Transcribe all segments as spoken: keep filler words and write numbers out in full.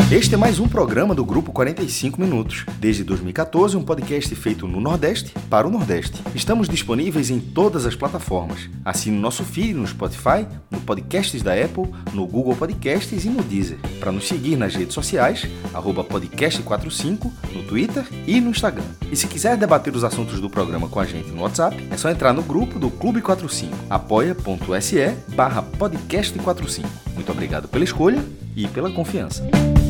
Este é mais um programa do Grupo quarenta e cinco Minutos. Desde dois mil e quatorze, um podcast feito no Nordeste para o Nordeste. Estamos disponíveis em todas as plataformas. Assine o nosso feed no Spotify, no Podcasts da Apple, no Google Podcasts e no Deezer. Para nos seguir nas redes sociais, arroba podcast quarenta e cinco, no Twitter e no Instagram. E se quiser debater os assuntos do programa com a gente no WhatsApp, é só entrar no grupo do Clube quarenta e cinco, apoia.se barra podcast quarenta e cinco. Muito obrigado pela escolha e pela confiança.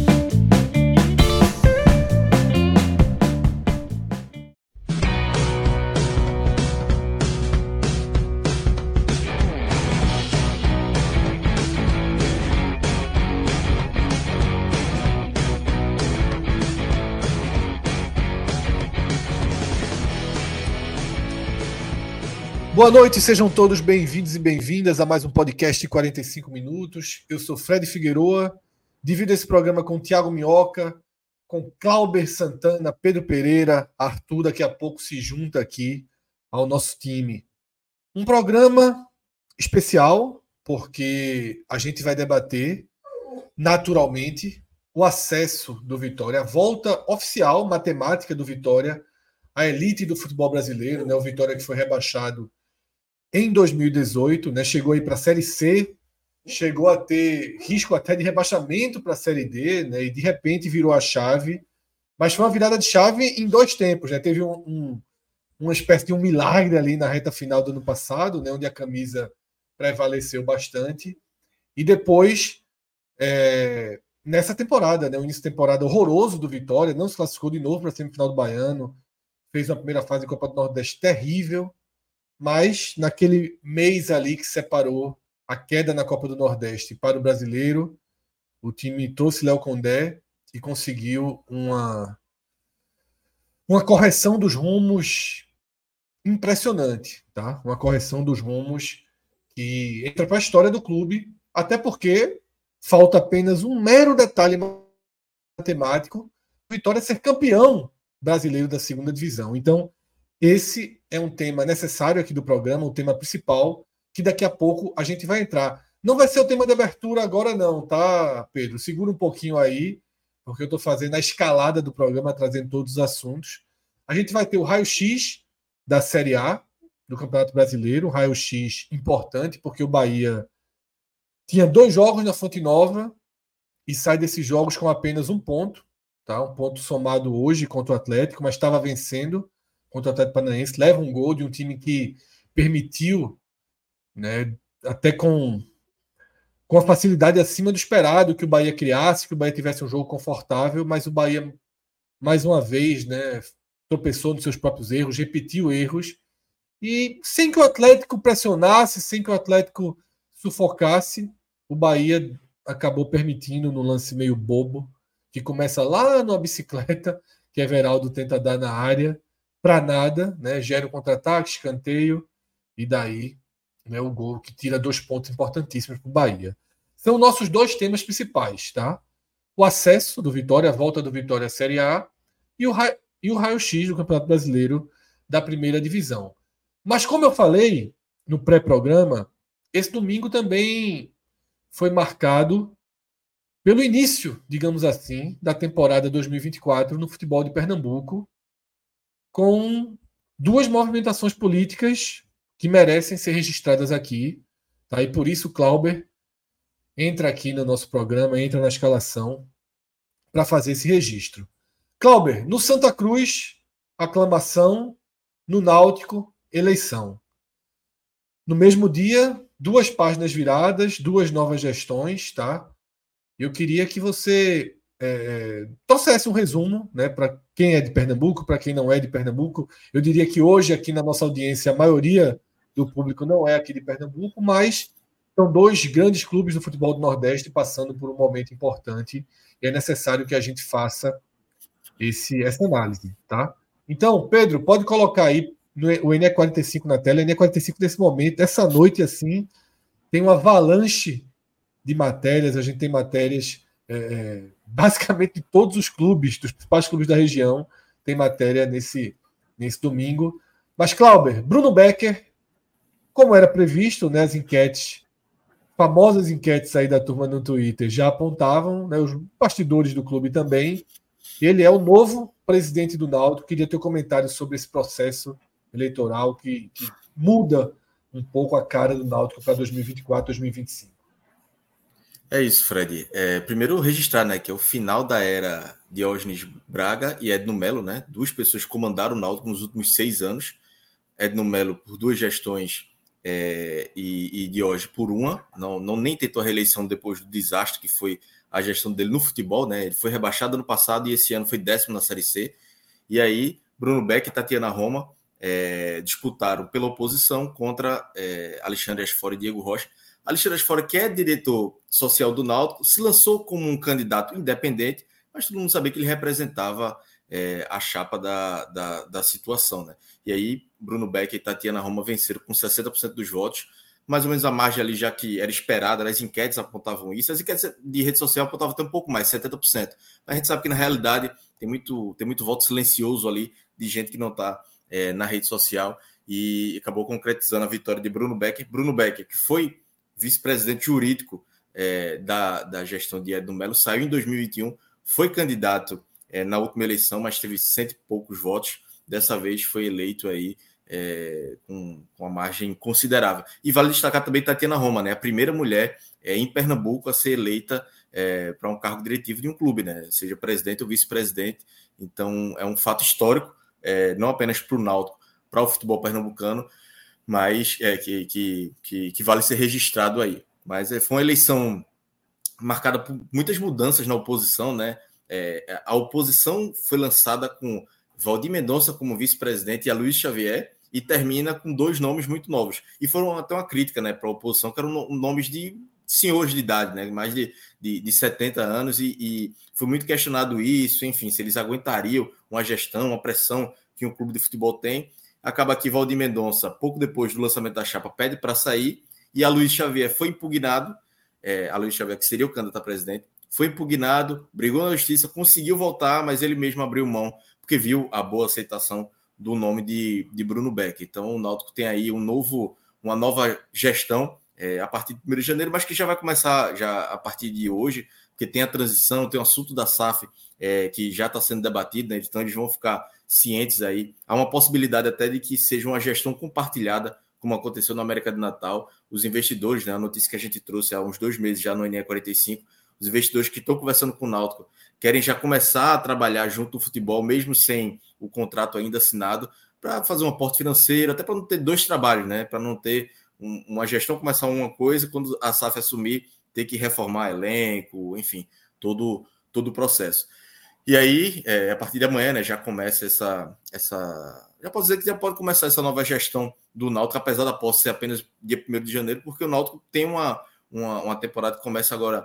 Boa noite, sejam todos bem-vindos e bem-vindas a mais um podcast de quarenta e cinco minutos. Eu sou Fred Figueroa, divido esse programa com Thiago Minhoca, com Clauber Santana, Pedro Pereira, Arthur daqui a pouco se junta aqui ao nosso time. Um programa especial, porque a gente vai debater naturalmente o acesso do Vitória, a volta oficial matemática do Vitória à elite do futebol brasileiro, né? O Vitória que foi rebaixado em dois mil e dezoito, né, chegou aí para a Série C, chegou a ter risco até de rebaixamento para a Série D, né, e de repente virou a chave, mas foi uma virada de chave em dois tempos, né, teve um, um, uma espécie de um milagre ali na reta final do ano passado, né, onde a camisa prevaleceu bastante, e depois, é, nessa temporada, né, o início de temporada horroroso do Vitória, não se classificou de novo para a semifinal do Baiano, fez uma primeira fase da Copa do Nordeste terrível, mas naquele mês ali que separou a queda na Copa do Nordeste para o Brasileiro, o time trouxe Léo Condé e conseguiu uma, uma correção dos rumos impressionante, tá? Uma correção dos rumos que entra para a história do clube, até porque falta apenas um mero detalhe matemático, Vitória ser campeão brasileiro da segunda divisão. Então, esse é um tema necessário aqui do programa, o tema principal, que daqui a pouco a gente vai entrar. Não vai ser o tema de abertura agora não, tá, Pedro? Segura um pouquinho aí, porque eu estou fazendo a escalada do programa, trazendo todos os assuntos. A gente vai ter o raio-x da Série A, do Campeonato Brasileiro, um raio-x importante, porque o Bahia tinha dois jogos na Fonte Nova e sai desses jogos com apenas um ponto, tá? Um ponto somado hoje contra o Atlético, mas estava vencendo contra o Atlético Paranaense, leva um gol de um time que permitiu, né, até com, com a facilidade acima do esperado, que o Bahia criasse, que o Bahia tivesse um jogo confortável, mas o Bahia, mais uma vez, né, tropeçou nos seus próprios erros, repetiu erros, e sem que o Atlético pressionasse, sem que o Atlético sufocasse, o Bahia acabou permitindo, no lance meio bobo, que começa lá numa bicicleta, que Everaldo tenta dar na área, para nada, né? Gera um contra-ataque, escanteio, e daí, né, o gol que tira dois pontos importantíssimos para o Bahia. São nossos dois temas principais, tá? O acesso do Vitória, a volta do Vitória à Série A e o, ra- e o raio-x do Campeonato Brasileiro da primeira divisão. Mas como eu falei no pré-programa, esse domingo também foi marcado pelo início, digamos assim, da temporada dois mil e vinte e quatro no futebol de Pernambuco, com duas movimentações políticas que merecem ser registradas aqui. Tá? E por isso o Clauber entra aqui no nosso programa, entra na escalação para fazer esse registro. Clauber, no Santa Cruz, aclamação, no Náutico, eleição. No mesmo dia, duas páginas viradas, duas novas gestões, tá? Eu queria que você é, trouxesse um resumo, né, para quem é de Pernambuco, para quem não é de Pernambuco. Eu diria que hoje, aqui na nossa audiência, a maioria do público não é aqui de Pernambuco, mas são dois grandes clubes do futebol do Nordeste passando por um momento importante e é necessário que a gente faça esse, essa análise. Tá? Então, Pedro, pode colocar aí no, o N E quarenta e cinco na tela. O N E quarenta e cinco, nesse momento, nessa noite, assim, tem uma avalanche de matérias. A gente tem matérias é, basicamente de todos os clubes, dos principais clubes da região, tem matéria nesse, nesse domingo. Mas, Clauber, Bruno Becker, como era previsto, né, as enquetes famosas enquetes aí da turma no Twitter já apontavam, né, os bastidores do clube também. Ele é o novo presidente do Náutico. Queria ter um comentário sobre esse processo eleitoral que, que muda um pouco a cara do Náutico para dois mil e vinte e quatro, dois mil e vinte e cinco. É isso, Fred. É, primeiro registrar, né, que é o final da era Diógenes Braga e Edno Melo, né? Duas pessoas que comandaram o Náutico nos últimos seis anos. Edno Melo por duas gestões é, e, e Diógenes por uma. Não, não nem tentou a reeleição depois do desastre que foi a gestão dele no futebol, né? Ele foi rebaixado ano passado e esse ano foi décimo na Série C. E aí, Bruno Beck e Tatiana Roma é, disputaram pela oposição contra é, Alexandre Asfora e Diego Rocha. Alexandre Asfora, que é diretor social do Náutico, se lançou como um candidato independente, mas todo mundo sabia que ele representava é, a chapa da, da, da situação, né? E aí, Bruno Beck e Tatiana Roma venceram com sessenta por cento dos votos, mais ou menos a margem ali, já que era esperada, as enquetes apontavam isso, as enquetes de rede social apontavam até um pouco mais, setenta por cento. Mas a gente sabe que, na realidade, tem muito, tem muito voto silencioso ali de gente que não está é, na rede social e acabou concretizando a vitória de Bruno Beck. Bruno Beck, que foi vice-presidente jurídico é, da, da gestão de Edno Melo, saiu em dois mil e vinte e um, foi candidato é, na última eleição, mas teve cento e poucos votos. Dessa vez foi eleito aí é, com, com uma margem considerável. E vale destacar também Tatiana Roma, né, a primeira mulher é, em Pernambuco a ser eleita é, para um cargo diretivo de um clube, né, seja presidente ou vice-presidente. Então é um fato histórico, é, não apenas para o Náutico, para o futebol pernambucano, mas é, que, que, que, que vale ser registrado aí. Mas é, foi uma eleição marcada por muitas mudanças na oposição, né? É, a oposição foi lançada com Valdir Mendonça como vice-presidente e a Luiz Xavier, e termina com dois nomes muito novos. E foram até uma crítica, né, para a oposição, que eram nomes de senhores de idade, né, mais de, de, de setenta anos, e, e foi muito questionado isso, enfim, se eles aguentariam uma gestão, uma pressão que um clube de futebol tem. Acaba que Valdir Mendonça, pouco depois do lançamento da chapa, pede para sair, e a Luiz Xavier foi impugnado, é, a Luiz Xavier, que seria o candidato a presidente, foi impugnado, brigou na justiça, conseguiu voltar, mas ele mesmo abriu mão, porque viu a boa aceitação do nome de, de Bruno Beck. Então o Náutico tem aí um novo, uma nova gestão é, a partir de primeiro de janeiro, mas que já vai começar já a partir de hoje, porque tem a transição, tem o assunto da S A F é, que já está sendo debatido, né? Então eles vão ficar cientes aí. Há uma possibilidade até de que seja uma gestão compartilhada, como aconteceu na América do Natal. Os investidores, né, a notícia que a gente trouxe há uns dois meses já no N E quarenta e cinco, os investidores que estão conversando com o Náutico querem já começar a trabalhar junto do futebol, mesmo sem o contrato ainda assinado, para fazer um aporte financeiro, até para não ter dois trabalhos, né? Para não ter um, uma gestão começar uma coisa, quando a S A F assumir, ter que reformar elenco, enfim, todo, todo o processo. E aí, é, a partir de amanhã, né, já começa essa, essa... Já posso dizer que já pode começar essa nova gestão do Náutico, apesar da posse ser apenas dia primeiro de janeiro, porque o Náutico tem uma, uma, uma temporada que começa agora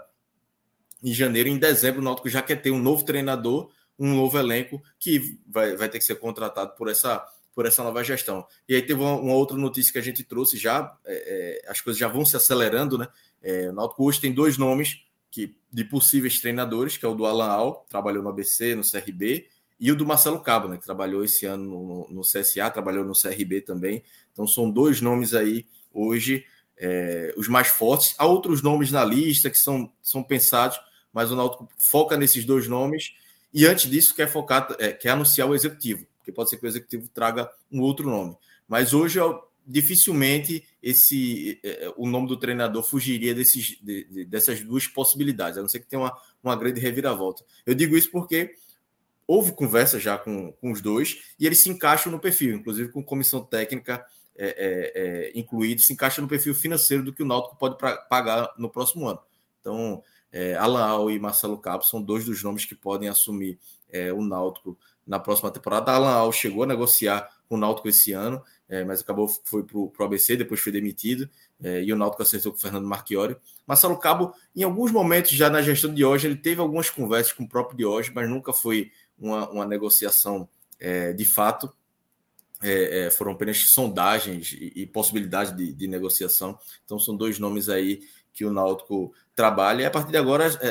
em janeiro. Em dezembro, o Náutico já quer ter um novo treinador, um novo elenco, que vai, vai ter que ser contratado por essa, por essa nova gestão. E aí teve uma, uma outra notícia que a gente trouxe já, é, é, as coisas já vão se acelerando, né? É, o Náutico hoje tem dois nomes que, de possíveis treinadores, que é o do Alan Al, trabalhou no A B C, no C R B, e o do Marcelo Cabo, né, que trabalhou esse ano no, no C S A, trabalhou no C R B também. Então são dois nomes aí hoje, é, os mais fortes. Há outros nomes na lista que são, são pensados, mas o Náutico foca nesses dois nomes, e antes disso quer focar, é, quer anunciar o executivo, porque pode ser que o executivo traga um outro nome. Mas hoje dificilmente esse, é, o nome do treinador fugiria desses, de, de, dessas duas possibilidades, a não ser que tenha uma, uma grande reviravolta. Eu digo isso porque houve conversa já com, com os dois, e eles se encaixam no perfil, inclusive com comissão técnica é, é, é, incluída, se encaixa no perfil financeiro do que o Náutico pode pra, pagar no próximo ano. Então, é, Alan Al e Marcelo Cabo são dois dos nomes que podem assumir é, o Náutico na próxima temporada. Alan Al chegou a negociar com o Náutico esse ano, é, mas acabou, foi para o A B C, depois foi demitido, é, e o Náutico acertou com o Fernando Marchiori. Marcelo Cabo, em alguns momentos já na gestão de hoje, ele teve algumas conversas com o próprio Diógenes, mas nunca foi uma, uma negociação é, de fato. É, é, foram apenas sondagens e, e possibilidades de, de negociação. Então são dois nomes aí que o Náutico trabalha, e a partir de agora é,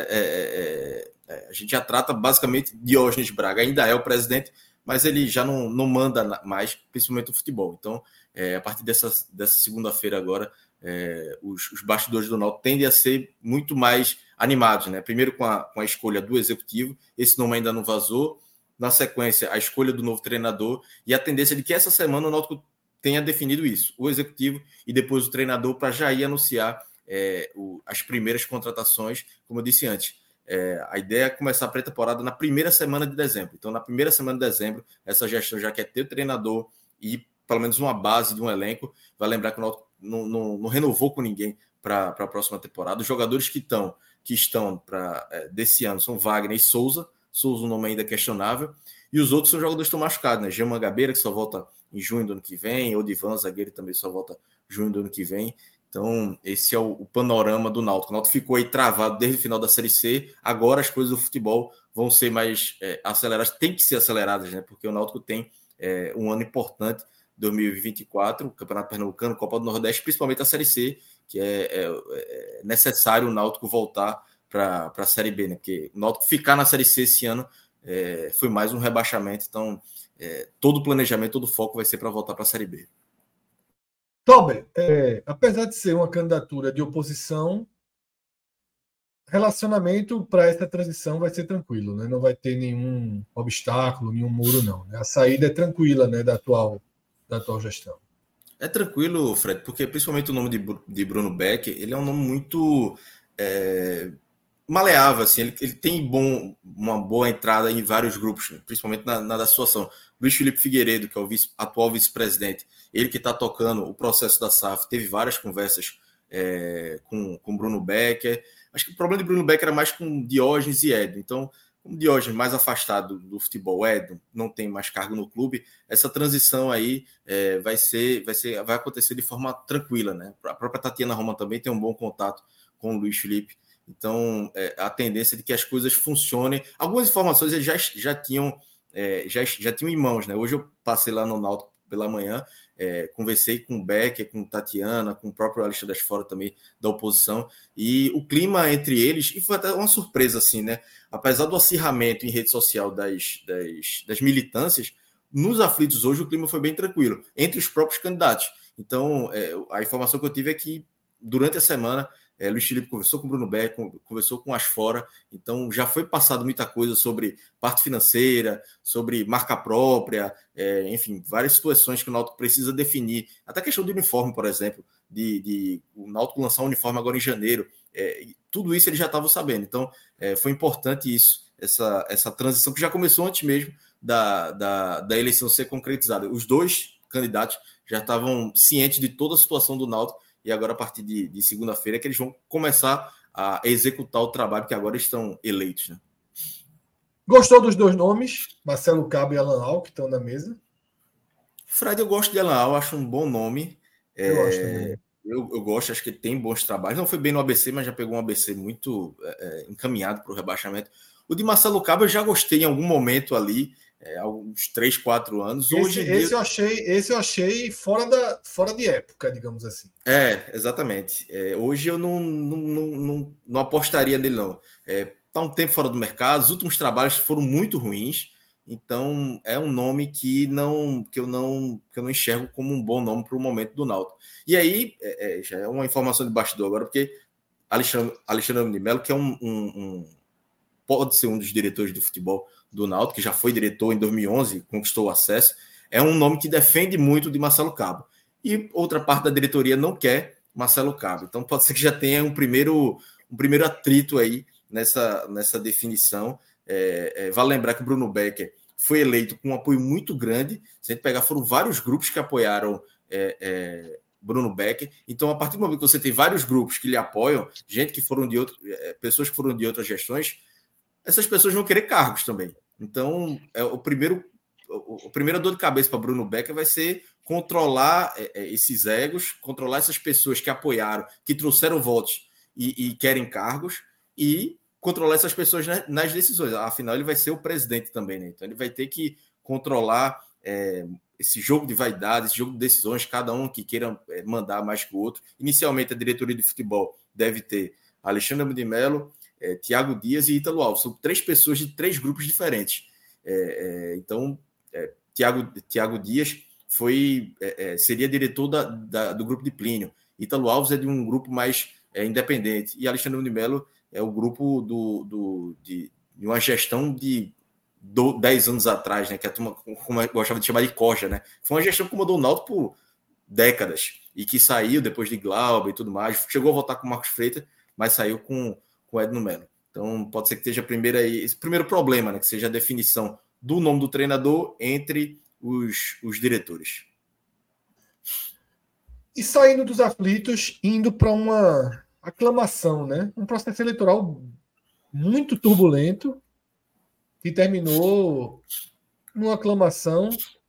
é, é, a gente já trata basicamente Diógenes Braga, ainda é o presidente, mas ele já não, não manda mais, principalmente o futebol. Então, é, a partir dessa, dessa segunda-feira agora, é, os, os bastidores do Náutico tendem a ser muito mais animados, né? Primeiro com a, com a escolha do executivo, esse nome ainda não vazou. Na sequência, a escolha do novo treinador e a tendência de que essa semana o Náutico tenha definido isso, o executivo e depois o treinador, para já ir anunciar é, o, as primeiras contratações, como eu disse antes. É, a ideia é começar a pré-temporada na primeira semana de dezembro. Então, na primeira semana de dezembro, essa gestão já quer ter o treinador e pelo menos uma base de um elenco. Vai lembrar que o Náutico não, não, não renovou com ninguém para a próxima temporada. Os jogadores que estão, que estão pra, é, desse ano são Wagner e Souza. Souza, um nome ainda questionável. E os outros são jogadores que estão machucados, né? Jean Mangabeira, que só volta em junho do ano que vem. Odivan, zagueiro, também só volta em junho do ano que vem. Então, esse é o, o panorama do Náutico. O Náutico ficou aí travado desde o final da Série C. Agora as coisas do futebol vão ser mais é, aceleradas. Tem que ser aceleradas, né? Porque o Náutico tem é, um ano importante, dois mil e vinte e quatro, Campeonato Pernambucano, Copa do Nordeste, principalmente a Série C, que é, é, é necessário o Náutico voltar para a Série B, né? Porque o Náutico ficar na Série C esse ano é, foi mais um rebaixamento. Então, é, todo o planejamento, todo o foco vai ser para voltar para a Série B. Tober, é, apesar de ser uma candidatura de oposição, relacionamento para essa transição vai ser tranquilo, né? Não vai ter nenhum obstáculo, nenhum muro, não. Né? A saída é tranquila, né, da atual, da atual gestão. É tranquilo, Fred, porque principalmente o nome de, de Bruno Becker, ele é um nome muito é, maleável, assim, ele, ele tem bom, uma boa entrada em vários grupos, né? Principalmente na, na da situação. Luiz Felipe Figueiredo, que é o vice, atual vice-presidente, ele que está tocando o processo da S A F, teve várias conversas é, com o Bruno Becker. Acho que o problema de Bruno Becker era mais com Diógenes e Edno. Então, como Diógenes mais afastado do futebol, Edno não tem mais cargo no clube, essa transição aí é, vai, ser, vai, ser, vai acontecer de forma tranquila, né? A própria Tatiana Roma também tem um bom contato com o Luiz Felipe. Então, é, a tendência de que as coisas funcionem. Algumas informações eles já, já, tinham, é, já, já tinham em mãos, né? Hoje eu passei lá no Náutico pela manhã, é, conversei com o Becker, com Tatiana, com o próprio Alexandre Fora também da oposição, e o clima entre eles, e foi até uma surpresa assim, né? Apesar do acirramento em rede social das, das, das militâncias, nos aflitos hoje o clima foi bem tranquilo, entre os próprios candidatos. Então, é, a informação que eu tive é que durante a semana É, Luiz Felipe conversou com o Bruno Beck, conversou com as Fora, então já foi passado muita coisa sobre parte financeira, sobre marca própria, é, enfim, várias situações que o Náutico precisa definir. Até a questão do uniforme, por exemplo, de, de o Náutico lançar um uniforme agora em janeiro, é, tudo isso eles já estavam sabendo. Então, é, foi importante isso, essa, essa transição que já começou antes mesmo da, da, da eleição ser concretizada. Os dois candidatos já estavam cientes de toda a situação do Náutico, e agora, a partir de, de segunda-feira, é que eles vão começar a executar o trabalho que agora estão eleitos. Né? Gostou dos dois nomes? Marcelo Cabo e Alan Al, que estão na mesa? Fred, eu gosto de Alan Al, acho um bom nome. Eu é, gosto também. Eu, eu gosto, acho que ele tem bons trabalhos. Não foi bem no A B C, mas já pegou um A B C muito é, encaminhado para o rebaixamento. O de Marcelo Cabo eu já gostei em algum momento ali, é, há uns três, quatro anos. Esse, Hoje esse, dia... eu achei, esse eu achei fora, da, fora de época, digamos assim. É, exatamente. É, hoje eu não, não, não, não, não apostaria nele, não. É, tá um tempo fora do mercado, os últimos trabalhos foram muito ruins, então é um nome que, não, que, eu, não, que eu não enxergo como um bom nome para o momento do Náutico. E aí, é, é, já é uma informação de bastidor agora, porque Alexandre, Alexandre de Mello, que é um, um, um pode ser um dos diretores de futebol do Náutico, que já foi diretor em dois mil e onze, conquistou o acesso, é um nome que defende muito de Marcelo Cabo. E outra parte da diretoria não quer Marcelo Cabo. Então pode ser que já tenha um primeiro, um primeiro atrito aí nessa, nessa definição. É, é, vale lembrar que o Bruno Becker foi eleito com um apoio muito grande. Se a gente pegar, foram vários grupos que apoiaram é, é, Bruno Becker. Então, a partir do momento que você tem vários grupos que lhe apoiam, gente que foram de outro, é, pessoas que foram de outras gestões, essas pessoas vão querer cargos também. Então, é o primeiro, o, a primeira dor de cabeça para Bruno Becker vai ser controlar é, esses egos, controlar essas pessoas que apoiaram, que trouxeram votos e, e querem cargos, e controlar essas pessoas nas, nas decisões. Afinal, ele vai ser o presidente também, né? Então, ele vai ter que controlar é, esse jogo de vaidade, esse jogo de decisões, cada um que queira é, mandar mais que o outro. Inicialmente, a diretoria de futebol deve ter Alexandre de Mello, É, Thiago Dias e Ítalo Alves. São três pessoas de três grupos diferentes. É, é, então, é, Thiago, Thiago Dias foi, é, é, seria diretor da, da, do grupo de Plínio. Ítalo Alves é de um grupo mais é, independente, e Alexandre de Melo é o grupo do, do, de, de uma gestão de do, dez anos atrás, né, que a turma como eu gostava de chamar de coja, né? Foi uma gestão que comandou o Náutico por décadas, e que saiu depois de Glauber e tudo mais, chegou a voltar com o Marcos Freitas, mas saiu com o Edno Melo. Então pode ser que esteja primeiro aí, esse primeiro problema, né, que seja a definição do nome do treinador entre os, os diretores. E saindo dos aflitos, indo para uma aclamação, né? Um processo eleitoral muito turbulento, que terminou numa aclamação.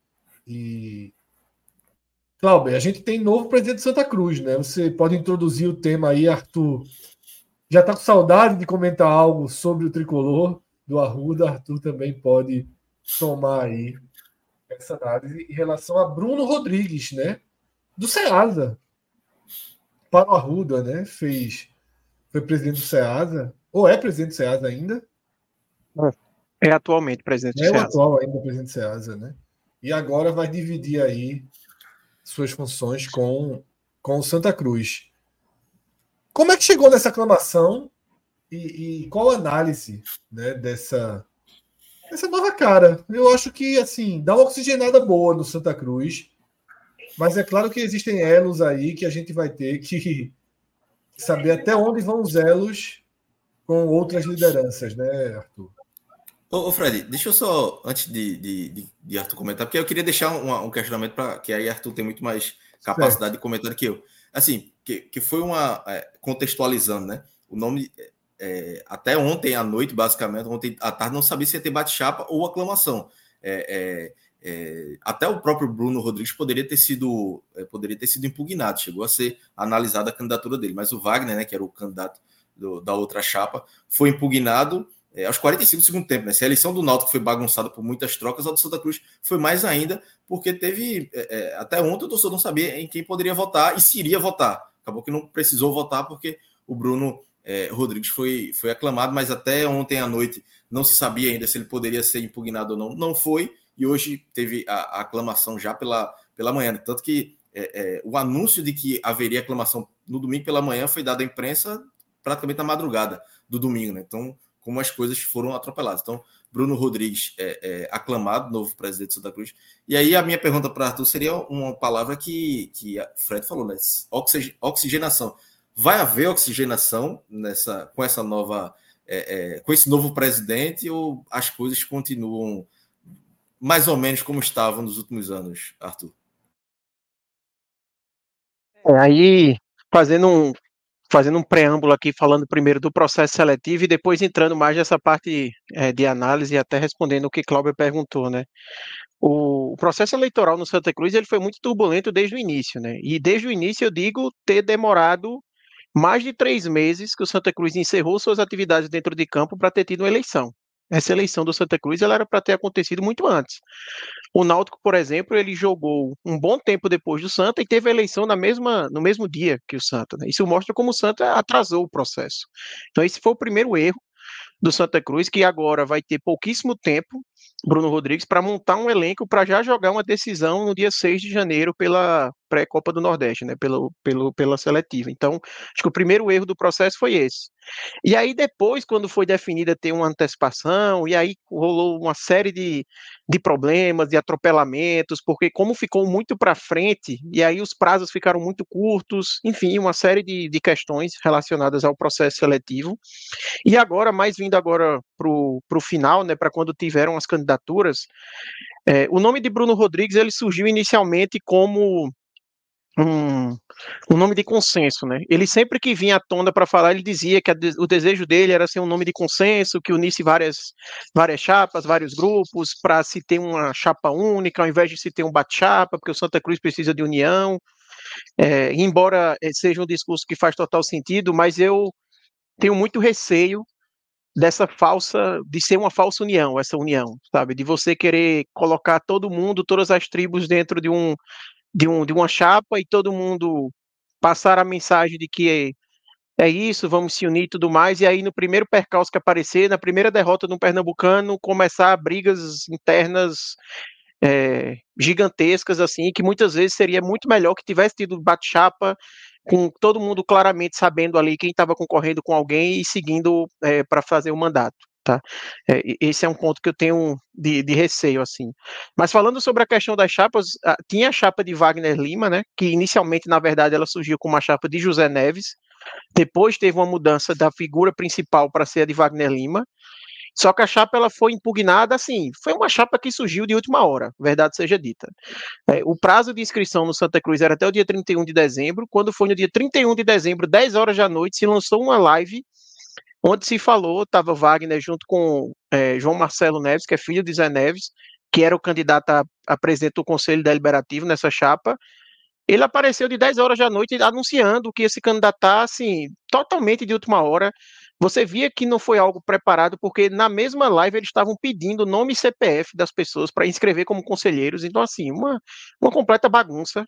E, Cláudio, a gente tem novo presidente de Santa Cruz, né? Você pode introduzir o tema aí, Arthur. Já está com saudade de comentar algo sobre o tricolor do Arruda? Arthur também pode tomar aí essa análise em relação a Bruno Rodrigues, né? Do Ceasa para o Arruda, né? Fez, foi presidente do Ceasa, ou é presidente do Ceasa ainda? É atualmente presidente do É o Ceasa. atual ainda presidente do Ceasa, né? E agora vai dividir aí suas funções com, com o Santa Cruz. Como é que chegou nessa aclamação e, e qual a análise, né, dessa, dessa nova cara? Eu acho que assim dá uma oxigenada boa no Santa Cruz. Mas é claro que existem elos aí que a gente vai ter que saber até onde vão os elos com outras lideranças, né, Arthur? Ô, ô Fred, deixa eu só, antes de, de, de, de Arthur comentar, porque eu queria deixar um, um questionamento para que aí Arthur tem muito mais capacidade certo. de comentário que eu. Assim, que, que foi uma... É, contextualizando, né? O nome... É, até ontem à noite, basicamente, ontem à tarde, não sabia se ia ter bate-chapa ou aclamação. É... é É, até o próprio Bruno Rodrigues poderia ter sido é, poderia ter sido impugnado, chegou a ser analisada a candidatura dele, mas o Wagner, né, que era o candidato do, da outra chapa, foi impugnado é, aos quarenta e cinco do segundo tempo, né? Se a eleição do Náutico foi bagunçada por muitas trocas, a do Santa Cruz foi mais ainda, porque teve é, é, até ontem o torcedor não sabia em quem poderia votar e se iria votar, acabou que não precisou votar porque o Bruno é, Rodrigues foi, foi aclamado, mas até ontem à noite não se sabia ainda se ele poderia ser impugnado ou não, não foi. E hoje teve a, a aclamação já pela, pela manhã. Né? Tanto que é, é, o anúncio de que haveria aclamação no domingo pela manhã foi dado à imprensa praticamente na madrugada do domingo. Né? Então, como as coisas foram atropeladas. Então, Bruno Rodrigues é, é aclamado, novo presidente de Santa Cruz. E aí a minha pergunta para Arthur seria uma palavra que, que a Fred falou, né? Oxigenação. Vai haver oxigenação nessa, com essa nova, é, é, com esse novo presidente ou as coisas continuam mais ou menos como estavam nos últimos anos, Arthur? É, aí, fazendo um, fazendo um preâmbulo aqui, falando primeiro do processo seletivo e depois entrando mais nessa parte é, de análise e até respondendo o que Cláudio perguntou, né? O, o processo eleitoral no Santa Cruz ele foi muito turbulento desde o início, né? E desde o início eu digo ter demorado mais de três meses que o Santa Cruz encerrou suas atividades dentro de campo para ter tido uma eleição. Essa eleição do Santa Cruz ela era para ter acontecido muito antes. O Náutico, por exemplo, ele jogou um bom tempo depois do Santa e teve a eleição na mesma, no mesmo dia que o Santa. Né? Isso mostra como o Santa atrasou o processo. Então esse foi o primeiro erro do Santa Cruz, que agora vai ter pouquíssimo tempo, Bruno Rodrigues, para montar um elenco para já jogar uma decisão no dia seis de janeiro pela pré-Copa do Nordeste, né? Pelo, pelo, pela seletiva. Então, acho que o primeiro erro do processo foi esse. E aí depois, quando foi definida ter uma antecipação, e aí rolou uma série de, de problemas, de atropelamentos, porque como ficou muito para frente, e aí os prazos ficaram muito curtos, enfim, uma série de, de questões relacionadas ao processo seletivo. E agora, mais vindo agora para o final, né, para quando tiveram as candidaturas, é, o nome de Bruno Rodrigues ele surgiu inicialmente como Um, um nome de consenso, né? Ele sempre que vinha à tona para falar, ele dizia que a, o desejo dele era ser um nome de consenso, que unisse várias, várias chapas, vários grupos, para se ter uma chapa única, ao invés de se ter um bate-chapa, porque o Santa Cruz precisa de união. É, embora seja um discurso que faz total sentido, mas eu tenho muito receio dessa falsa, de ser uma falsa união, essa união, sabe? De você querer colocar todo mundo, todas as tribos dentro de um De, um, de uma chapa e todo mundo passar a mensagem de que é, é isso, vamos se unir e tudo mais, e aí no primeiro percalço que aparecer, na primeira derrota do Pernambucano, começar brigas internas é, gigantescas, assim, que muitas vezes seria muito melhor que tivesse tido bate-chapa com todo mundo claramente sabendo ali quem estava concorrendo com alguém e seguindo é, para fazer o mandato. Tá? É, esse é um ponto que eu tenho de, de receio, assim. Mas falando sobre a questão das chapas, tinha a chapa de Wagner Lima, né, que inicialmente, na verdade, ela surgiu como uma chapa de José Neves, depois teve uma mudança da figura principal para ser a de Wagner Lima, só que a chapa ela foi impugnada, assim, foi uma chapa que surgiu de última hora, verdade seja dita. É, o prazo de inscrição no Santa Cruz era até o dia trinta e um de dezembro, quando foi no dia trinta e um de dezembro, dez horas da noite, se lançou uma live onde se falou, estava Wagner junto com é, João Marcelo Neves, que é filho de Zé Neves, que era o candidato a, a presidente do Conselho Deliberativo nessa chapa. Ele apareceu de dez horas da noite anunciando que ia se candidatar, assim, totalmente de última hora. Você via que não foi algo preparado, porque na mesma live eles estavam pedindo nome e C P F das pessoas para inscrever como conselheiros. Então, assim, uma, uma completa bagunça.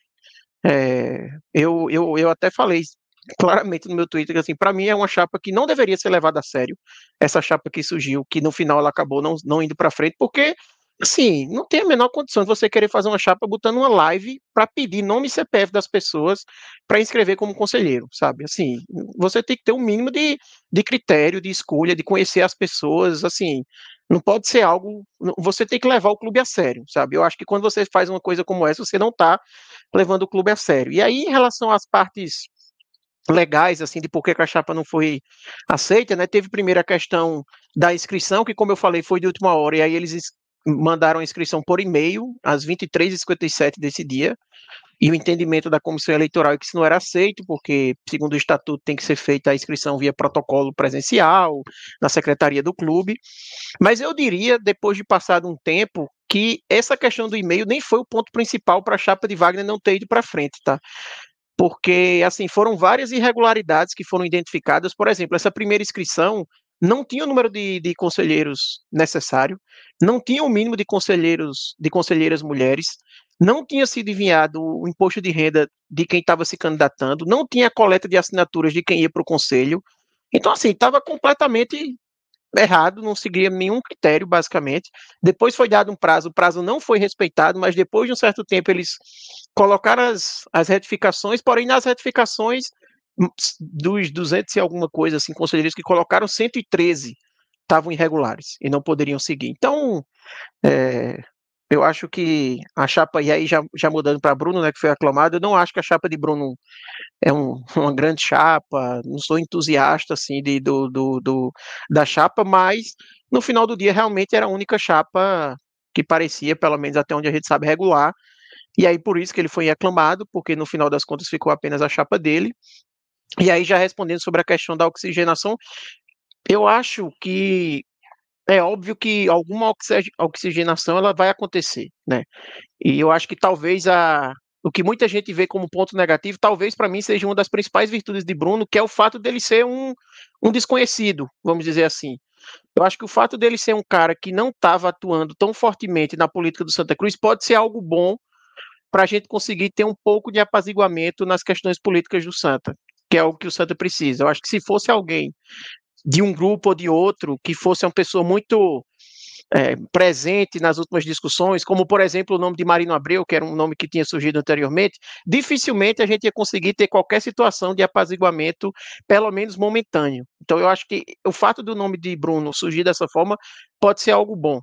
É, eu, eu, eu até falei claramente no meu Twitter que, assim, para mim é uma chapa que não deveria ser levada a sério, essa chapa que surgiu, que no final ela acabou não, não indo para frente, porque, assim, não tem a menor condição de você querer fazer uma chapa botando uma live para pedir nome e C P F das pessoas para inscrever como conselheiro, sabe? Assim, você tem que ter um mínimo de, de critério, de escolha, de conhecer as pessoas, assim, não pode ser algo, você tem que levar o clube a sério, sabe? Eu acho que quando você faz uma coisa como essa, você não está levando o clube a sério. E aí, em relação às partes legais, assim, de por que a chapa não foi aceita, né? Teve primeiro a questão da inscrição, que, como eu falei, foi de última hora, e aí eles mandaram a inscrição por e-mail, às vinte e três e cinquenta e sete desse dia, e o entendimento da comissão eleitoral é que isso não era aceito, porque, segundo o estatuto, tem que ser feita a inscrição via protocolo presencial, na secretaria do clube, mas eu diria, depois de passado um tempo, que essa questão do e-mail nem foi o ponto principal para a chapa de Wagner não ter ido para frente, tá? Porque, assim, foram várias irregularidades que foram identificadas. Por exemplo, essa primeira inscrição não tinha o número de, de conselheiros necessário, não tinha o mínimo de conselheiros, de conselheiras mulheres, não tinha sido enviado o imposto de renda de quem estava se candidatando, não tinha a coleta de assinaturas de quem ia para o conselho. Então, assim, estava completamente errado, não seguia nenhum critério, basicamente. Depois foi dado um prazo, o prazo não foi respeitado, mas depois de um certo tempo eles colocaram as, as retificações, porém nas retificações dos duzentos e alguma coisa, assim, conselheiros que colocaram cento e treze estavam irregulares e não poderiam seguir. Então, é, eu acho que a chapa, e aí já, já mudando para Bruno, né, que foi aclamado, eu não acho que a chapa de Bruno é um, uma grande chapa, não sou entusiasta assim de, do, do, do, da chapa, mas no final do dia realmente era a única chapa que parecia, pelo menos até onde a gente sabe, regular, e aí por isso que ele foi aclamado, porque no final das contas ficou apenas a chapa dele. E aí já respondendo sobre a questão da oxigenação, eu acho que é óbvio que alguma oxigenação ela vai acontecer, né? E eu acho que talvez a, o que muita gente vê como ponto negativo, talvez para mim seja uma das principais virtudes de Bruno, que é o fato dele ser um, um desconhecido, vamos dizer assim. Eu acho que o fato dele ser um cara que não estava atuando tão fortemente na política do Santa Cruz pode ser algo bom para a gente conseguir ter um pouco de apaziguamento nas questões políticas do Santa, que é o que o Santa precisa. Eu acho que se fosse alguém de um grupo ou de outro, que fosse uma pessoa muito é, presente nas últimas discussões, como, por exemplo, o nome de Marino Abreu, que era um nome que tinha surgido anteriormente, dificilmente a gente ia conseguir ter qualquer situação de apaziguamento, pelo menos momentâneo. Então, eu acho que o fato do nome de Bruno surgir dessa forma pode ser algo bom.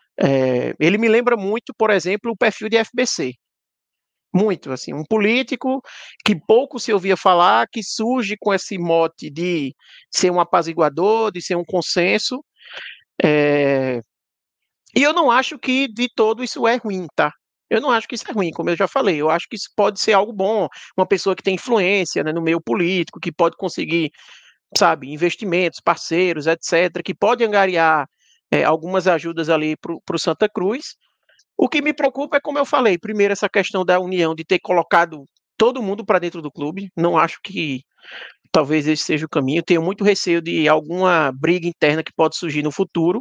É, ele me lembra muito, por exemplo, o perfil de F B C. Muito, assim, um político que pouco se ouvia falar, que surge com esse mote de ser um apaziguador, de ser um consenso, é... e eu não acho que de todo isso é ruim, tá? Eu não acho que isso é ruim, como eu já falei, eu acho que isso pode ser algo bom, uma pessoa que tem influência, né, no meio político, que pode conseguir, sabe, investimentos, parceiros, etcétera, que pode angariar é, algumas ajudas ali para o Santa Cruz. O que me preocupa é, como eu falei, primeiro essa questão da União, de ter colocado todo mundo para dentro do clube. Não acho que talvez esse seja o caminho. Tenho muito receio de alguma briga interna que pode surgir no futuro.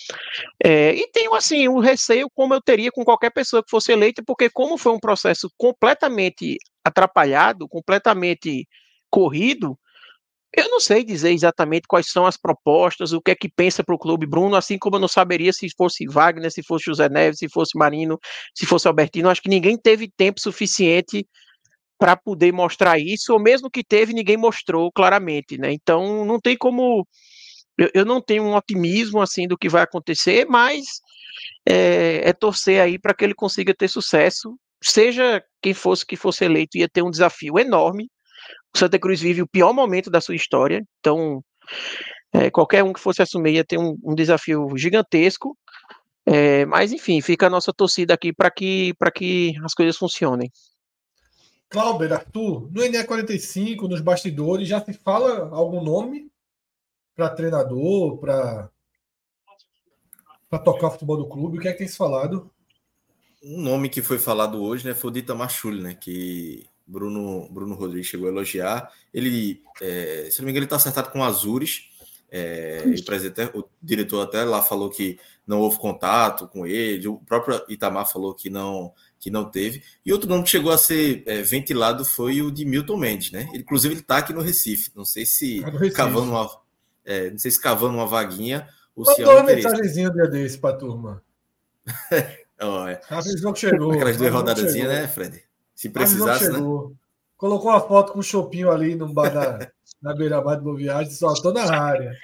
É, e tenho, assim, o receio como eu teria com qualquer pessoa que fosse eleita, porque como foi um processo completamente atrapalhado, completamente corrido, eu não sei dizer exatamente quais são as propostas, o que é que pensa para o clube Bruno, assim como eu não saberia se fosse Wagner, se fosse José Neves, se fosse Marino, se fosse Albertino. Acho que ninguém teve tempo suficiente para poder mostrar isso, ou mesmo que teve, ninguém mostrou claramente, né? Então não tem como, eu, eu não tenho um otimismo assim do que vai acontecer, mas é, é torcer aí para que ele consiga ter sucesso, seja quem fosse que fosse eleito, ia ter um desafio enorme. O Santa Cruz vive o pior momento da sua história, então é, qualquer um que fosse assumir ia ter um, um desafio gigantesco. É, mas enfim, fica a nossa torcida aqui para que, para que as coisas funcionem. Clauber, Arthur, no N E quarenta e cinco, nos bastidores, já se fala algum nome para treinador, para para tocar o futebol do clube? O que é que tem se falado? Um nome que foi falado hoje, né, foi o de Itamar Schulli, né, que Bruno, Bruno Rodrigues chegou a elogiar. Ele, é, se não me engano, ele está acertado com o Azures. É, o, presidente, o diretor até lá falou que não houve contato com ele. O próprio Itamar falou que não, que não teve. E outro nome que chegou a ser é, ventilado foi o de Milton Mendes, né? Ele, inclusive, ele está aqui no Recife. Não sei se Tá no Recife. cavando uma, é, não sei se cavando uma vaguinha ou Mandou se é um uma interesse. mensagenzinha um dia desse para a turma. Oh, é. Avisou que chegou. Aquelas duas avisou que rodadazinhas, chegou. né, Fred? Se Avisou que precisasse, né? chegou. Colocou uma foto com o Chopinho ali no bar na, na beira-mar de Boa Viagem, só tô na área.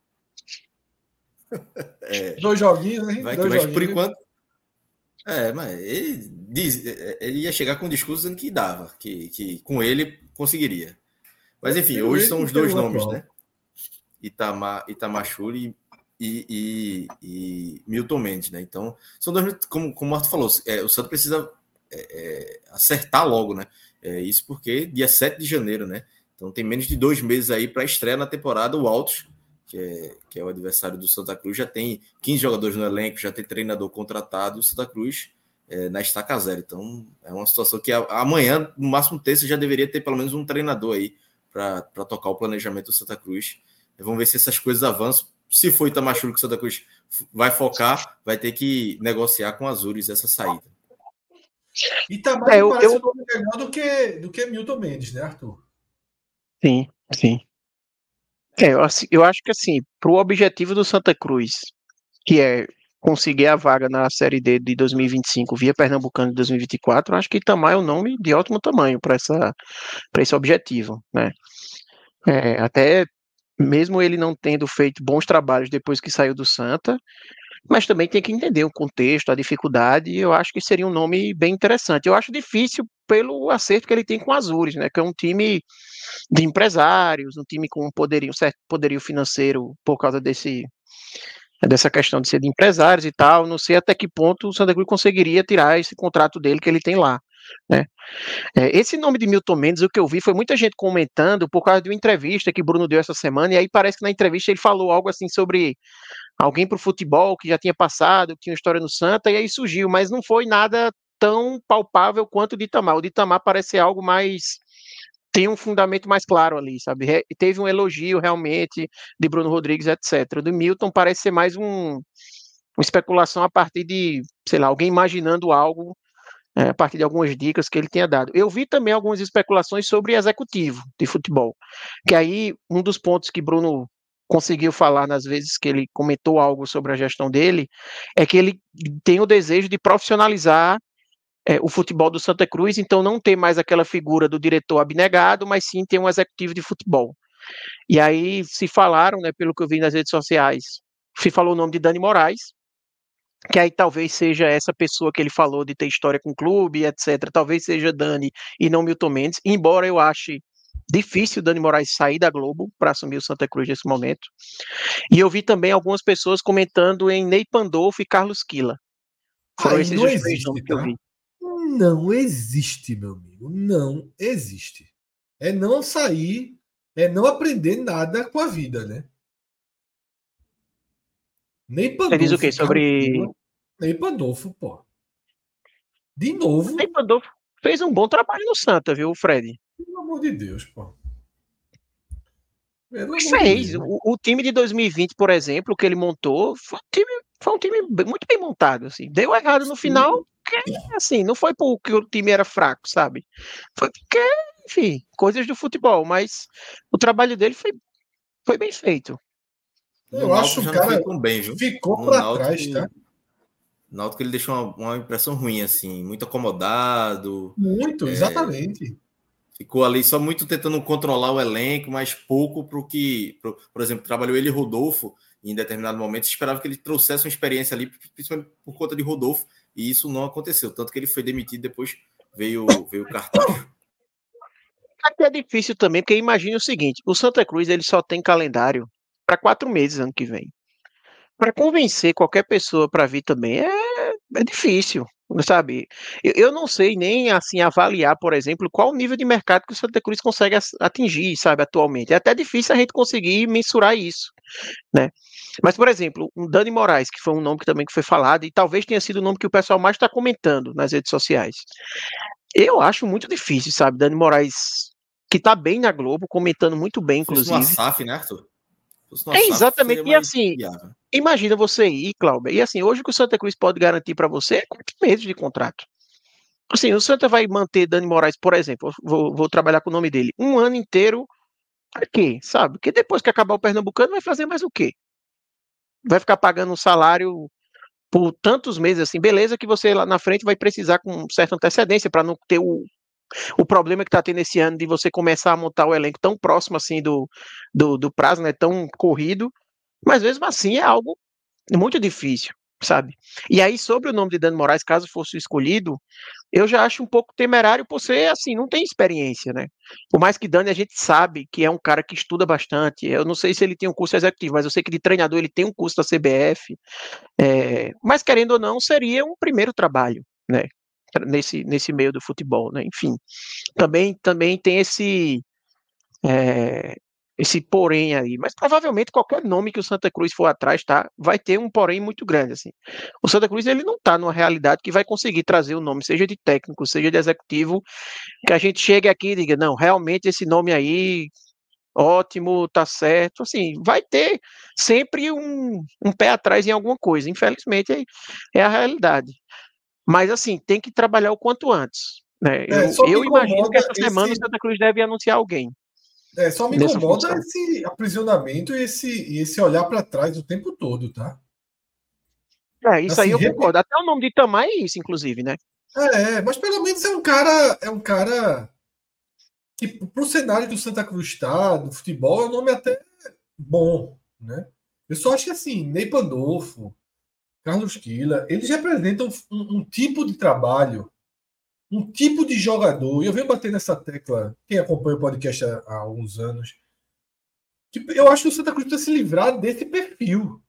É, Dois joguinhos, né? vai que Dois vai, joguinhos. por enquanto. É, mas ele, diz, ele ia chegar com um discurso dizendo que dava, que, que com ele conseguiria. Mas enfim, Pelo hoje ele, são os pelo dois nomes, atual. né? Itamar, Itamar Schulli e, e, e Milton Mendes, né? Então, são dois, como, como o Arthur falou, é, o Santos precisa é, é, acertar logo, né? É, isso porque dia sete de janeiro, né? Então tem menos de dois meses aí para estreia na temporada. O Altos, que é, que é o adversário do Santa Cruz, já tem quinze jogadores no elenco, já tem treinador contratado, e o Santa Cruz é, na estaca zero. Então é uma situação que a, amanhã, no máximo terça, já deveria ter pelo menos um treinador aí para tocar o planejamento do Santa Cruz. Vamos ver se essas coisas avançam. Se for Itamar Schulli que o Santa Cruz vai focar, vai ter que negociar com Azures essa saída. Itamar É, eu- parece eu- um nome melhor do que, do que Milton Mendes, né, Arthur? Sim, sim. É, eu, assim, eu acho que assim, pro objetivo do Santa Cruz, que é conseguir a vaga na Série D de dois mil e vinte e cinco via Pernambucano de dois mil e vinte e quatro, eu acho que Itamar é um nome de ótimo tamanho para essa, para esse objetivo, né? É, até mesmo ele não tendo feito bons trabalhos depois que saiu do Santa, mas também tem que entender o contexto, a dificuldade, e eu acho que seria um nome bem interessante. Eu acho difícil pelo acerto que ele tem com o Azures, né? Que é um time de empresários, um time com um poderio, certo poderio financeiro por causa desse, dessa questão de ser de empresários e tal. Não sei até que ponto o Santa Cruz conseguiria tirar esse contrato dele que ele tem lá, né? É, esse nome de Milton Mendes, o que eu vi foi muita gente comentando por causa de uma entrevista que Bruno deu essa semana, e aí parece que na entrevista ele falou algo assim sobre alguém para o futebol que já tinha passado, que tinha uma história no Santa, e aí surgiu, mas não foi nada tão palpável quanto o de Itamar. O de Itamar parece ser algo mais, tem um fundamento mais claro ali, sabe? Re- teve um elogio realmente de Bruno Rodrigues, etcétera. O do Milton parece ser mais um, uma especulação a partir de, sei lá, alguém imaginando algo é, a partir de algumas dicas que ele tinha dado. Eu vi também algumas especulações sobre executivo de futebol, que aí um dos pontos que Bruno conseguiu falar nas vezes que ele comentou algo sobre a gestão dele, é que ele tem o desejo de profissionalizar é, o futebol do Santa Cruz, então não ter mais aquela figura do diretor abnegado, mas sim ter um executivo de futebol. E aí se falaram, né, pelo que eu vi nas redes sociais, se falou o nome de Dani Moraes, que aí talvez seja essa pessoa que ele falou de ter história com o clube, etcétera. Talvez seja Dani e não Milton Mendes, embora eu ache difícil Dani Moraes sair da Globo para assumir o Santa Cruz nesse momento. E eu vi também algumas pessoas comentando em Ney Pandolfo e Carlos Quila. Foram Aí esses não os três existe, nomes que eu tá? vi. Não existe, meu amigo. Não existe. É não sair, é não aprender nada com a vida, né? Nem Você diz o quê? Pandolfo, Sobre. Nem Pandolfo, pô. De novo, Ney Pandolfo fez um bom trabalho no Santa, viu, Fred? pelo amor de Deus, pô. Pelo amor de Fez. Deus. O, o time de dois mil e vinte, por exemplo, que ele montou, foi um time, foi um time bem- muito bem montado, assim. Deu errado no final, porque, assim, não foi porque o time era fraco, sabe? Foi porque, enfim, coisas do futebol, mas o trabalho dele foi, foi bem feito. No Eu Náutico acho, já cara, não foi tão bem, viu? ficou No pra Náutico, trás, tá? Náutico ele deixou uma, uma impressão ruim, assim, muito acomodado. Muito, exatamente. ficou ali só muito tentando controlar o elenco, mas pouco para o que, por, por exemplo, trabalhou ele e Rodolfo, e em determinado momento esperava que ele trouxesse uma experiência ali, principalmente por conta de Rodolfo, e isso não aconteceu, tanto que ele foi demitido, depois veio, veio o Cartacho. Até é difícil também, porque imagine o seguinte, o Santa Cruz ele só tem calendário para quatro meses ano que vem. Para convencer qualquer pessoa para vir também é, é difícil, sabe? Eu, eu não sei nem assim avaliar, por exemplo, qual o nível de mercado que o Santa Cruz consegue atingir, sabe, atualmente. É até difícil a gente conseguir mensurar isso, né? Mas, por exemplo, um Dani Moraes, que foi um nome que também que foi falado, e talvez tenha sido o nome que o pessoal mais está comentando nas redes sociais. Eu acho muito difícil, sabe? Dani Moraes, que tá bem na Globo, comentando muito bem, inclusive. Se fosse no Asaf, né, Arthur? É exatamente, e assim, viável. Imagina você ir, Cláudio, e assim, hoje o que o Santa Cruz pode garantir para você é quatro meses de contrato. Assim, o Santa vai manter Dani Moraes, por exemplo, vou, vou trabalhar com o nome dele, um ano inteiro, para quê, sabe? Porque depois que acabar o Pernambucano, vai fazer mais o quê? Vai ficar pagando um salário por tantos meses, assim, beleza que você lá na frente vai precisar com certa antecedência para não ter o, o problema que está tendo esse ano de você começar a montar o elenco tão próximo assim do, do, do prazo, né, tão corrido, mas mesmo assim é algo muito difícil, sabe? E aí sobre o nome de Dani Moraes, caso fosse escolhido, eu já acho um pouco temerário por ser assim, não tem experiência, né? Por mais que Dani a gente sabe que é um cara que estuda bastante, eu não sei se ele tem um curso executivo, mas eu sei que de treinador ele tem um curso da C B F, é, mas querendo ou não, seria um primeiro trabalho, né? Nesse, nesse meio do futebol, né? Enfim, também, também tem esse é, esse porém aí, mas provavelmente qualquer nome que o Santa Cruz for atrás, tá, vai ter um porém muito grande, assim. O Santa Cruz, ele não tá numa realidade que vai conseguir trazer o nome, seja de técnico, seja de executivo, que a gente chegue aqui e diga, não, realmente esse nome aí, ótimo, tá certo, assim, vai ter sempre um, um pé atrás em alguma coisa, infelizmente é, é a realidade. Mas, assim, tem que trabalhar o quanto antes, né? Eu, É, eu imagino que essa esse... semana o Santa Cruz deve anunciar alguém. É, só me incomoda função. Esse aprisionamento e esse, e esse olhar para trás o tempo todo, tá? É, isso assim, aí eu rep... concordo. Até o nome de Itamar é isso, inclusive, né? É, mas pelo menos é um cara, é um cara que pro cenário do Santa Cruz está, do futebol, é um nome até bom, né? Eu só acho que assim, Ney Pandolfo, Carlos Quila, eles representam um, um tipo de trabalho, um tipo de jogador, e eu venho bater nessa tecla, quem acompanha o podcast há, há alguns anos, que eu acho que o Santa Cruz precisa se livrar desse perfil.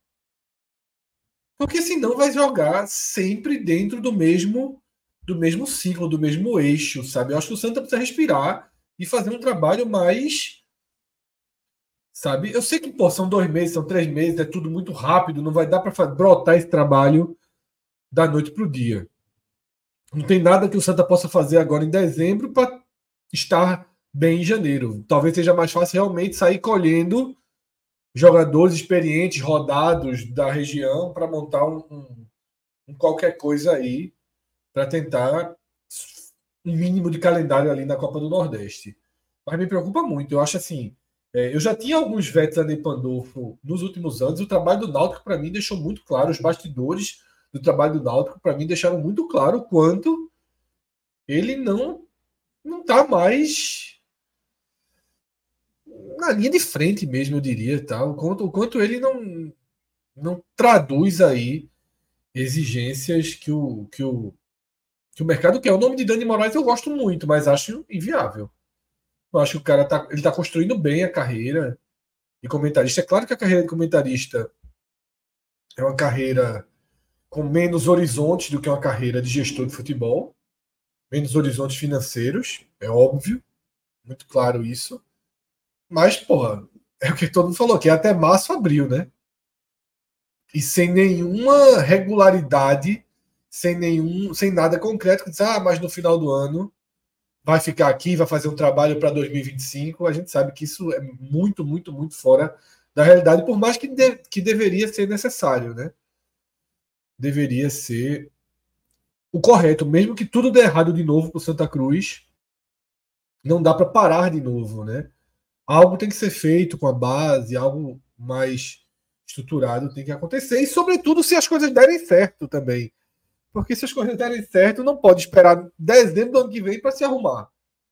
Porque senão vai jogar sempre dentro do mesmo do mesmo ciclo, do mesmo eixo, sabe? Eu acho que o Santa precisa respirar e fazer um trabalho mais, sabe? Eu sei que pô, são dois meses, são três meses, é tudo muito rápido, não vai dar para brotar esse trabalho da noite para o dia. Não tem nada que o Santa possa fazer agora em dezembro para estar bem em janeiro. Talvez seja mais fácil realmente sair colhendo jogadores experientes, rodados da região para montar um, um, um qualquer coisa aí para tentar um mínimo de calendário ali na Copa do Nordeste. Mas me preocupa muito. Eu acho assim, é, eu já tinha alguns vetos ali Pandolfo nos últimos anos. O trabalho do Náutico para mim deixou muito claro, os bastidores do trabalho do Náutico para mim deixaram muito claro o quanto ele não não está mais na linha de frente mesmo, eu diria, tá? O quanto, o quanto ele não não traduz aí exigências que o que o que o mercado quer. O nome de Dani Moraes eu gosto muito, mas acho inviável. Eu acho que o cara tá, ele tá construindo bem a carreira de comentarista. É claro que a carreira de comentarista é uma carreira com menos horizontes do que uma carreira de gestor de futebol, menos horizontes financeiros, é óbvio, muito claro isso. Mas, porra, é o que todo mundo falou, que é até março, abril, né? E sem nenhuma regularidade, sem nenhum, sem nada concreto, que diz, ah, mas no final do ano vai ficar aqui, vai fazer um trabalho para dois mil e vinte e cinco. A gente sabe que isso é muito, muito, muito fora da realidade, por mais que, de, que deveria ser necessário, né? Deveria ser o correto, mesmo que tudo dê errado de novo para o Santa Cruz, não dá para parar de novo, né? Algo tem que ser feito com a base, algo mais estruturado tem que acontecer, e sobretudo se as coisas derem certo também. Porque se as coisas derem certo, não pode esperar dezembro do ano que vem para se arrumar.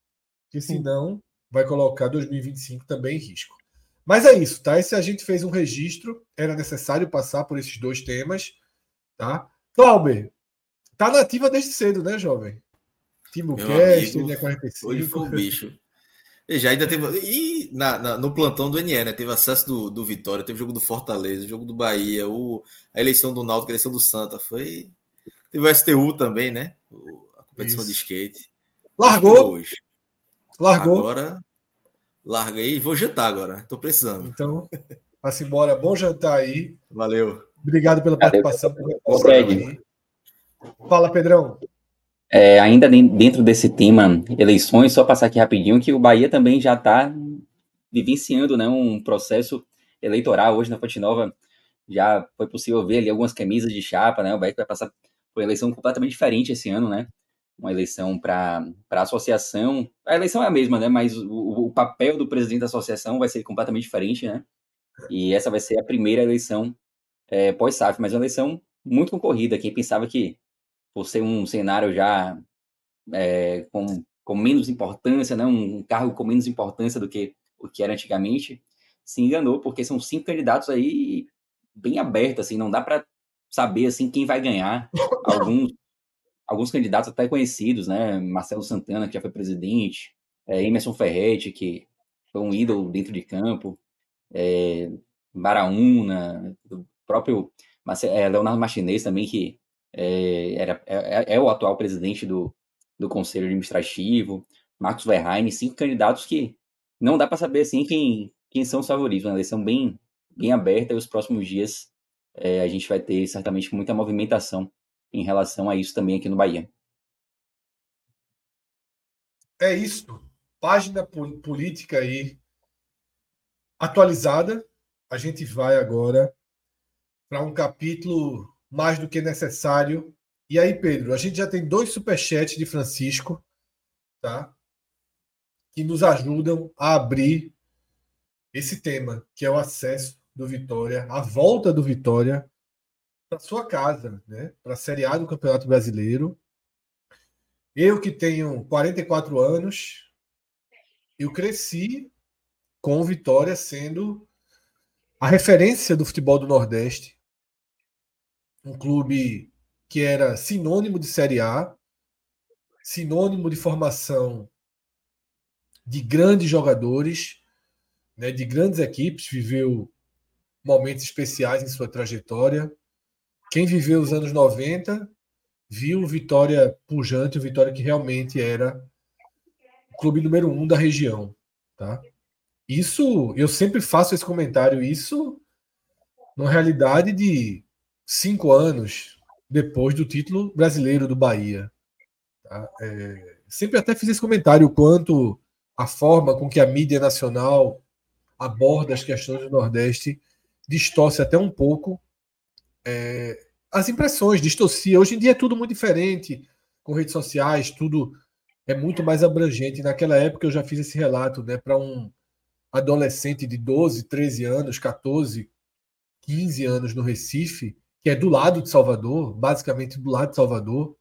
porque senão vai colocar dois mil e vinte e cinco também em risco. Mas é isso, tá? Esse a gente fez um registro, era necessário passar por esses dois temas, tá? Clauber, tá nativa desde cedo, né, jovem? Timocast, N E quarenta e cinco. Hoje foi o bicho. E já ainda teve. E na, na, no plantão do N E, né? Teve acesso do, do Vitória, teve jogo do Fortaleza, jogo do Bahia, o, a eleição do Náutico, a eleição do Santa. Foi. Teve o S T U também, né? O, a competição isso. de skate. Largou. Hoje. Largou. Agora. Larguei e vou jantar agora. Tô precisando. Então, vá-se embora. Bom jantar aí. Valeu. Obrigado pela Valeu. participação. Fred. Fala, Pedrão. É, ainda dentro desse tema eleições, só passar aqui rapidinho que o Bahia também já está vivenciando, né, um processo eleitoral. Hoje na Fonte Nova já foi possível ver ali algumas camisas de chapa, né? O Bahia vai passar por uma eleição completamente diferente esse ano, né? Uma eleição para a associação. A eleição é a mesma, né? Mas o, o papel do presidente da associação vai ser completamente diferente, né? E essa vai ser a primeira eleição é, pós-S A F, mas uma eleição muito concorrida. Quem pensava que, por ser um cenário já é, com, com menos importância, né? Um cargo com menos importância do que o que era antigamente, se enganou, porque são cinco candidatos aí bem abertos, assim, não dá para saber assim, quem vai ganhar. Alguns Alguns candidatos até conhecidos, né? Marcelo Santana, que já foi presidente, é, Emerson Ferretti, que foi um ídolo dentro de campo, é, Baraúna, o próprio é, Leonardo Martinez também, que é, era, é, é o atual presidente do, do Conselho Administrativo, Marcos Verheyen, cinco candidatos que não dá para saber assim, quem, quem são os favoritos. Uma eleição bem, bem aberta, e os próximos dias é, a gente vai ter certamente muita movimentação em relação a isso também aqui no Bahia. É isso. Página política aí atualizada. A gente vai agora para um capítulo mais do que necessário. E aí, Pedro, a gente já tem dois superchats de Francisco, tá? Que nos ajudam a abrir esse tema, que é o acesso do Vitória, a volta do Vitória para sua casa, né? Para a Série A do Campeonato Brasileiro. Eu que tenho quarenta e quatro anos, eu cresci com o Vitória sendo a referência do futebol do Nordeste. Um clube que era sinônimo de Série A, sinônimo de formação de grandes jogadores, né? De grandes equipes, viveu momentos especiais em sua trajetória. Quem viveu os anos noventa viu o Vitória pujante, o Vitória que realmente era o clube número um da região. Tá? Isso, eu sempre faço esse comentário, isso na realidade de cinco anos depois do título brasileiro do Bahia. Tá? É, sempre até fiz esse comentário, o quanto a forma com que a mídia nacional aborda as questões do Nordeste distorce até um pouco É, as impressões, distorcia. Hoje em dia é tudo muito diferente, com redes sociais, tudo é muito mais abrangente. Naquela época eu já fiz esse relato, né, para um adolescente de doze, treze anos, quatorze, quinze anos no Recife, que é do lado de Salvador, basicamente do lado de Salvador.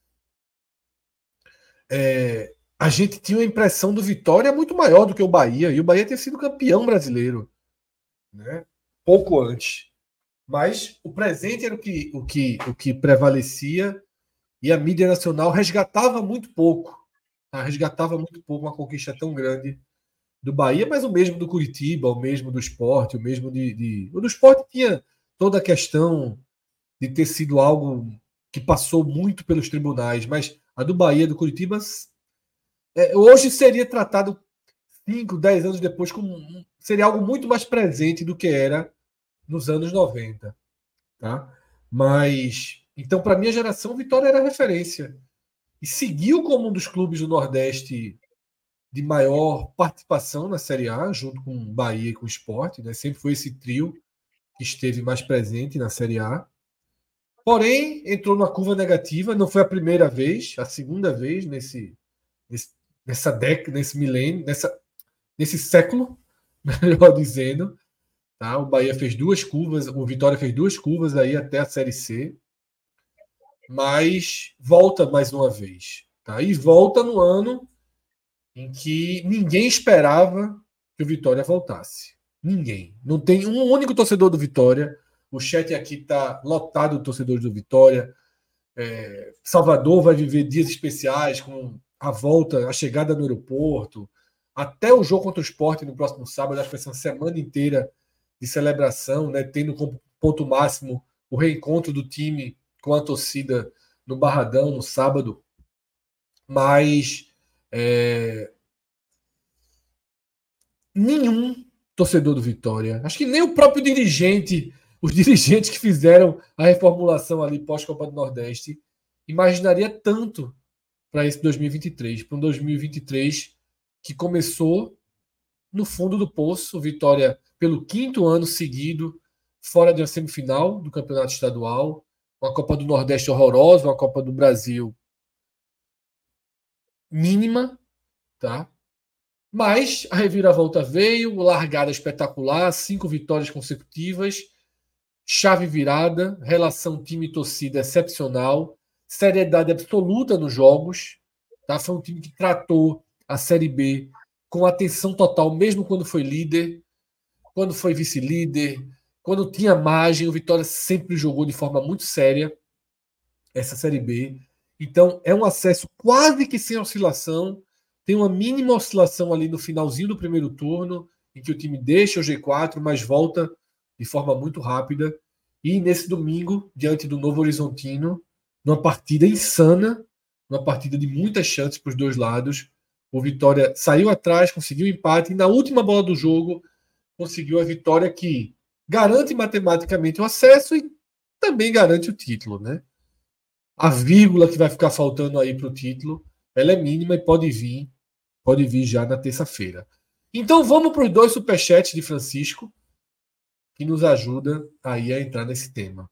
É, a gente tinha uma impressão do Vitória muito maior do que o Bahia, e o Bahia tinha sido campeão brasileiro, né, pouco antes. Mas o presente era o que, o, que, o que prevalecia, e a mídia nacional resgatava muito pouco. Tá? Resgatava muito pouco uma conquista tão grande do Bahia, mas o mesmo do Curitiba, o mesmo do Sport, o mesmo de. de... O do Sport tinha toda a questão de ter sido algo que passou muito pelos tribunais, mas a do Bahia, do Curitiba, é, hoje seria tratado cinco, dez anos depois como seria algo muito mais presente do que era nos anos noventa, tá? Mas, então, para minha geração, Vitória era referência. E seguiu como um dos clubes do Nordeste de maior participação na Série A, junto com Bahia e com o Sport, né? Sempre foi esse trio que esteve mais presente na Série A. Porém, entrou numa curva negativa, não foi a primeira vez, a segunda vez nesse, nesse, nessa década, nesse milênio, nessa, nesse século, melhor dizendo. Tá? O Bahia fez duas curvas, o Vitória fez duas curvas aí até a Série C, mas volta mais uma vez. Tá? E volta no ano em que ninguém esperava que o Vitória voltasse. Ninguém. Não tem um único torcedor do Vitória. O chat aqui está lotado de torcedores do Vitória. É, Salvador vai viver dias especiais com a volta, a chegada no aeroporto, até o jogo contra o Sport no próximo sábado. Acho que vai ser uma semana inteira de celebração, né, tendo como ponto máximo o reencontro do time com a torcida no Barradão no sábado. Mas é, nenhum torcedor do Vitória, acho que nem o próprio dirigente, os dirigentes que fizeram a reformulação ali pós-Copa do Nordeste, imaginaria tanto para esse dois mil e vinte e três, para um dois mil e vinte e três que começou no fundo do poço. Vitória pelo quinto ano seguido fora de uma semifinal do Campeonato Estadual, uma Copa do Nordeste horrorosa, uma Copa do Brasil mínima, tá? Mas a reviravolta veio, largada espetacular, cinco vitórias consecutivas, chave virada, relação time-torcida excepcional, seriedade absoluta nos jogos, tá? Foi um time que tratou a Série B com atenção total, mesmo quando foi líder, quando foi vice-líder, quando tinha margem. O Vitória sempre jogou de forma muito séria essa Série B. Então, é um acesso quase que sem oscilação. Tem uma mínima oscilação ali no finalzinho do primeiro turno, em que o time deixa o G quatro, mas volta de forma muito rápida. E nesse domingo, diante do Novo Horizontino, numa partida insana, numa partida de muitas chances para os dois lados, o Vitória saiu atrás, conseguiu o empate, e na última bola do jogo conseguiu a vitória que garante matematicamente o acesso e também garante o título, né? A vírgula que vai ficar faltando aí para o título, ela é mínima e pode vir, pode vir já na terça-feira. Então vamos para os dois superchats de Francisco, que nos ajuda aí a entrar nesse tema.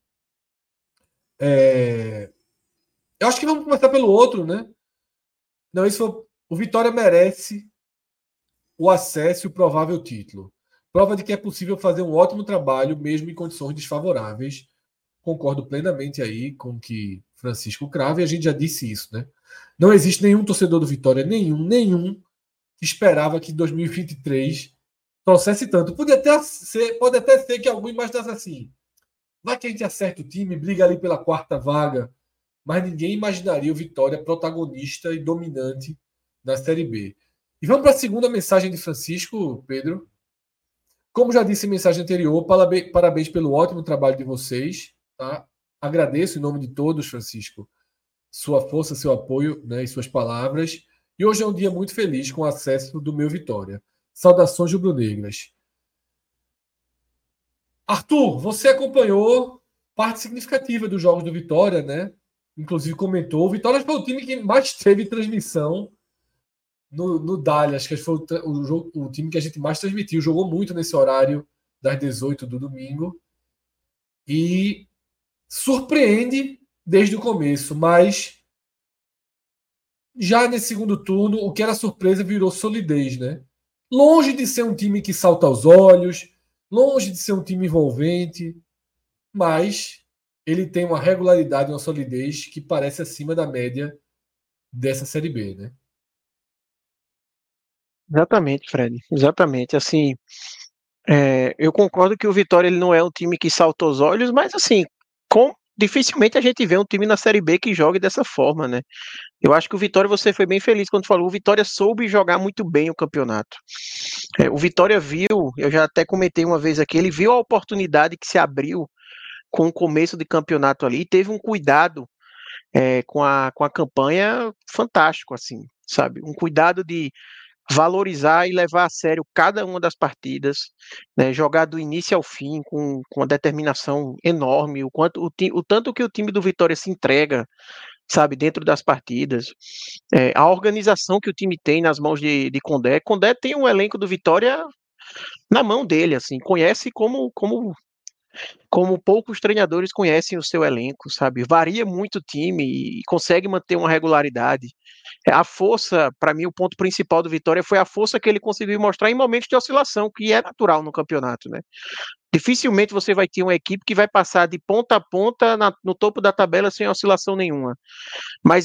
É... Eu acho que vamos começar pelo outro, né? Não, isso foi... O Vitória merece o acesso e o provável título. Prova de que é possível fazer um ótimo trabalho, mesmo em condições desfavoráveis. Concordo plenamente aí com o que Francisco crava, e a gente já disse isso, né? Não existe nenhum torcedor do Vitória, nenhum, nenhum, que esperava que dois mil e vinte e três trouxesse tanto. Pode até ser, pode até ser que algum imaginasse assim, vai que a gente acerta o time, briga ali pela quarta vaga, mas ninguém imaginaria o Vitória protagonista e dominante na Série B. E vamos para a segunda mensagem de Francisco, Pedro. Como já disse em mensagem anterior, parabéns pelo ótimo trabalho de vocês. Tá? Agradeço em nome de todos, Francisco, sua força, seu apoio, né, e suas palavras. E hoje é um dia muito feliz com o acesso do meu Vitória. Saudações rubro-negras. Arthur, você acompanhou parte significativa dos jogos do Vitória, né? Inclusive comentou. O Vitória foi o time que mais teve transmissão no, no Dália. Acho que foi o, o, jogo, o time que a gente mais transmitiu. Jogou muito nesse horário das dezoito do domingo. E surpreende desde o começo, mas já nesse segundo turno, o que era surpresa virou solidez, né? Longe de ser um time que salta aos olhos, longe de ser um time envolvente, mas ele tem uma regularidade, uma solidez que parece acima da média dessa Série B, né? Exatamente, Fred. Exatamente. Assim, é, eu concordo que o Vitória ele não é um time que salta aos olhos, mas assim, com, dificilmente a gente vê um time na Série B que jogue dessa forma, né? Eu acho que o Vitória, você foi bem feliz quando falou, o Vitória soube jogar muito bem o campeonato. É, o Vitória viu, eu já até comentei uma vez aqui, ele viu a oportunidade que se abriu com o começo de campeonato ali, e teve um cuidado é, com, a, com a campanha fantástico, assim, sabe? Um cuidado de valorizar e levar a sério cada uma das partidas, né, jogar do início ao fim com, com uma determinação enorme, o, quanto, o, o tanto que o time do Vitória se entrega, sabe, dentro das partidas, é, a organização que o time tem nas mãos de, de Condé. Condé tem um elenco do Vitória na mão dele, assim, conhece como, como, como poucos treinadores conhecem o seu elenco, sabe, varia muito o time e consegue manter uma regularidade. A força, para mim, o ponto principal do Vitória foi a força que ele conseguiu mostrar em momentos de oscilação, que é natural no campeonato, né? Dificilmente você vai ter uma equipe que vai passar de ponta a ponta na, no topo da tabela sem oscilação nenhuma. Mas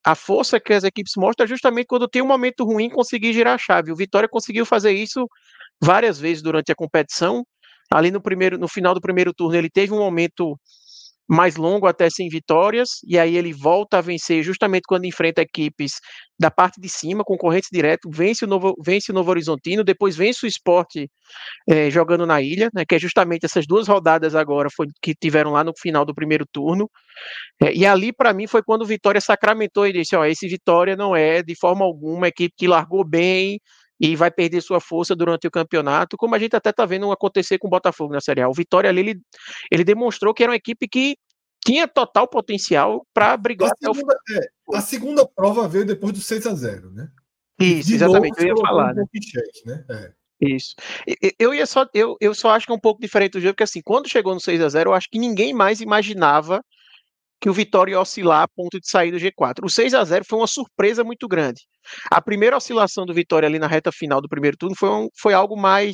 a força que as equipes mostram é justamente quando tem um momento ruim conseguir girar a chave. O Vitória conseguiu fazer isso várias vezes durante a competição. Ali no primeiro, no final do primeiro turno, ele teve um momento mais longo até sem vitórias, e aí ele volta a vencer justamente quando enfrenta equipes da parte de cima, concorrentes direto, vence o Novo, vence o Novo Horizontino, depois vence o Sport é, jogando na ilha, né, que é justamente essas duas rodadas agora foi, que tiveram lá no final do primeiro turno, é, e ali para mim foi quando o Vitória sacramentou e disse, ó, esse Vitória não é de forma alguma uma equipe que largou bem e vai perder sua força durante o campeonato, como a gente até está vendo acontecer com o Botafogo na Série A. O Vitória ali, ele, ele demonstrou que era uma equipe que tinha total potencial para brigar a até segunda, o final. É, a segunda prova veio depois do seis a zero, né? Isso, de exatamente, novo, eu ia falar, um né? cheque, né? É. Isso. Eu, ia só, eu, eu só acho que é um pouco diferente do jogo, porque assim, quando chegou no seis a zero, eu acho que ninguém mais imaginava que o Vitória ia oscilar a ponto de sair do G quatro. O seis a zero foi uma surpresa muito grande. A primeira oscilação do Vitória ali na reta final do primeiro turno foi, um, foi algo mais,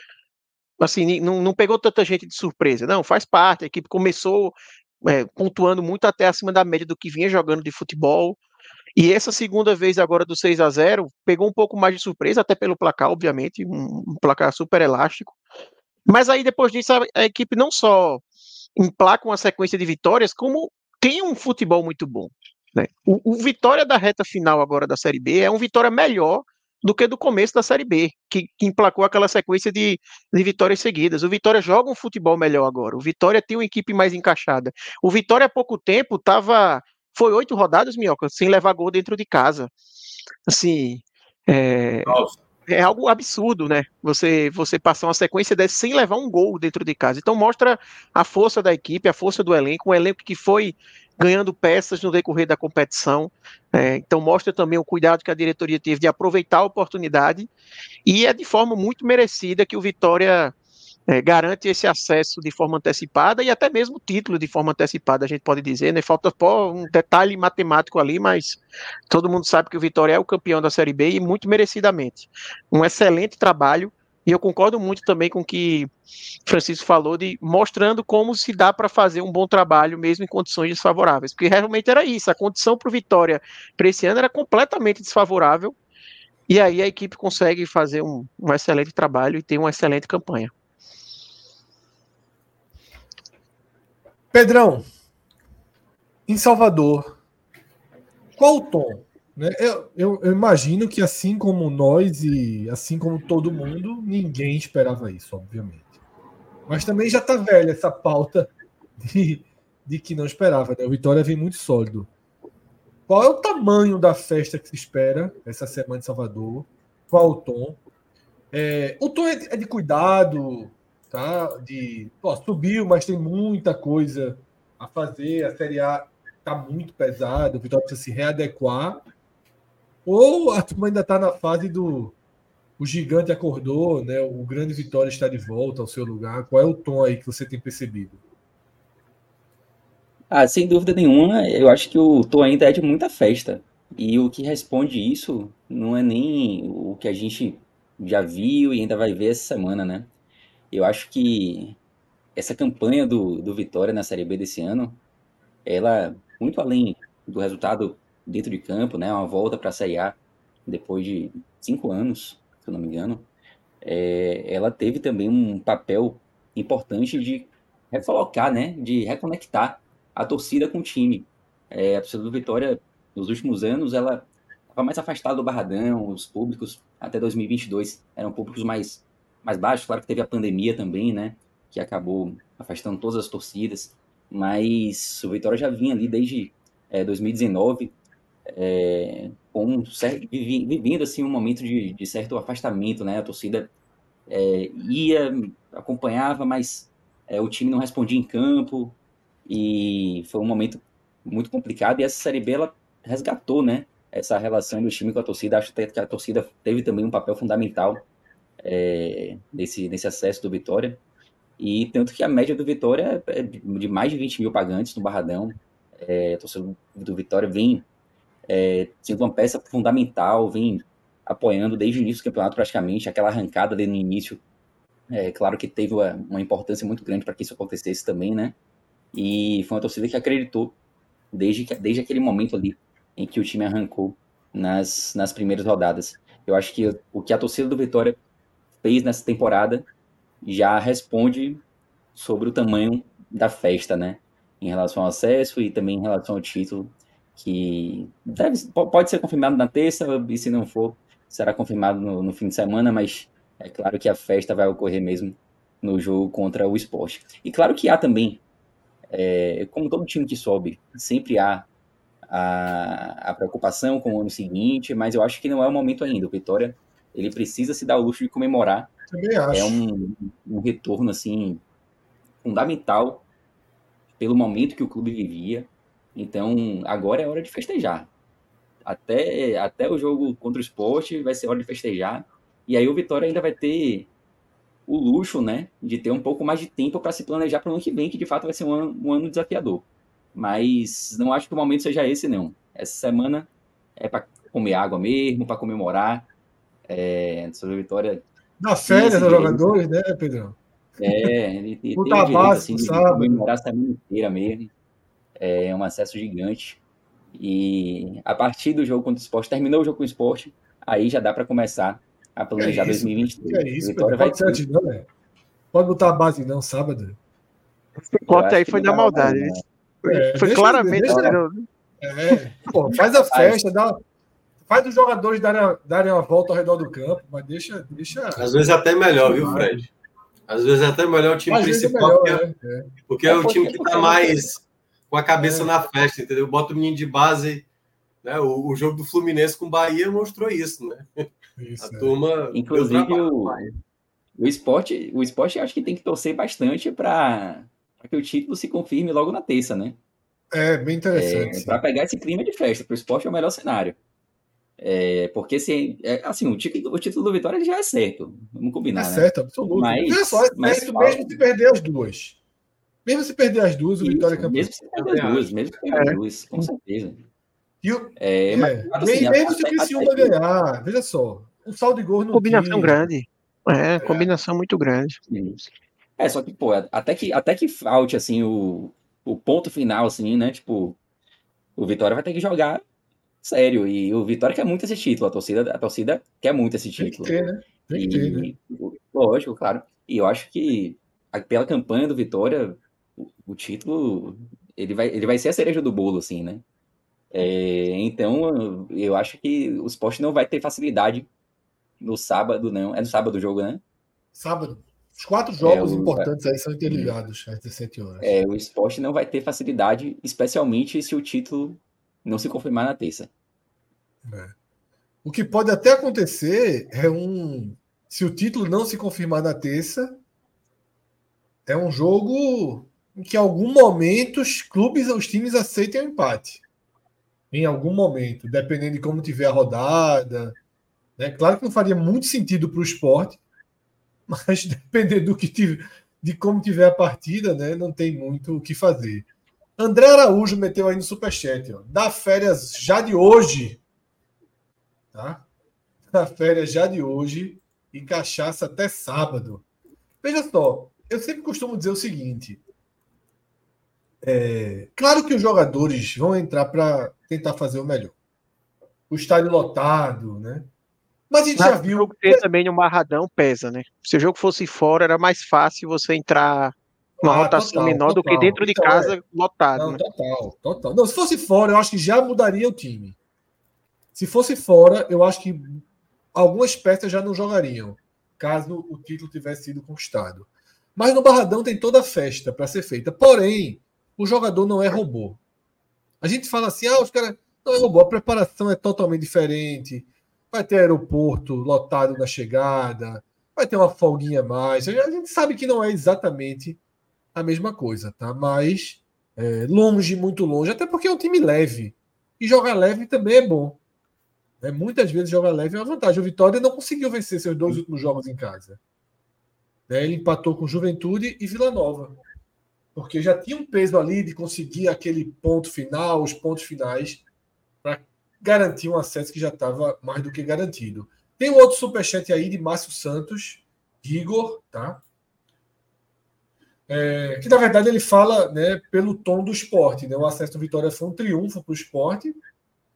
assim, não, não pegou tanta gente de surpresa. Não, faz parte, a equipe começou é, pontuando muito até acima da média do que vinha jogando de futebol. E essa segunda vez agora do seis a zero pegou um pouco mais de surpresa, até pelo placar, obviamente, um, um placar super elástico. Mas aí depois disso a, a equipe não só emplaca uma sequência de vitórias, como tem um futebol muito bom. Né? O, o Vitória da reta final agora da Série B é um Vitória melhor do que do começo da Série B, que, que emplacou aquela sequência de, de vitórias seguidas. O Vitória joga um futebol melhor agora. O Vitória tem uma equipe mais encaixada. O Vitória há pouco tempo estava... Foi oito rodadas, Minhoca, sem levar gol dentro de casa. Assim, é, é algo absurdo, né? Você, você passar uma sequência dessa sem levar um gol dentro de casa. Então mostra a força da equipe, a força do elenco, um elenco que foi ganhando peças no decorrer da competição. É, então mostra também o cuidado que a diretoria teve de aproveitar a oportunidade. E é de forma muito merecida que o Vitória é, garante esse acesso de forma antecipada e até mesmo título de forma antecipada, a gente pode dizer, né? Falta pô, um detalhe matemático ali, mas todo mundo sabe que o Vitória é o campeão da Série B e muito merecidamente. Um excelente trabalho, e eu concordo muito também com o que Francisco falou, de mostrando como se dá para fazer um bom trabalho mesmo em condições desfavoráveis, porque realmente era isso, a condição para o Vitória para esse ano era completamente desfavorável, e aí a equipe consegue fazer um, um excelente trabalho e ter uma excelente campanha. Pedrão, em Salvador, qual o tom? Né? Eu, eu, eu imagino que assim como nós e assim como todo mundo, ninguém esperava isso, obviamente. Mas também já está velha essa pauta de, de que não esperava. Né? O Vitória vem muito sólido. Qual é o tamanho da festa que se espera essa semana em Salvador? Qual o tom? É, o tom é de cuidado, tá? De, pô, subiu, mas tem muita coisa a fazer. A Série A está muito pesada, o Vitória precisa se readequar. Ou a turma ainda está na fase do o gigante acordou, né? O grande Vitória está de volta ao seu lugar. Qual é o tom aí que você tem percebido? Ah, sem dúvida nenhuma, eu acho que o tom ainda é de muita festa. E o que responde isso não é nem o que a gente já viu e ainda vai ver essa semana, né? Eu acho que essa campanha do, do Vitória na Série B desse ano, ela, muito além do resultado dentro de campo, né? Uma volta para a Série A depois de cinco anos, se eu não me engano, é, ela teve também um papel importante de recolocar, né? De reconectar a torcida com o time. É, a torcida do Vitória, nos últimos anos, ela estava mais afastada do Barradão, os públicos, até dois mil e vinte e dois, eram públicos mais, mais baixos. Claro que teve a pandemia também, né? Que acabou afastando todas as torcidas. Mas o Vitória já vinha ali desde é, dois mil e dezenove, é, com um certo, vivendo assim, um momento de, de certo afastamento, né? A torcida é, ia, acompanhava, mas é, o time não respondia em campo, e foi um momento muito complicado, e essa Série B ela resgatou, né, essa relação do time com a torcida. Acho que a torcida teve também um papel fundamental é, nesse, nesse acesso do Vitória, e tanto que a média do Vitória é de mais de vinte mil pagantes no Barradão. É, a torcida do Vitória vem é, sendo uma peça fundamental, vem apoiando desde o início do campeonato praticamente, aquela arrancada ali no início. É claro que teve uma, uma importância muito grande para que isso acontecesse também, né? E foi uma torcida que acreditou desde, desde aquele momento ali em que o time arrancou nas, nas primeiras rodadas. Eu acho que o que a torcida do Vitória fez nessa temporada já responde sobre o tamanho da festa, né? Em relação ao acesso e também em relação ao título, que deve, pode ser confirmado na terça, e se não for, será confirmado no, no fim de semana, mas é claro que a festa vai ocorrer mesmo no jogo contra o Sport. E claro que há também, é, como todo time que sobe, sempre há a, a preocupação com o ano seguinte, mas eu acho que não é o momento ainda. O Vitória, ele precisa se dar o luxo de comemorar. Também acho. É um, um retorno, assim, fundamental pelo momento que o clube vivia. Então, agora é hora de festejar. Até, até o jogo contra o Sport vai ser hora de festejar. E aí o Vitória ainda vai ter o luxo, né, de ter um pouco mais de tempo para se planejar para o ano que vem, que de fato vai ser um ano, um ano desafiador. Mas não acho que o momento seja esse, não. Essa semana é para comer água mesmo, para comemorar. É, sobre a Vitória. Dá férias aos jogadores, né, Pedrão? É, ele, ele tem o o direito assim, de sábado. comemorar a semana inteira mesmo. É um acesso gigante. E a partir do jogo contra o Sport, terminou o jogo com o Sport, aí já dá para começar a planejar é isso, dois mil e vinte e três. É isso, Vitória pode vai ser antes, não, né? Pode botar a base não, sábado. Esse corte aí foi da maldade. Não, foi é, foi deixa, claramente. Deixa, é, pô, faz a festa, dá, faz os jogadores darem, darem uma volta ao redor do campo, mas deixa, deixa. Às vezes até melhor, viu, Fred? Às vezes até melhor o time Às principal, é melhor, porque, né? porque é, é o time que está mais com a cabeça é. na festa, entendeu? Bota o menino de base, né? O, o jogo do Fluminense com o Bahia mostrou isso, né? Isso, a turma. É. Inclusive, o, o esporte, o esporte acho que tem que torcer bastante para que o título se confirme logo na terça, né? É, bem interessante. É, para pegar esse clima de festa, para o esporte é o melhor cenário. É, porque se, é, assim, o título, o título do Vitória já é certo. Vamos combinar, é né? certo, absoluto. Mas, é só, é mas certo fala... mesmo se perder as duas. Mesmo se perder as duas, o Isso, Vitória é campeão. Mesmo se perder as duas, mesmo se perder as duas, com certeza. E o, é, é, mas, assim, mesmo se o até, Criciúma até... ganhar, veja só, um saldo de gols no combinação time. grande. É, é, combinação muito grande. É, só que, pô, até que, até que falte, assim, o, o ponto final, assim, né? Tipo, o Vitória vai ter que jogar sério. E o Vitória quer muito esse título. A torcida, a torcida quer muito esse título. Tem que ter, né? Tem que ter, né? Lógico, claro. E eu acho que, pela campanha do Vitória, o, o título, ele vai, ele vai ser a cereja do bolo, assim, né? É, então, eu acho que o Sport não vai ter facilidade no sábado, não. É no sábado o jogo, né? Sábado. Os quatro jogos é, o, importantes aí são interligados às dezessete horas. É, o Sport não vai ter facilidade, especialmente se o título não se confirmar na terça. É. O que pode até acontecer é um... Se o título não se confirmar na terça, é um jogo em que em algum momento os clubes, os times aceitem o empate. Em algum momento, dependendo de como tiver a rodada. Né? Claro que não faria muito sentido para o esporte, mas dependendo do que tiver, de como tiver a partida, né, não tem muito o que fazer. André Araújo meteu aí no superchat, ó, dá férias já de hoje. Tá? Dá férias já de hoje e cachaça até sábado. Veja só, eu sempre costumo dizer o seguinte. É, claro que os jogadores vão entrar para tentar fazer o melhor. O estádio lotado, né? Mas a gente Mas já viu. O jogo ter também no Marradão pesa, né? Se o jogo fosse fora, era mais fácil você entrar uma ah, rotação total, menor total. do que dentro de então, casa é... lotado. Não, né? total, total. Não, se fosse fora, eu acho que já mudaria o time. Se fosse fora, eu acho que algumas peças já não jogariam, caso o título tivesse sido conquistado. Mas no Barradão tem toda a festa para ser feita. Porém, o jogador não é robô. A gente fala assim, ah, os caras não é robô, a preparação é totalmente diferente. Vai ter aeroporto lotado na chegada, vai ter uma folguinha a mais. A gente sabe que não é exatamente a mesma coisa, tá? Mas é, longe, muito longe, até porque é um time leve. E jogar leve também é bom. É, muitas vezes jogar leve é uma vantagem. O Vitória não conseguiu vencer seus dois últimos jogos em casa. É, ele empatou com Juventude e Vila Nova. Porque já tinha um peso ali de conseguir aquele ponto final, os pontos finais, para garantir um acesso que já estava mais do que garantido. Tem um outro superchat aí de Márcio Santos, de Igor, tá? É, que na verdade ele fala, né, pelo tom do esporte. Né? O acesso do Vitória foi um triunfo para o esporte,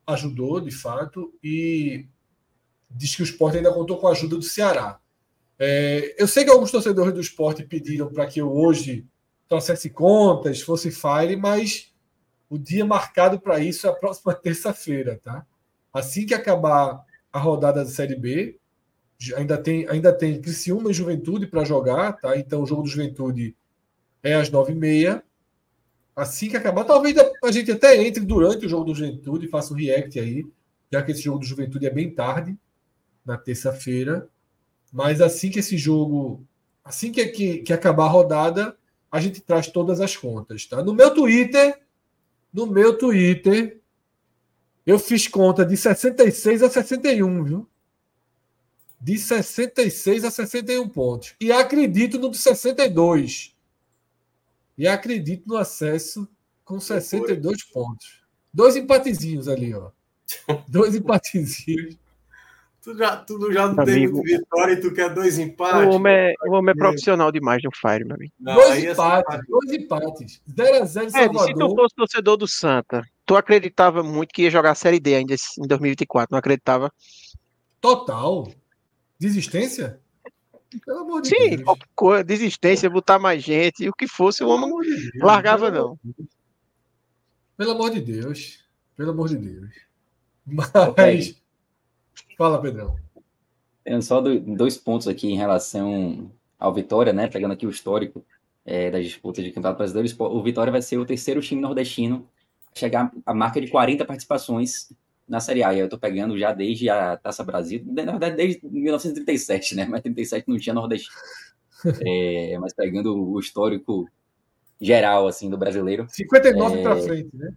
ajudou, de fato, e diz que o Sport ainda contou com a ajuda do Ceará. É, eu sei que alguns torcedores do Sport pediram para que eu hoje trouxesse contas, fosse fire, mas o dia marcado para isso é a próxima terça-feira, tá? Assim que acabar a rodada da Série B, ainda tem, ainda tem Criciúma e Juventude para jogar, tá? Então o jogo do Juventude é às nove e meia. Assim que acabar, talvez a gente até entre durante o jogo do Juventude e faça um react aí, já que esse jogo do Juventude é bem tarde, na terça-feira. Mas assim que esse jogo, assim que, que, que acabar a rodada, a gente traz todas as contas, tá? No meu Twitter, no meu Twitter, eu fiz conta de sessenta e seis a sessenta e um, viu? De sessenta e seis a sessenta e um pontos. E acredito no de sessenta e dois. E acredito no acesso com sessenta e dois pontos. Dois empatezinhos ali, ó. Dois empatezinhos. Tu já, tu já não Amigo, tem muito vitória e tu quer dois empates? O homem é, o homem é profissional demais no Fire, meu amigo. Não, dois aí é empates. simpático. Dois empates. zero a zero em É, se tu Salvador. fosse torcedor do Santa, tu acreditava muito que ia jogar a Série D ainda em dois mil e vinte e quatro, não acreditava? Total. Desistência? Pelo amor de Sim, Deus. qualquer coisa, desistência, botar mais gente, o que fosse, o Pelo homem amor de Deus. largava Pelo não. amor de Deus. Pelo amor de Deus. Pelo amor de Deus. Ô, Fred, Mas. Fala, Pedrão. tenho só do- dois pontos aqui em relação ao Vitória, né? Pegando aqui o histórico é, das disputas de Campeonato Brasileiro, o Sport- o Vitória vai ser o terceiro time nordestino a chegar à marca de quarenta participações na Série A. E eu tô pegando já desde a Taça Brasil, na verdade desde mil novecentos e trinta e sete, né? Mas trinta e sete não tinha nordestino. É, mas pegando o histórico geral, assim, do brasileiro, cinquenta e nove para frente, né?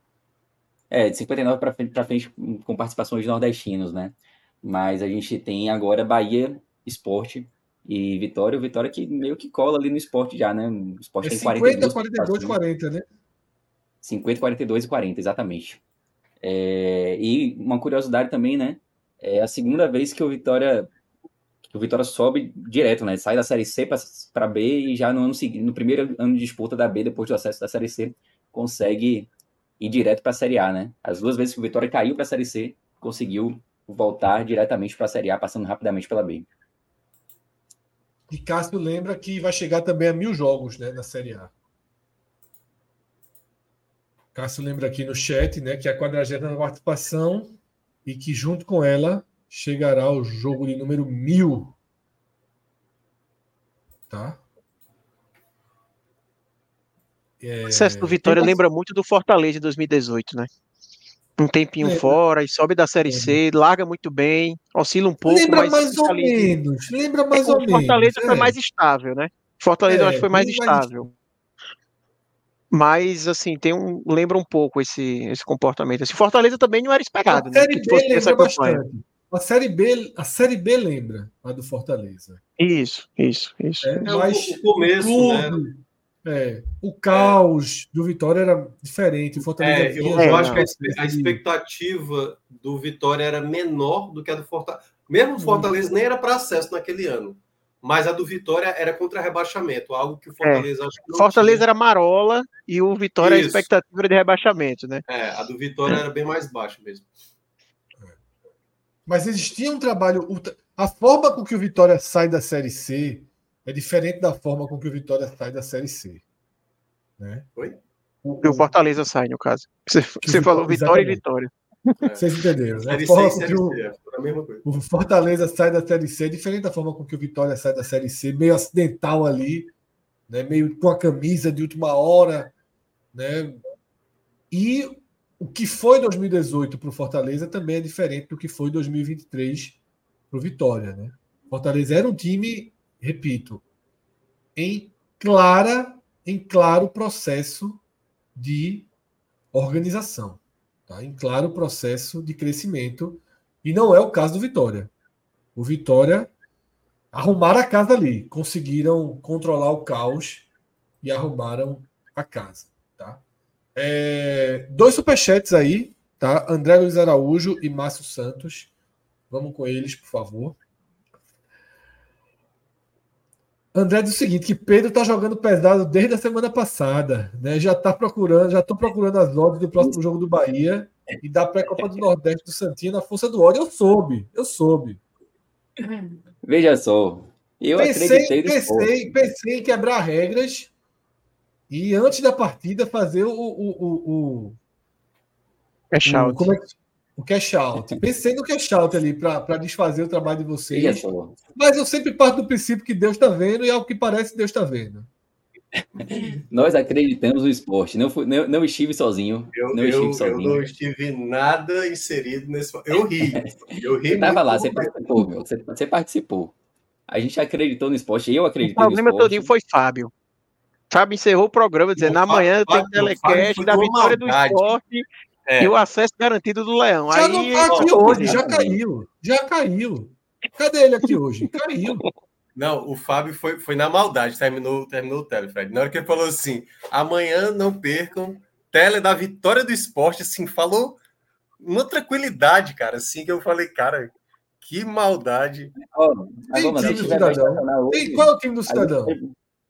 é, de cinquenta e nove para frente, pra frente com participações de nordestinos, né? Mas a gente tem agora Bahia, Sport e Vitória. O Vitória que meio que cola ali no Sport já, né? O Sport É tem quarenta e cinquenta, duas quarenta e dois, participações. quarenta, né? cinquenta, quarenta e dois e quarenta, exatamente. É, e uma curiosidade também, né? É a segunda vez que o Vitória que o Vitória sobe direto, né? Sai da Série C para B e já no ano seguinte, no primeiro ano de disputa da B, depois do acesso da Série C, consegue ir direto para a Série A, né? As duas vezes que o Vitória caiu para a Série C, conseguiu voltar diretamente para a Série A, passando rapidamente pela B. E Cássio lembra que vai chegar também a mil jogos, né, na Série A. Cássio lembra aqui no chat, né, que é a quadragésima participação e que junto com ela chegará o jogo de número mil. Tá? O acesso do Vitória Tem- lembra muito do Fortaleza de dois mil e dezoito, né? Um tempinho Lembra. fora e sobe da Série C, larga muito bem, oscila um pouco, Lembra mas mais fica ou ali. menos. Lembra mais ou O Fortaleza menos. foi é. mais estável, né? Fortaleza eu É, acho que foi mais bem mais estável. Mas, assim, tem um, lembra um pouco esse, esse comportamento. Esse Fortaleza também não era esperado, A né? Série Que B fosse ter essa lembra campanha. bastante. A Série B, a Série B lembra a do Fortaleza. Isso, isso, isso. É, É mas o, o começo, o né? clube, é, o caos do Vitória era diferente. O Fortaleza É, eu, vinha É, eu já acho que a, com espe- a esse- expectativa do Vitória era menor do que a do Fortaleza. Mesmo o Fortaleza nem era para acesso naquele ano. Mas a do Vitória era contra rebaixamento, algo que o Fortaleza acho que não Fortaleza tinha. era marola e o Vitória a Isso. expectativa era de rebaixamento, né? É, a do Vitória era bem mais baixa mesmo. Mas existia um trabalho. o tra- A forma com que o Vitória sai da Série C é diferente da forma com que o Vitória sai da Série C. Né? Oi? O- E o Fortaleza sai, no caso. Você, Que o você falou Vitória e exatamente. Vitória. Vocês entenderam, né? Série A forma C e com que Série o, C, é a mesma coisa. o Fortaleza sai da Série C é diferente da forma com que o Vitória sai da Série C, meio acidental ali, né? Meio com a camisa de última hora. Né? E o que foi dois mil e dezoito para o Fortaleza também é diferente do que foi dois mil e vinte e três para o Vitória. Né? Fortaleza era um time, repito, em clara, em claro processo de organização, tá? Em claro processo de crescimento, e não é o caso do Vitória. O Vitória arrumaram a casa ali, conseguiram controlar o caos e arrumaram a casa, tá? É, dois superchats aí, tá? André Luiz Araújo e Márcio Santos. Vamos com eles, por favor. André diz o seguinte, que Pedro tá jogando pesado desde a semana passada, né? Já tá procurando, já tô procurando as odds do próximo jogo do Bahia e da pré-Copa do Nordeste do Santinho na força do ódio. Eu soube, eu soube. Veja só, eu pensei, acreditei no pensei, esporte. pensei em quebrar regras e antes da partida fazer o o, o, o, Cash o, out. como é que, o cash out. Pensei no cash out ali para desfazer o trabalho de Veja vocês. só. Mas eu sempre parto do princípio que Deus está vendo e ao que parece Deus está vendo. Nós acreditamos no esporte. Não, fui, não, não estive sozinho. Eu, não eu, estive eu sozinho. não estive nada inserido nesse. Eu ri. Eu ri Você estava muito. lá, você participou, meu. Você, você participou. A gente acreditou no esporte. Eu O acreditei no problema esporte. todinho foi Fábio. Fábio encerrou o programa dizendo: O amanhã Fábio- tem Fábio- o Fábio telecast foi da de uma vitória do maldade. esporte É. e o acesso garantido do Leão. Já Aí não está aqui ó, hoje, já exatamente. caiu. Já caiu. Cadê ele aqui hoje? Caiu. Não, o Fábio foi, foi na maldade, terminou, terminou o tele, Fred. Na hora que ele falou assim, amanhã não percam, tele da vitória do esporte, assim, falou uma tranquilidade, cara, assim, que eu falei, cara, que maldade. Ó, Tem agora, time se do tiver pra Cidadão. estacionar hoje, Tem, qual é o time do a gente Cidadão? vai-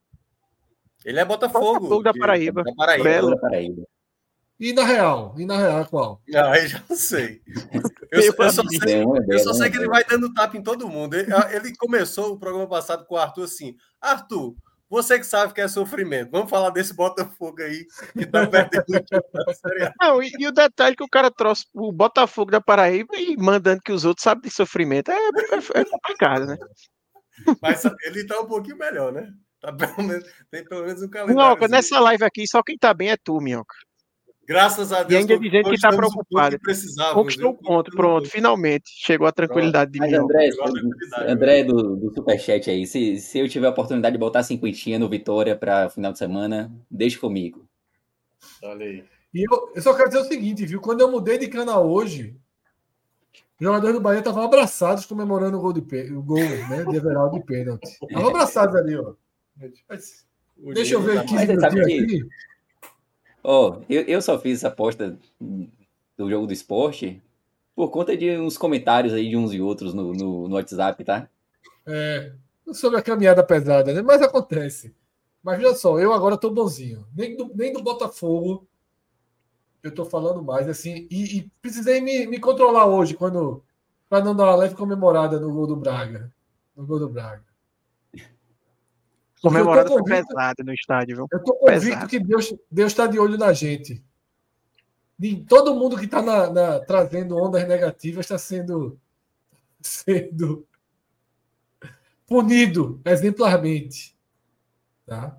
Ele é Botafogo. Botafogo da de- Paraíba. Da Paraíba. Belo. da Paraíba. E na Real? E na Real é qual? Ah, aí já não sei. Eu, Meu só- eu só amigo. sei, É uma eu dela, só sei uma que ele dela. vai dando tapa em todo mundo. Ele, ele começou o programa passado com o Arthur assim, Arthur, você que sabe que é sofrimento, vamos falar desse Botafogo aí, que tá perdendo o time da Série A. Não, e, e o detalhe que o cara trouxe o Botafogo da Paraíba e mandando que os outros sabem de sofrimento é, é, é complicado, né? Mas ele tá um pouquinho melhor, né? Tá pelo menos, tem pelo menos um Minhoca, calendário. nessa live aqui, só quem tá bem é tu, Minhoca. Graças a E Deus, ainda dizendo que tá conquistamos o ponto preocupado. que precisávamos. Conquistou o viu? ponto, pronto, finalmente. Chegou a tranquilidade de Mas Minhoca. André, Chegou a tranquilidade, André do, do Superchat aí, se, se eu tiver a oportunidade de botar cinquentinha no Vitória para final de semana, deixa comigo. Olha aí. E eu, eu só quero dizer o seguinte, viu? Quando eu mudei de canal hoje, os jogadores do Bahia estavam abraçados comemorando o gol, de pê- o gol né, de Everaldo de pênalti. Estavam abraçados ali, ó. Mas, O deixa eu nível ver tá aqui Mas você sabe minutinhos que- aqui. Ó, eu, eu só fiz essa aposta do jogo do esporte por conta de uns comentários aí de uns e outros no, no, no WhatsApp, tá? É, sobre a caminhada pesada, né? Mas acontece. Mas veja só, eu agora tô bonzinho. Nem do, nem do Botafogo eu tô falando mais, assim. E, e precisei me, me controlar hoje, quando para não dar uma leve comemorada no gol do Braga. No gol do Braga. Porque eu tô Comemorada foi convicto- pesada no estádio, viu? Eu estou convicto Pesado. que Deus Deus está de olho na gente. De todo mundo que está na, na- trazendo ondas negativas está sendo, sendo punido exemplarmente. Tá?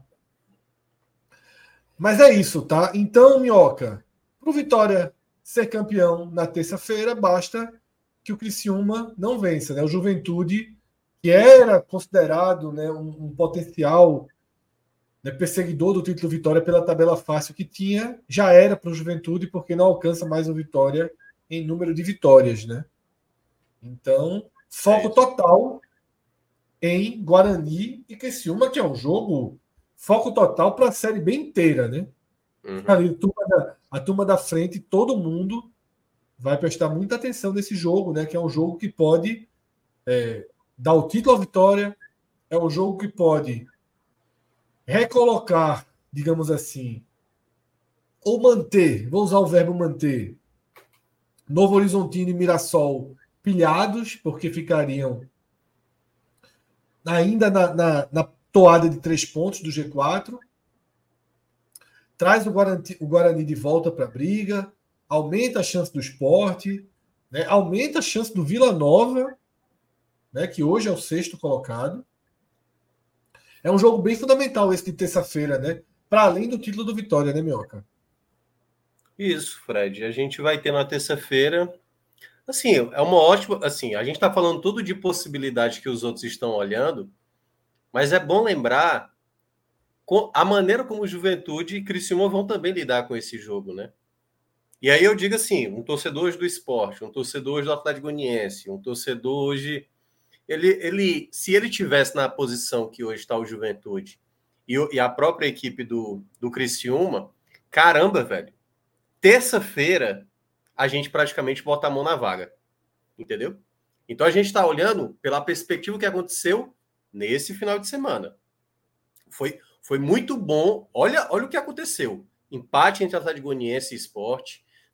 Mas é isso, tá? Então, Minhoca, para o Vitória ser campeão na terça-feira, basta que o Criciúma não vença. Né? O Juventude, que era considerado né, um, um potencial né, perseguidor do título Vitória pela tabela fácil que tinha, já era para o Juventude, porque não alcança mais o Vitória em número de vitórias. Né? Então, foco É isso. total em Guarani e Criciúma, que é um jogo foco total para a Série B inteira. Né? Uhum. Ali, a, turma da, a turma da frente, todo mundo vai prestar muita atenção nesse jogo, né? Que é um jogo que pode é, dar o título à Vitória, é um jogo que pode recolocar, digamos assim, ou manter, vou usar o verbo manter, Novo Horizontino e Mirassol pilhados, porque ficariam ainda na, na, na toada de três pontos do G quatro, traz o Guarani, o Guarani de volta para a briga, aumenta a chance do Sport, né? Aumenta a chance do Vila Nova, né? Que hoje é o sexto colocado. É um jogo bem fundamental esse de terça-feira, né? Para além do título do Vitória, né, Minhoca? Isso, Fred. A gente vai ter na terça-feira. Assim, é uma ótima. Assim, a gente está falando tudo de possibilidade que os outros estão olhando, mas é bom lembrar a maneira como o Juventude e Criciúma vão também lidar com esse jogo, né? E aí eu digo assim, um torcedor hoje do Sport, um torcedor hoje do Atlético Goianiense, um torcedor hoje... Ele, ele, se ele tivesse na posição que hoje está o Juventude e, e a própria equipe do, do Criciúma, caramba, velho, terça-feira a gente praticamente bota a mão na vaga, entendeu? Então a gente está olhando pela perspectiva que aconteceu nesse final de semana. Foi, foi muito bom. Olha, olha o que aconteceu. Empate entre Atlético Goianiense e Sport.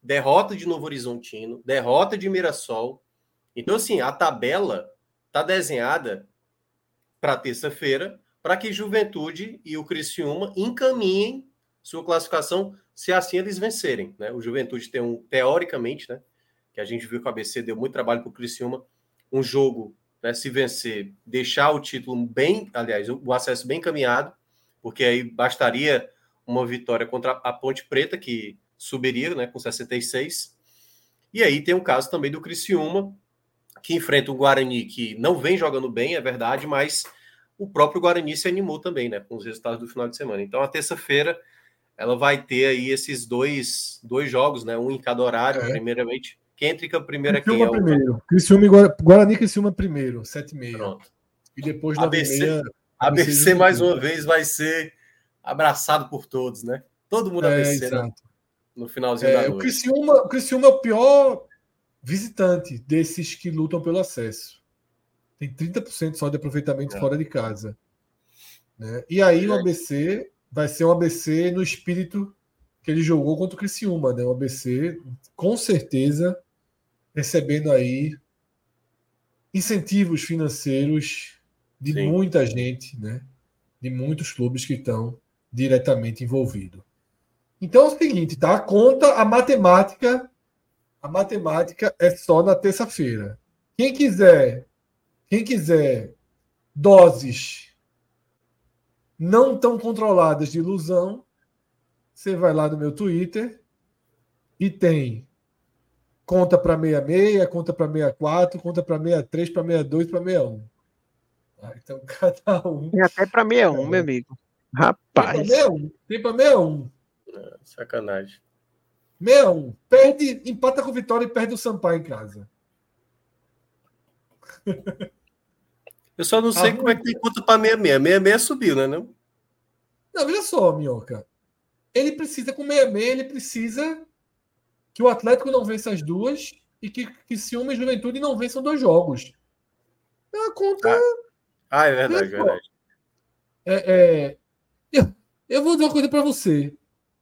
derrota de Novo Horizontino, derrota de Mirassol. Então, assim, a tabela está desenhada para terça-feira, para que Juventude e o Criciúma encaminhem sua classificação, se assim eles vencerem, né? O Juventude tem um, teoricamente, né, que a gente viu que o A B C deu muito trabalho para o Criciúma, um jogo, né, se vencer, deixar o título bem, aliás, o acesso bem encaminhado, porque aí bastaria uma vitória contra a Ponte Preta, que subiria, né, com sessenta e seis. E aí tem o caso também do Criciúma, que enfrenta o Guarani, que não vem jogando bem, é verdade, mas o próprio Guarani se animou também, né, com os resultados do final de semana. Então, a terça-feira, ela vai ter aí esses dois, dois jogos, né, um em cada horário, é. primeiramente. Quem entra em campo primeiro é quem? Criciúma é o... primeiro. Criciúma e Guarani, Guarani Criciúma primeiro, sete e meia. Pronto. E depois A B C, A B C mais uma vez vai ser abraçado por todos, né? Todo mundo é, A B C, né? No finalzinho é, da noite. O Criciúma, o Criciúma é o pior visitante desses que lutam pelo acesso. Tem trinta por cento só de aproveitamento é. fora de casa. Né? E aí é. o A B C vai ser um A B C no espírito que ele jogou contra o Criciúma. Né? O A B C, com certeza, recebendo aí incentivos financeiros de Sim. muita gente, né? De muitos clubes que estão diretamente envolvidos. Então é o seguinte, tá? A conta, a matemática, a matemática é só na terça-feira. Quem quiser, quem quiser doses não tão controladas de ilusão, você vai lá no meu Twitter e tem conta para sessenta e seis, conta para sessenta e quatro, conta para sessenta e três, para sessenta e dois, para sessenta e um. Ah, então cada um. Tem até para sessenta e um, é. meu amigo. Rapaz. Tem para sessenta e um. É, sacanagem. sessenta e um. Perde, empata com o Vitória e perde o Sampaio em casa. Eu só não sei ah, como é que tem conta para sessenta e seis. sessenta e seis subiu, né? Não, não veja só, Minhoca. Ele precisa, com sessenta e seis, ele precisa que o Atlético não vença as duas e que, que Ciúme e Juventude não vençam dois jogos. É uma conta. Ah, ah é verdade, é verdade. É, é... Eu, eu vou dizer uma coisa para você.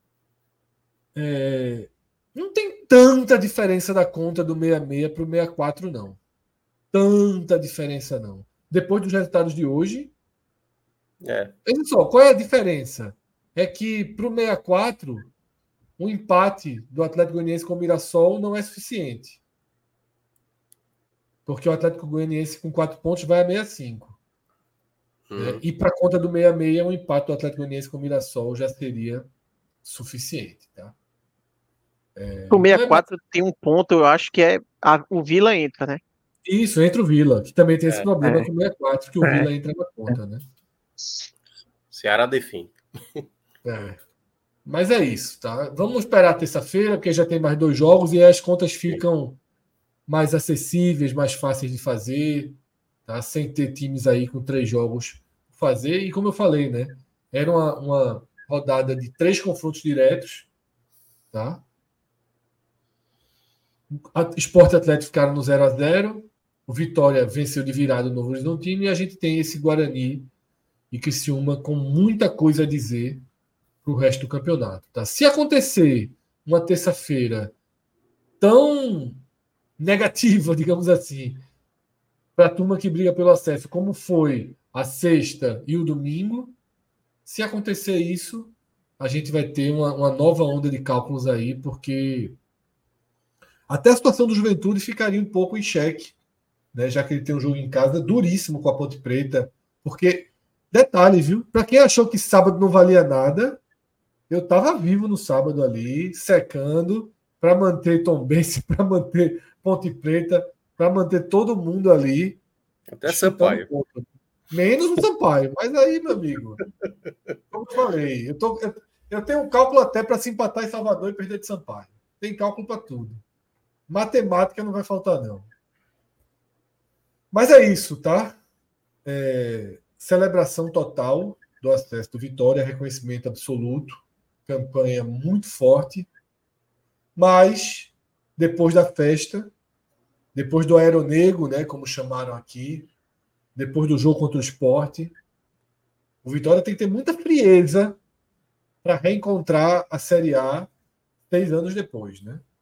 É... Não tem tanta diferença da conta do sessenta e seis para o sessenta e quatro, não. Tanta diferença, não. Depois dos resultados de hoje. É. Veja só, qual é a diferença? É que para o sessenta e quatro, o empate do Atlético Goianiense com o Mirassol não é suficiente. Porque o Atlético Goianiense com quatro pontos vai a sessenta e cinco. Hum. É, e para a conta do sessenta e seis, um empate do Atlético Goianiense com o Mirassol já seria suficiente. Tá? É, o sessenta e quatro é... tem um ponto, eu acho que é a, o Vila entra, né? Isso, entra o Vila, que também tem esse é, problema é. com o sessenta e quatro, que o é. Vila entra na conta, né? Ceará define. É. Mas é isso, tá? Vamos esperar terça-feira, porque já tem mais dois jogos e aí as contas ficam mais acessíveis, mais fáceis de fazer, tá? Sem ter times aí com três jogos pra fazer. E como eu falei, né? Era uma, uma rodada de três confrontos diretos, tá? Sport e Atlético ficaram no zero a zero. O Vitória venceu de virada o Novo Horizontino e a gente tem esse Guarani e Criciúma com muita coisa a dizer para o resto do campeonato. Tá? Se acontecer uma terça-feira tão negativa, digamos assim, para a turma que briga pelo acesso, como foi a sexta e o domingo, se acontecer isso, a gente vai ter uma, uma nova onda de cálculos aí, porque até a situação do Juventude ficaria um pouco em xeque, né, já que ele tem um jogo em casa duríssimo com a Ponte Preta, porque, detalhe, viu? Para quem achou que sábado não valia nada, eu estava vivo no sábado ali, secando, para manter Tombense, para manter Ponte Preta, para manter todo mundo ali. Até Sampaio. Ponto. Menos o Sampaio, mas aí, meu amigo, como eu falei, eu, tô, eu, eu tenho um cálculo até para se empatar em Salvador e perder de Sampaio. Tem cálculo para tudo. Matemática não vai faltar, não. Mas é isso, tá? É, celebração total do acesso do Vitória, reconhecimento absoluto, campanha muito forte, mas depois da festa, depois do aeronego, né, como chamaram aqui, depois do jogo contra o Sport, o Vitória tem que ter muita frieza para reencontrar a Série A seis anos depois, né?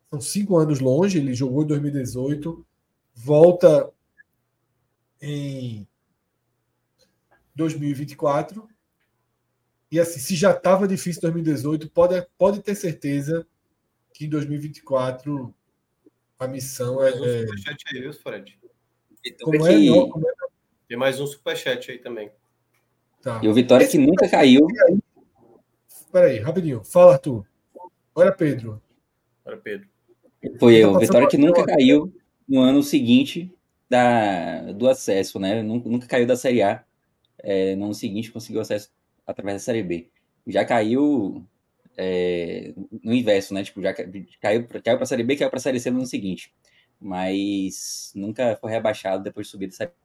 São cinco anos longe, ele jogou em dois mil e dezoito, volta em dois mil e vinte e quatro. E assim, se já estava difícil em dois mil e dezoito, pode, pode ter certeza que em dois mil e vinte e quatro a missão é. Mais um é... superchat aí, viu, Fred? Então, Como é é, que... não, como é? Tem mais um superchat aí também. Tá. E o Vitória Esse que nunca caiu. Peraí, rapidinho. Fala, Arthur. Olha, Pedro. Para Pedro. Foi Tá eu. passando Vitória que uma- nunca caiu no ano seguinte da, do acesso, né? Nunca, nunca caiu da Série A. É, no ano seguinte conseguiu acesso através da Série B. Já caiu é, no inverso, né? Tipo, já ca- caiu, caiu para a Série B, caiu para a Série C no ano seguinte. Mas nunca foi rebaixado depois de subir da Série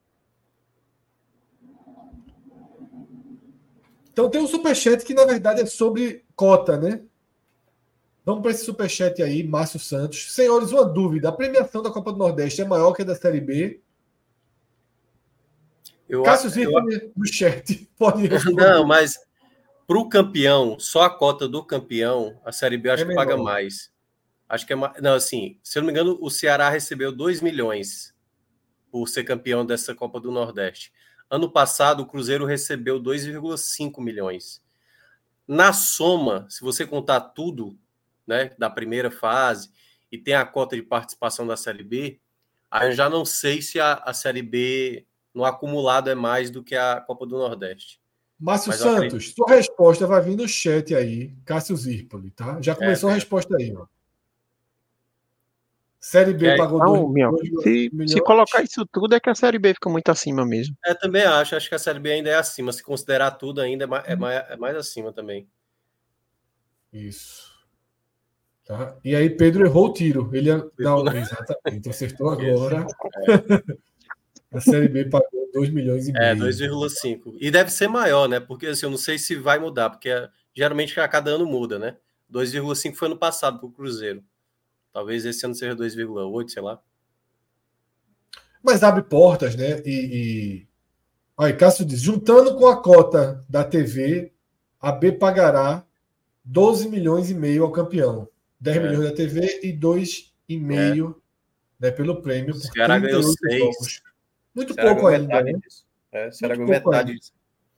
Então tem um superchat que, na verdade, é sobre cota, né? Vamos para esse superchat aí, Márcio Santos. Senhores, uma dúvida. A premiação da Copa do Nordeste é maior que a da Série B? Eu, Cássio eu, Zirpoli no chat pode responder. não, mas para o campeão, só a cota do campeão, a Série B eu acho É que paga menor. mais. Acho que é mais. Não, assim, se eu não me engano, o Ceará recebeu dois milhões por ser campeão dessa Copa do Nordeste. Ano passado, o Cruzeiro recebeu dois vírgula cinco milhões. Na soma, se você contar tudo, né, da primeira fase, e tem a cota de participação da Série B, aí eu já não sei se a, a Série B no acumulado é mais do que a Copa do Nordeste. Márcio Mas eu Santos, acredito- sua resposta vai vir no chat aí, Cássio Zirpoli, tá? Já começou É, a é. resposta aí, ó. Série B É, pagou Então, dois meu, vírgula se, cinco milhões. se colocar isso tudo, é que a Série B fica muito acima mesmo. É, também acho. Acho que a Série B ainda é acima. Se considerar tudo, ainda é mais, é mais, é mais acima também. Isso. Tá? E aí Pedro errou o tiro. Ele ia... Não, Isso. exatamente, acertou Isso. agora. A Série B pagou dois milhões e meio. É, dois vírgula cinco. E deve ser maior, né? Porque assim, eu não sei se vai mudar, porque é, geralmente a cada ano muda, né? dois vírgula cinco foi ano passado para o Cruzeiro. Talvez esse ano seja dois vírgula oito, sei lá. Mas abre portas, né? E, e... Aí, Cássio diz: juntando com a cota da T V, a B pagará doze milhões e meio ao campeão. dez É. milhões da T V e dois e meio né, pelo prêmio O por Ceará ganhou trinta e oito seis. jogos. Muito O Ceará pouco ganhou ainda, metade né? disso. É, o Ceará Muito ganhou pouco metade ainda. disso.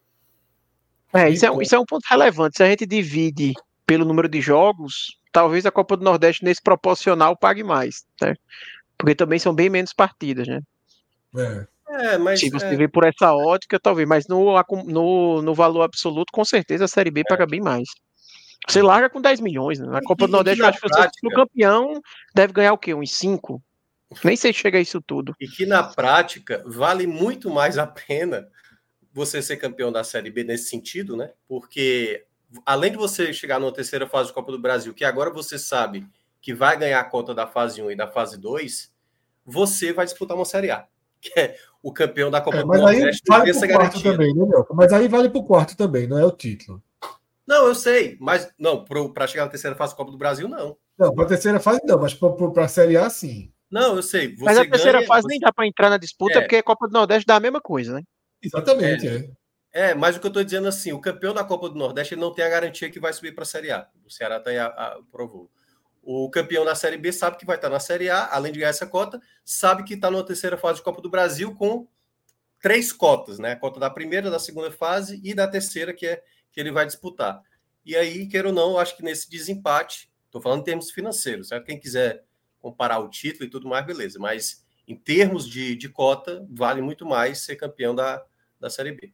É, isso é, um, pouco. isso é um ponto relevante. Se a gente divide pelo número de jogos, talvez a Copa do Nordeste nesse proporcional pague mais, né? Porque também são bem menos partidas, né? É. É, mas Se você é, vê por essa ótica, talvez, mas no, acum- no, no valor absoluto, com certeza a Série B paga bem mais. Você larga com dez milhões, né? Na E Copa que- do e Nordeste, que eu na acho que você, prática- no campeão, deve ganhar o quê? Uns cinco? Nem sei se chega a isso tudo. e que na prática vale muito mais a pena você ser campeão da Série B nesse sentido, né? Porque além de você chegar numa terceira fase de Copa do Brasil, que agora você sabe que vai ganhar a cota da fase um e da fase dois, você vai disputar uma Série A, que é o campeão da Copa É, do mas aí Nordeste vale tem pro essa quarto garantia. também, né, Nelson? Mas aí vale pro quarto também, não é o título. Não, eu sei, mas não, para chegar na terceira fase da Copa do Brasil, não. Não, para a terceira fase não, mas para a Série A sim. Não, eu sei. Você Mas a terceira ganha, fase você... nem dá para entrar na disputa, É. porque a Copa do Nordeste dá a mesma coisa, né? Exatamente, é. É, mas o que eu estou dizendo assim, o campeão da Copa do Nordeste ele não tem a garantia que vai subir para a Série A. O Ceará tá aí, a, a, provou. O campeão da Série B sabe que vai estar na Série A, além de ganhar essa cota, sabe que está numa terceira fase de Copa do Brasil com três cotas, né? A cota da primeira, da segunda fase e da terceira, que é que ele vai disputar. E aí, queira ou não, eu acho que nesse desempate, estou falando em termos financeiros, certo? Quem quiser comparar o título e tudo mais, beleza. Mas em termos de, de cota, vale muito mais ser campeão da, da Série B.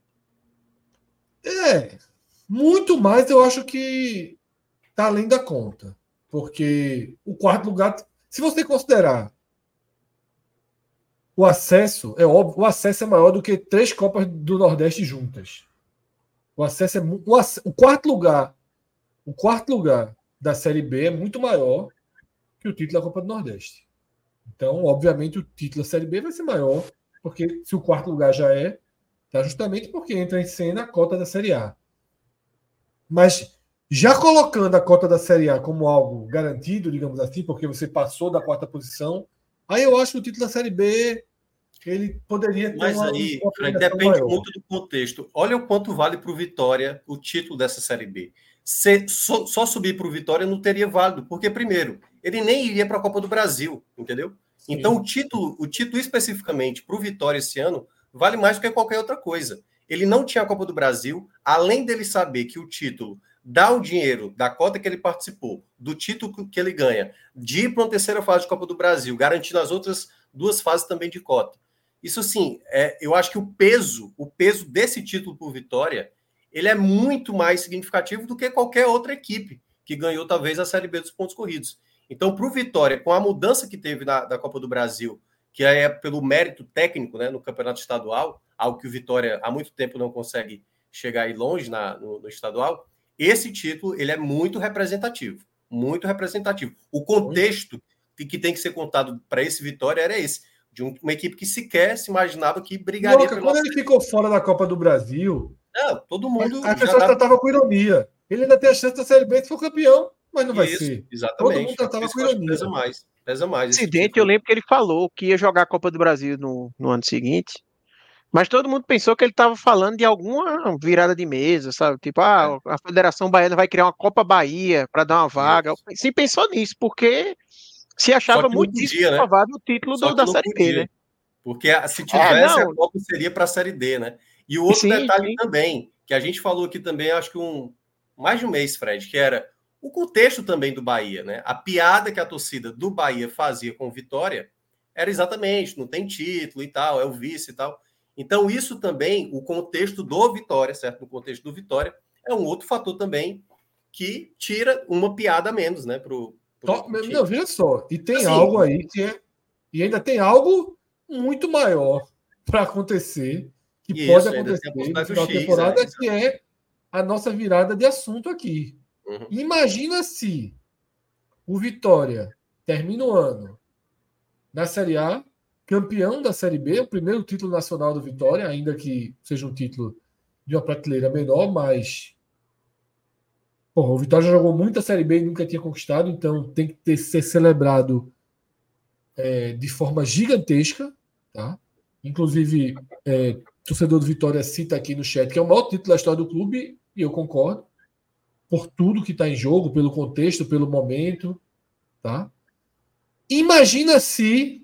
É, muito mais eu acho que tá além da conta. Porque o quarto lugar, se você considerar o acesso, é óbvio, o acesso é maior do que três Copas do Nordeste juntas. O acesso é o, ac, o quarto lugar, o quarto lugar da Série B é muito maior que o título da Copa do Nordeste. Então, obviamente, o título da Série B vai ser maior, porque se o quarto lugar já é, tá justamente porque entra em cena a cota da Série A. Mas já colocando a cota da Série A como algo garantido, digamos assim, porque você passou da quarta posição, aí eu acho que o título da Série B ele poderia ter Mas uma, aí, uma Fred, depende maior. muito do contexto. Olha o quanto vale para o Vitória o título dessa Série B. Se, só, só subir para o Vitória não teria válido, porque, primeiro, ele nem iria para a Copa do Brasil, entendeu? Sim. Então, o título, o título especificamente para o Vitória esse ano vale mais do que qualquer outra coisa. Ele não tinha a Copa do Brasil, além dele saber que o título dá o dinheiro da cota que ele participou, do título que ele ganha, de ir para uma terceira fase de Copa do Brasil, garantindo as outras duas fases também de cota. Isso, sim, é, eu acho que o peso, o peso desse título por Vitória, ele é muito mais significativo do que qualquer outra equipe que ganhou, talvez, a Série B dos pontos corridos. Então, para o Vitória, com a mudança que teve na, da Copa do Brasil, que é pelo mérito técnico, né, no campeonato estadual, algo que o Vitória há muito tempo não consegue chegar aí longe na, no, no estadual, esse título ele é muito representativo, muito representativo. O contexto que tem que ser contado para esse Vitória era esse, de um, uma equipe que sequer se imaginava que brigaria... Moca, quando ele ficou fora da Copa do Brasil, não, todo mundo as pessoas tava... tratavam com ironia. Ele ainda tem a chance da Série B se for campeão, mas não vai Isso, ser. Exatamente. Todo mundo tratava Isso com ironia. Pesa mais, pesa mais. Acidente, eu lembro que ele falou que ia jogar a Copa do Brasil no, no ano seguinte, mas todo mundo pensou que ele estava falando de alguma virada de mesa, sabe? Tipo, ah, é. a Federação Baiana vai criar uma Copa Bahia para dar uma vaga. Isso. Sim, pensou nisso, porque se achava muito podia, né? provável o título do, da Série podia, B, né? Porque se tivesse, é, a Copa seria para a Série D, né? E o outro sim, detalhe sim. também, que a gente falou aqui também, acho que um mais de um mês, Fred, que era o contexto também do Bahia, né? A piada que a torcida do Bahia fazia com o Vitória era exatamente, não tem título e tal, é o vice e tal. Então, isso também, o contexto do Vitória, certo? No contexto do Vitória, é um outro fator também que tira uma piada a menos, né? Pro, pro, pro não, veja só. E tem assim, algo aí que é. E ainda tem algo muito maior para acontecer, que isso, pode acontecer no final da temporada, é, que é a nossa virada de assunto aqui. Uhum. Imagina se o Vitória termina o ano na Série A, campeão da Série B, o primeiro título nacional do Vitória, ainda que seja um título de uma prateleira menor, mas porra, o Vitória já jogou muita Série B e nunca tinha conquistado, então tem que ter, ser celebrado é, de forma gigantesca, tá? Inclusive, é, o torcedor do Vitória cita aqui no chat que é o maior título da história do clube, e eu concordo, por tudo que está em jogo, pelo contexto, pelo momento, tá? Imagina se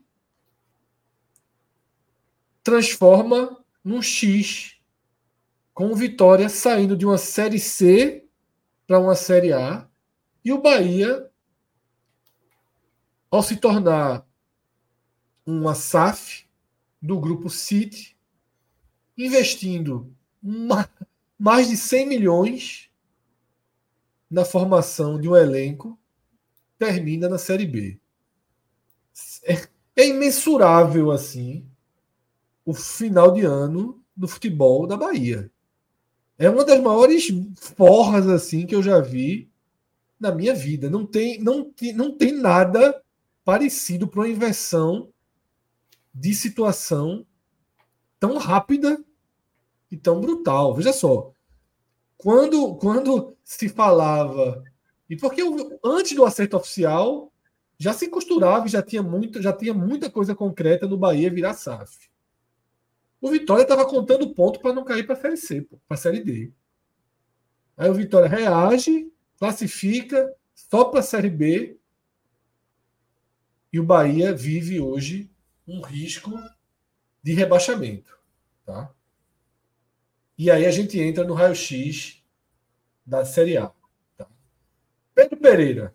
transforma num X, com o Vitória saindo de uma Série C para uma Série A, e o Bahia, ao se tornar uma S A F do grupo City, investindo uma, mais de cem milhões na formação de um elenco, termina na Série B. É, é imensurável, assim, o final de ano do futebol da Bahia. É uma das maiores forras assim que eu já vi na minha vida. Não tem, não, não tem nada parecido para uma inversão de situação tão rápida e tão brutal. Veja só, quando, quando se falava... E porque antes do acerto oficial já se costurava e já tinha, muito, já tinha muita coisa concreta no Bahia virar S A F. O Vitória estava contando ponto para não cair para a Série C, para a Série D. Aí o Vitória reage, classifica, só para a Série B. E o Bahia vive hoje um risco de rebaixamento. Tá? E aí a gente entra no raio-x da Série A. Tá? Pedro Pereira.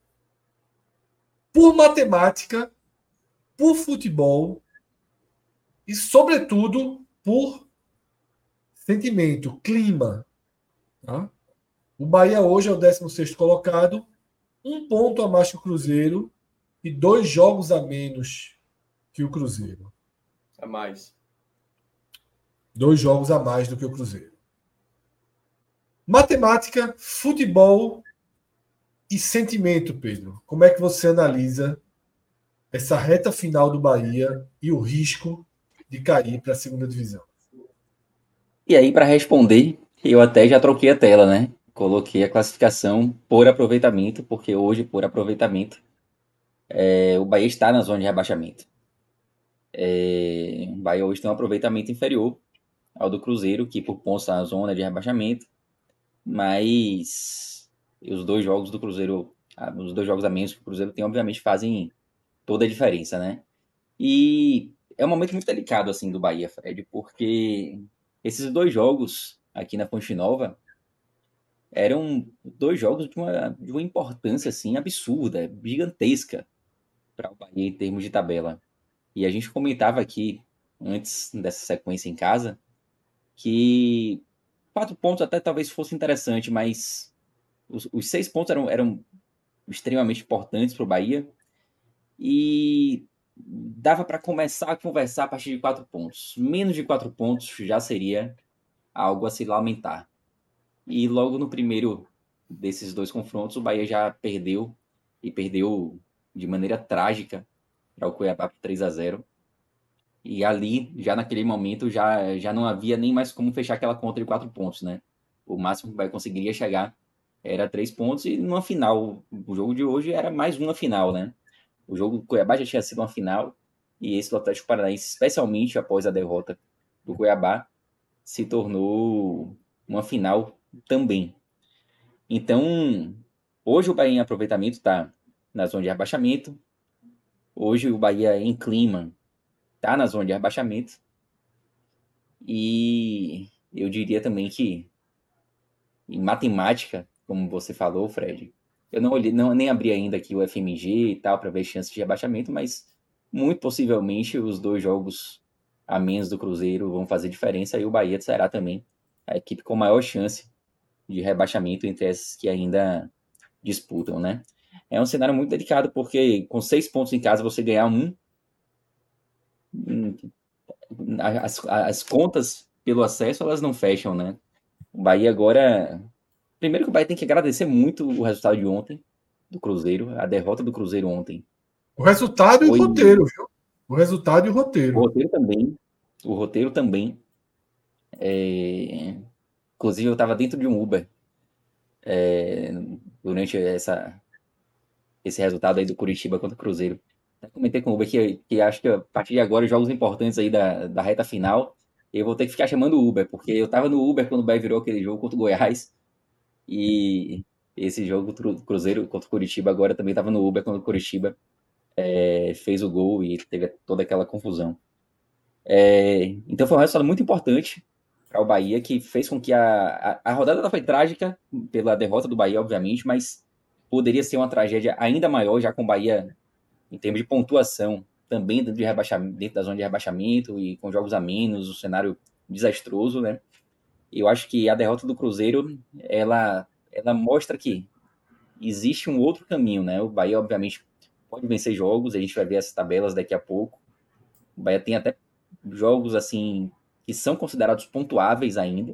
Por matemática, por futebol... E, sobretudo, por sentimento, clima. Tá? O Bahia hoje é o décimo sexto colocado, um ponto a mais que o Cruzeiro e dois jogos a menos que o Cruzeiro. A mais. Dois jogos a mais do que o Cruzeiro. Matemática, futebol e sentimento, Pedro. Como é que você analisa essa reta final do Bahia e o risco de cair para a segunda divisão? E aí, para responder, eu até já troquei a tela, né? Coloquei a classificação por aproveitamento, porque hoje, por aproveitamento, é, o Bahia está na zona de rebaixamento. É, o Bahia hoje tem um aproveitamento inferior ao do Cruzeiro, que por pontos está na zona de rebaixamento, mas os dois jogos do Cruzeiro os dois jogos a menos que o Cruzeiro tem, obviamente, fazem toda a diferença, né? E é um momento muito delicado, assim, do Bahia, Fred, porque esses dois jogos aqui na Fonte Nova eram dois jogos de uma, de uma importância, assim, absurda, gigantesca para o Bahia em termos de tabela. E a gente comentava aqui, antes dessa sequência em casa, que quatro pontos até talvez fosse interessante, mas os, os seis pontos eram, eram extremamente importantes para o Bahia e dava para começar a conversar a partir de quatro pontos. Menos de quatro pontos já seria algo a se lamentar. E logo no primeiro desses dois confrontos, o Bahia já perdeu, e perdeu de maneira trágica para o Cuiabá por três a zero. E ali, já naquele momento, já, já não havia nem mais como fechar aquela conta de quatro pontos, né? O máximo que o Bahia conseguiria chegar era três pontos, e numa final, o jogo de hoje era mais uma final, né? O jogo do Cuiabá já tinha sido uma final, e esse do Atlético Paranaense, especialmente após a derrota do Cuiabá, se tornou uma final também. Então, hoje o Bahia em aproveitamento está na zona de rebaixamento. Hoje o Bahia em clima está na zona de rebaixamento. E eu diria também que em matemática, como você falou, Fred, eu não olhei, não, nem abri ainda aqui o F M G e tal para ver chances de rebaixamento, mas muito possivelmente os dois jogos a menos do Cruzeiro vão fazer diferença, e o Bahia será também a equipe com maior chance de rebaixamento entre essas que ainda disputam, né? É um cenário muito delicado, porque com seis pontos em casa você ganhar um, as, as contas pelo acesso elas não fecham, né? O Bahia agora... Primeiro que o Bahia tem que agradecer muito o resultado de ontem, do Cruzeiro, a derrota do Cruzeiro ontem. O resultado Foi... e o roteiro, viu? O resultado e o O roteiro. roteiro também. O roteiro também. É... Inclusive, eu estava dentro de um Uber é... durante essa... esse resultado aí do Curitiba contra o Cruzeiro. Eu comentei com o Uber que, que acho que a partir de agora, os jogos importantes aí da, da reta final, eu vou ter que ficar chamando o Uber, porque eu estava no Uber quando o Bahia virou aquele jogo contra o Goiás, e esse jogo do Cruzeiro contra o Curitiba agora também estava no Uber quando o Curitiba é, fez o gol e teve toda aquela confusão. É, então foi um resultado muito importante para o Bahia, que fez com que a, a, a rodada foi trágica pela derrota do Bahia, obviamente, mas poderia ser uma tragédia ainda maior, já com o Bahia, em termos de pontuação, também dentro, de rebaixamento, dentro da zona de rebaixamento e com jogos a menos, um cenário desastroso, né? Eu acho que a derrota do Cruzeiro, ela, ela mostra que existe um outro caminho, né? O Bahia, obviamente, pode vencer jogos, a gente vai ver essas tabelas daqui a pouco. O Bahia tem até jogos, assim, que são considerados pontuáveis ainda.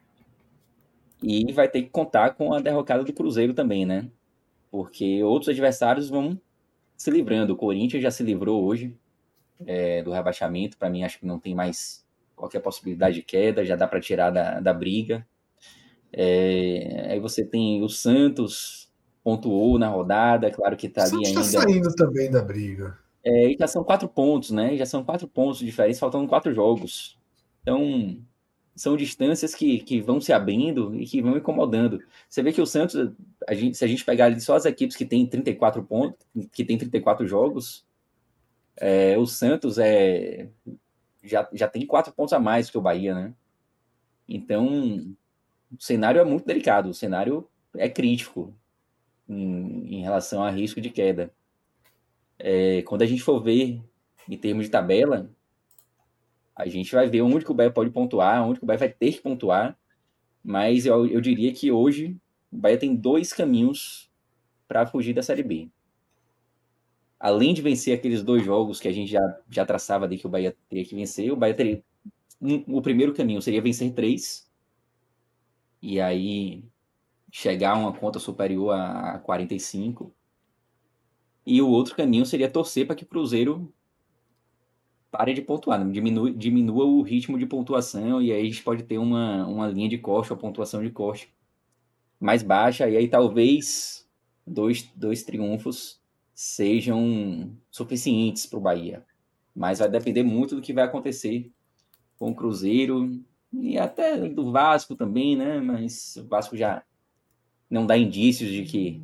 E vai ter que contar com a derrocada do Cruzeiro também, né? Porque outros adversários vão se livrando. O Corinthians já se livrou hoje é, do rebaixamento. Para mim, acho que não tem mais qualquer possibilidade de queda, já dá para tirar da, da briga. É, aí você tem o Santos, pontuou na rodada, claro que está ali ainda. O Santos está saindo também da briga. É, e já são quatro pontos, né? Já são quatro pontos de diferença, faltando quatro jogos. Então, são distâncias que, que vão se abrindo e que vão incomodando. Você vê que o Santos, a gente, se a gente pegar ali só as equipes que tem trinta e quatro pontos, que tem trinta e quatro jogos, é, o Santos é, já, já tem quatro pontos a mais que o Bahia, né? Então, o cenário é muito delicado, o cenário é crítico em, em relação a risco de queda. É, quando a gente for ver em termos de tabela, a gente vai ver onde que o Bahia pode pontuar, onde que o Bahia vai ter que pontuar, mas eu, eu diria que hoje o Bahia tem dois caminhos para fugir da Série B. Além de vencer aqueles dois jogos que a gente já, já traçava de que o Bahia teria que vencer, o Bahia teria... Um, o primeiro caminho seria vencer três, e aí chegar a uma conta superior a quarenta e cinco. E o outro caminho seria torcer para que o Cruzeiro pare de pontuar, né? diminua, diminua o ritmo de pontuação, e aí a gente pode ter uma, uma linha de corte, uma pontuação de corte mais baixa, e aí talvez dois, dois triunfos sejam suficientes para o Bahia. Mas vai depender muito do que vai acontecer com o Cruzeiro e até do Vasco também, né? Mas o Vasco já não dá indícios de que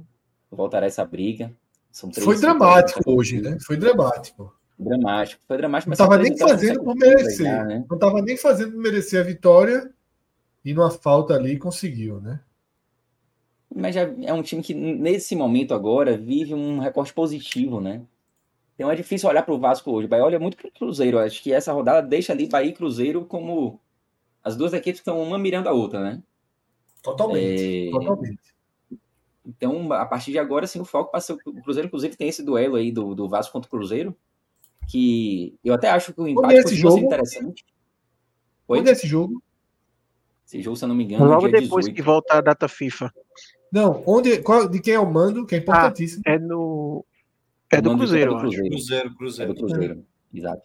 voltará essa briga. São três Foi dramático hoje, né? Foi dramático. Dramático. Foi dramático, Não mas estava nem fazendo por merecer. Já, né? Não estava nem fazendo por merecer a vitória e numa falta ali conseguiu, né? Mas já é um time que, nesse momento agora, vive um recorte positivo, né? Então é difícil olhar para o Vasco hoje. O Bahia olha muito para o Cruzeiro. Acho que essa rodada deixa ali Bahia e Cruzeiro como as duas equipes que estão uma mirando a outra, né? Totalmente. É... Totalmente. Então, a partir de agora, sim, o foco passa o Cruzeiro. Inclusive, tem esse duelo aí do, do Vasco contra o Cruzeiro, que eu até acho que o empate continua jogo? sendo interessante. Oi? Onde é esse jogo? Esse jogo, se eu não me engano, logo é dia depois dezoito. Que volta a data FIFA. Não, onde, qual, de quem é o mando, que é importantíssimo. Ah, é no... É do Cruzeiro, é do Cruzeiro. Cruzeiro, Cruzeiro. É do Cruzeiro, é. Exato.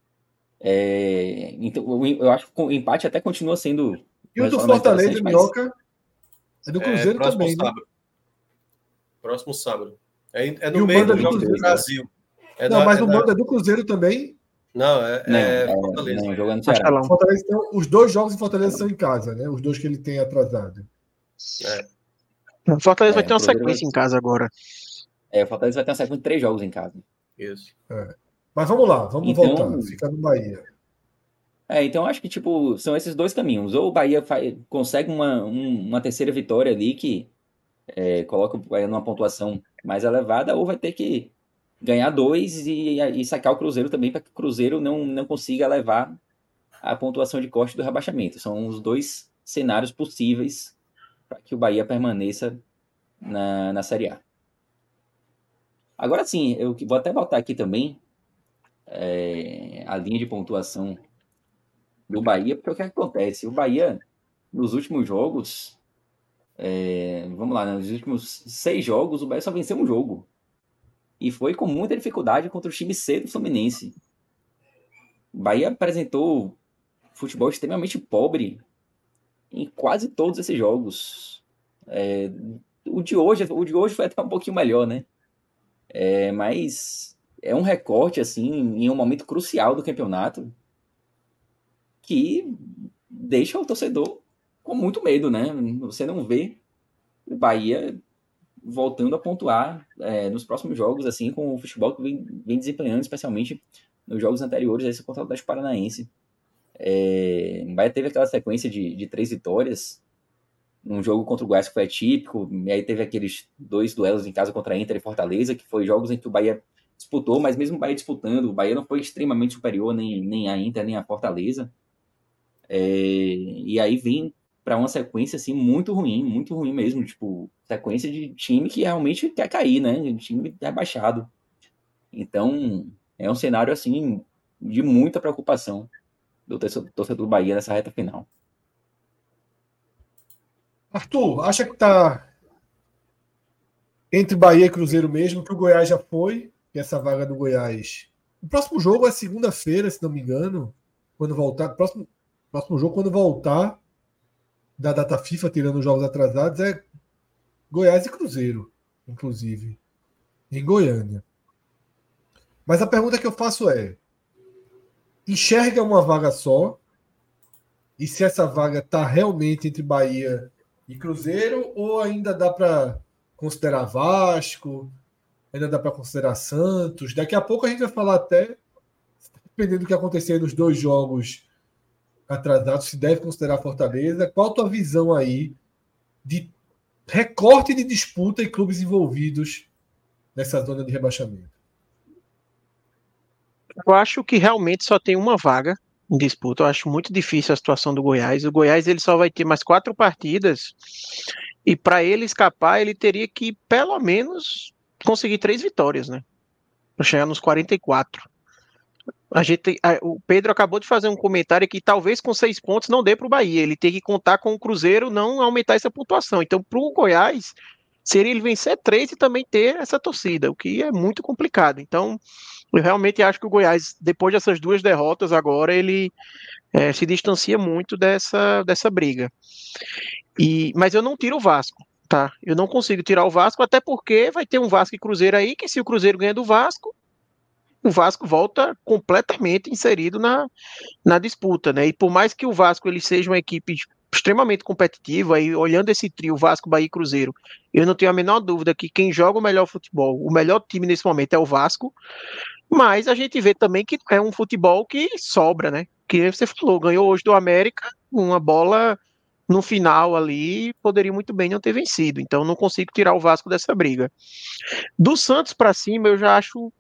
É, então, eu acho que o empate até continua sendo... E o do Fortaleza, Minhoca, mas... é do Cruzeiro é, também, sábado. né? Próximo sábado. É, é no meio dos jogos do Brasil. É não, da, mas é o da... mando é do Cruzeiro também? Não, é, não, é, é Fortaleza. Não, jogando no Ceará. Fortaleza, então, os dois jogos em Fortaleza são em casa, né? Os dois que ele tem atrasado. É. O Fortaleza é, vai ter uma sequência vai... em casa agora. É, o Fortaleza vai ter uma sequência de três jogos em casa. Isso. É. Mas vamos lá, vamos então, voltar. Fica no Bahia. É, então acho que tipo, são esses dois caminhos. Ou o Bahia faz, consegue uma, um, uma terceira vitória ali que é, coloca o Bahia numa pontuação mais elevada, ou vai ter que ganhar dois e, e sacar o Cruzeiro também, para que o Cruzeiro não, não consiga levar a pontuação de corte do rebaixamento. São os dois cenários possíveis para que o Bahia permaneça na, na Série A. Agora sim, eu vou até botar aqui também é, a linha de pontuação do Bahia, porque o que acontece? O Bahia, nos últimos jogos, é, vamos lá, nos últimos seis jogos, o Bahia só venceu um jogo. E foi com muita dificuldade contra o time C do Fluminense. O Bahia apresentou futebol extremamente pobre em quase todos esses jogos. É, o de hoje, o de hoje foi até um pouquinho melhor, né? É, mas é um recorte, assim, em um momento crucial do campeonato, que deixa o torcedor com muito medo, né? Você não vê o Bahia voltando a pontuar é, nos próximos jogos, assim, com o futebol que vem, vem desempenhando, especialmente nos jogos anteriores, esse contra o Atlético Paranaense. É, o Bahia teve aquela sequência de, de três vitórias, um jogo contra o Goiás que foi atípico, e aí teve aqueles dois duelos em casa contra a Inter e Fortaleza, que foi jogos em que o Bahia disputou, mas mesmo o Bahia disputando, o Bahia não foi extremamente superior nem, nem a Inter, nem a Fortaleza. É, e aí vem para uma sequência assim muito ruim, muito ruim mesmo, tipo, sequência de time que realmente quer cair, né? Time rebaixado. Então, é um cenário assim de muita preocupação do torcedor do Bahia nessa reta final. Arthur, acha que tá entre Bahia e Cruzeiro mesmo, que o Goiás já foi, que essa vaga do Goiás. O próximo jogo é segunda-feira, se não me engano, quando voltar, próximo próximo jogo quando voltar da data FIFA, tirando os jogos atrasados, é Goiás e Cruzeiro, inclusive, em Goiânia. Mas a pergunta que eu faço é: enxerga uma vaga só? E se essa vaga está realmente entre Bahia e Cruzeiro, ou ainda dá para considerar Vasco, ainda dá para considerar Santos? Daqui a pouco a gente vai falar até, dependendo do que acontecer nos dois jogos atrasados, se deve considerar Fortaleza. Qual a tua visão aí de recorte de disputa e clubes envolvidos nessa zona de rebaixamento? Eu acho que realmente só tem uma vaga em disputa. Eu acho muito difícil a situação do Goiás. O Goiás ele só vai ter mais quatro partidas e para ele escapar ele teria que pelo menos conseguir três vitórias, né? Para chegar nos quarenta e quatro. A gente, a, o Pedro acabou de fazer um comentário que talvez com seis pontos não dê para o Bahia. Ele tem que contar com o Cruzeiro não aumentar essa pontuação. Então, para o Goiás, seria ele vencer três e também ter essa torcida, o que é muito complicado. Então, eu realmente acho que o Goiás, depois dessas duas derrotas agora, ele é, se distancia muito dessa, dessa briga. E, mas eu não tiro o Vasco, tá? Eu não consigo tirar o Vasco, até porque vai ter um Vasco e Cruzeiro aí, que se o Cruzeiro ganha do Vasco, o Vasco volta completamente inserido na, na disputa, né? E por mais que o Vasco ele seja uma equipe extremamente competitivo. Aí, olhando esse trio, Vasco, Bahia e Cruzeiro, eu não tenho a menor dúvida que quem joga o melhor futebol, o melhor time nesse momento é o Vasco, mas a gente vê também que é um futebol que sobra, né? Que você falou, ganhou hoje do América, uma bola no final ali, poderia muito bem não ter vencido. Então não consigo tirar o Vasco dessa briga. Do Santos para cima, eu já acho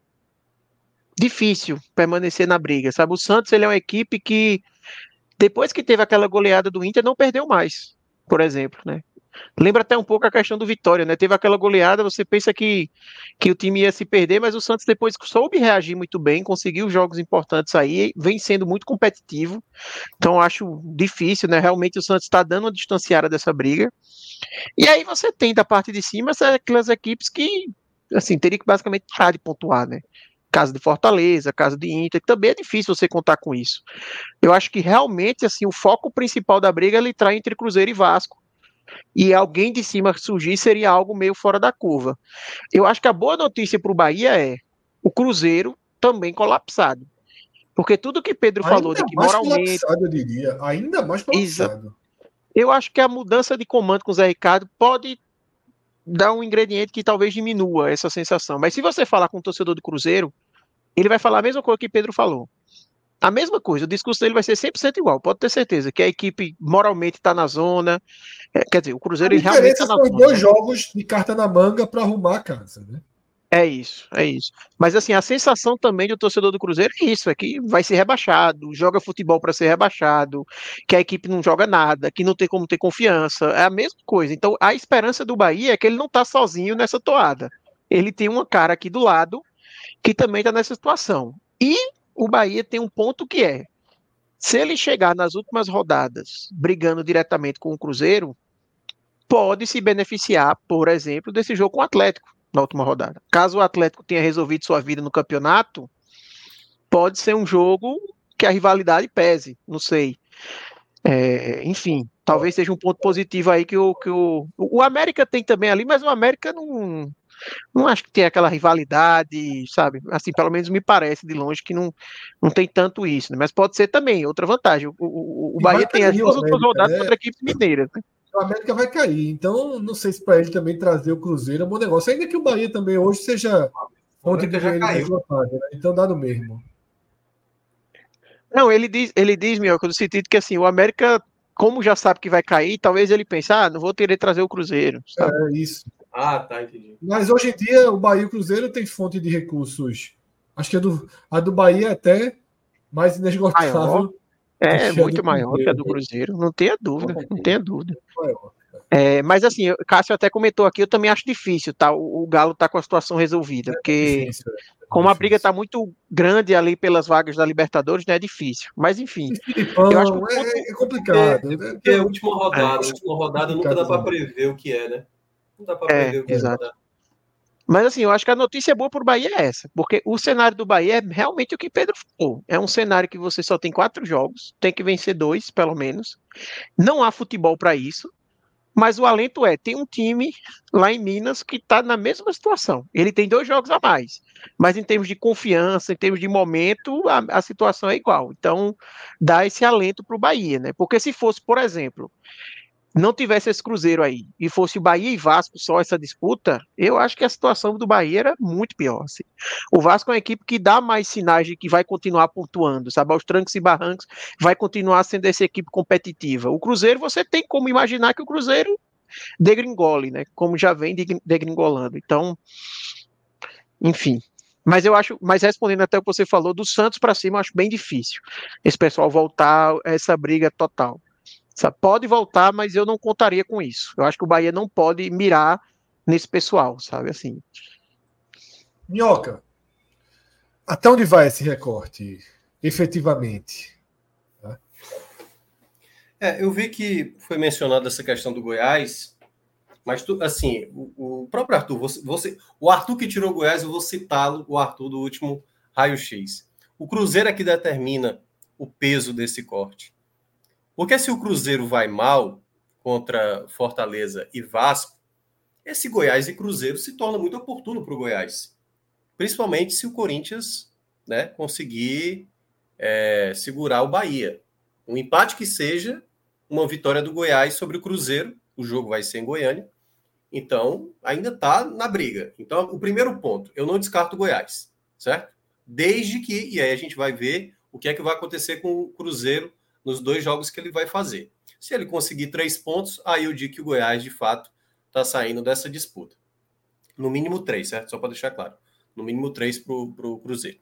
difícil permanecer na briga, sabe? O Santos, ele é uma equipe que depois que teve aquela goleada do Inter, não perdeu mais, por exemplo, né? Lembra até um pouco a questão do Vitória, né? Teve aquela goleada, você pensa que, que o time ia se perder, mas o Santos depois soube reagir muito bem, conseguiu jogos importantes aí, vem sendo muito competitivo. Então eu acho difícil, né? Realmente o Santos está dando uma distanciada dessa briga. E aí você tem da parte de cima aquelas equipes que, assim, teria que basicamente parar de pontuar, né? Caso de Fortaleza, caso de Inter, que também é difícil você contar com isso. Eu acho que realmente, assim, o foco principal da briga é ele entrar entre Cruzeiro e Vasco, e alguém de cima surgir seria algo meio fora da curva. Eu acho que a boa notícia para o Bahia é o Cruzeiro também colapsado. Porque tudo que Pedro ainda falou de que mais moralmente... colapsado, eu diria. Ainda mais colapsado. Eu acho que a mudança de comando com o Zé Ricardo pode dar um ingrediente que talvez diminua essa sensação. Mas se você falar com o torcedor do Cruzeiro, ele vai falar a mesma coisa que Pedro falou. A mesma coisa, o discurso dele vai ser cem por cento igual, pode ter certeza, que a equipe moralmente está na zona. É, quer dizer, o Cruzeiro A realmente está diferença na são zona. os dois Né? jogos de carta na manga para arrumar a casa, né? É isso, é isso. Mas assim, a sensação também do torcedor do Cruzeiro é isso, é que vai ser rebaixado, joga futebol para ser rebaixado, que a equipe não joga nada, que não tem como ter confiança, é a mesma coisa. Então, a esperança do Bahia é que ele não está sozinho nessa toada. Ele tem uma cara aqui do lado que também está nessa situação. E o Bahia tem um ponto que é, se ele chegar nas últimas rodadas brigando diretamente com o Cruzeiro, pode se beneficiar, por exemplo, desse jogo com o Atlético na última rodada. Caso o Atlético tenha resolvido sua vida no campeonato, pode ser um jogo que a rivalidade pese, não sei. É, enfim, talvez seja um ponto positivo aí que o, que o, o América tem também ali, mas o América não, não acho que tem aquela rivalidade, sabe? Assim, pelo menos me parece de longe que não, não tem tanto isso, né? Mas pode ser também outra vantagem. O, o, o Bahia tem as duas outras rodadas contra equipes mineiras, né? O América vai cair, então não sei se para ele também trazer o Cruzeiro é um bom negócio, ainda que o Bahia também hoje seja fonte de dinheiro mais lotada, né? Então dá no mesmo. Não, ele diz, ele diz, Mioca, no sentido que assim, o América, como já sabe que vai cair, talvez ele pense, ah, não vou querer trazer o Cruzeiro, sabe? É isso. Ah, tá, entendi. Mas hoje em dia o Bahia e o Cruzeiro tem fonte de recursos. Acho que a do, a do Bahia é até mais inesgotável. Maior. É, muito maior que a do Cruzeiro, não tenha dúvida, não tenha dúvida. É, mas assim, o Cássio até comentou aqui, eu também acho difícil, tá? O, o Galo tá com a situação resolvida, porque é difícil, é. como difícil. A briga tá muito grande ali pelas vagas da Libertadores, né? É difícil. Mas enfim. Filipão, eu acho que ponto... é, é complicado. É, porque é a última rodada, a última rodada nunca dá para prever o que é, né? Não dá para prever é, o que exato. é. Mas assim, eu acho que a notícia boa para o Bahia é essa, porque o cenário do Bahia é realmente o que Pedro falou. É um cenário que você só tem quatro jogos, tem que vencer dois, pelo menos. Não há futebol para isso, mas o alento é, tem um time lá em Minas que está na mesma situação. Ele tem dois jogos a mais, mas em termos de confiança, em termos de momento, a, a situação é igual. Então, dá esse alento para o Bahia, né? Porque se fosse, por exemplo, não tivesse esse Cruzeiro aí, e fosse o Bahia e Vasco só essa disputa, eu acho que a situação do Bahia era muito pior. Assim. O Vasco é uma equipe que dá mais sinais de que vai continuar pontuando, sabe? Aos trancos e barrancos, vai continuar sendo essa equipe competitiva. O Cruzeiro, você tem como imaginar que o Cruzeiro degringole, né? Como já vem degringolando. Então, enfim. Mas eu acho, mas respondendo até o que você falou, do Santos para cima, eu acho bem difícil esse pessoal voltar a essa briga total. Pode voltar, mas eu não contaria com isso. Eu acho que o Bahia não pode mirar nesse pessoal, sabe? Assim. Minhoca, até onde vai esse recorte, efetivamente? É, eu vi que foi mencionada essa questão do Goiás, mas tu, assim, o, o próprio Arthur, você, você, o Arthur que tirou o Goiás, eu vou citá-lo, o Arthur do último raio-x. O Cruzeiro é que determina o peso desse corte. Porque se o Cruzeiro vai mal contra Fortaleza e Vasco, esse Goiás e Cruzeiro se torna muito oportuno para o Goiás. Principalmente se o Corinthians, né, conseguir é, segurar o Bahia. Um empate que seja, uma vitória do Goiás sobre o Cruzeiro. O jogo vai ser em Goiânia. Então, ainda está na briga. Então, o primeiro ponto, eu não descarto o Goiás, certo? Desde que, e aí a gente vai ver o que é que vai acontecer com o Cruzeiro nos dois jogos que ele vai fazer. Se ele conseguir três pontos, aí eu digo que o Goiás, de fato, está saindo dessa disputa. No mínimo três, certo? Só para deixar claro. No mínimo três para o Cruzeiro.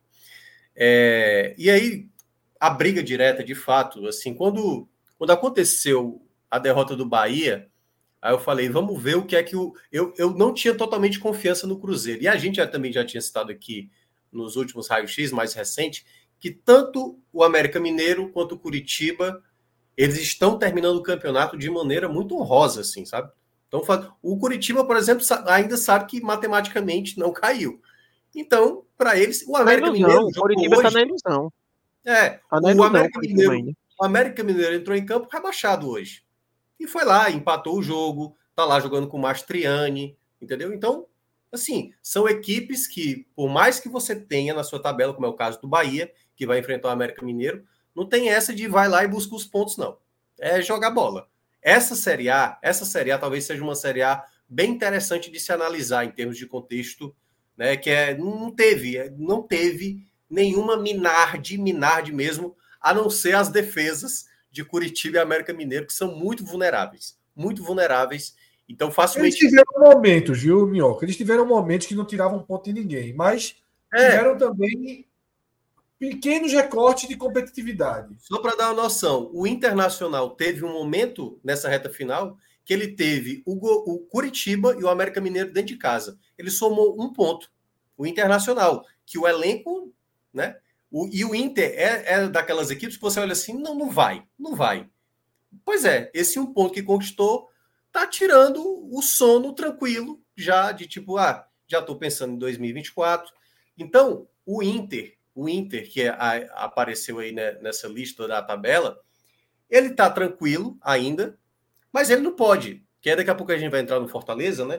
É, e aí, a briga direta, de fato, assim, quando, quando aconteceu a derrota do Bahia, aí eu falei, vamos ver o que é que o... Eu, eu não tinha totalmente confiança no Cruzeiro. E a gente já, também já tinha citado aqui, nos últimos raios-x mais recentes, que tanto o América Mineiro quanto o Curitiba, eles estão terminando o campeonato de maneira muito honrosa, assim, sabe? Então, o Curitiba, por exemplo, ainda sabe que matematicamente não caiu. Então, para eles, o América Mineiro... O Curitiba está na ilusão. É, tá na o, ilusão, América o, Mineiro, o América Mineiro entrou em campo rebaixado hoje. E foi lá, empatou o jogo, tá lá jogando com o Mastriani, entendeu? Então, assim, são equipes que, por mais que você tenha na sua tabela, como é o caso do Bahia, que vai enfrentar o América Mineiro, não tem essa de vai lá e busca os pontos, não. É jogar bola. Essa Série A, essa Série A talvez seja uma Série A bem interessante de se analisar em termos de contexto, né? Que é, não teve, não teve nenhuma minarde, minarde mesmo, a não ser as defesas de Curitiba e América Mineiro, que são muito vulneráveis. Muito vulneráveis. Então, facilmente... Eles tiveram momentos, viu, Minhoca? Eles tiveram momentos que não tiravam ponto de ninguém, mas é. tiveram também pequenos recortes de competitividade. Só para dar uma noção, o Internacional teve um momento nessa reta final que ele teve o, o Curitiba e o América Mineiro dentro de casa. Ele somou um ponto. O Internacional, que o elenco, né? O, e o Inter é, é daquelas equipes que você olha assim, não, não vai, não vai. Pois é, esse um ponto que conquistou tá tirando o sono tranquilo, já de tipo, ah, já estou pensando em dois mil e vinte e quatro. Então, o Inter, o Inter, que é, a, apareceu aí, né, nessa lista da tabela, ele tá tranquilo ainda, mas ele não pode, que daqui a pouco a gente vai entrar no Fortaleza, né?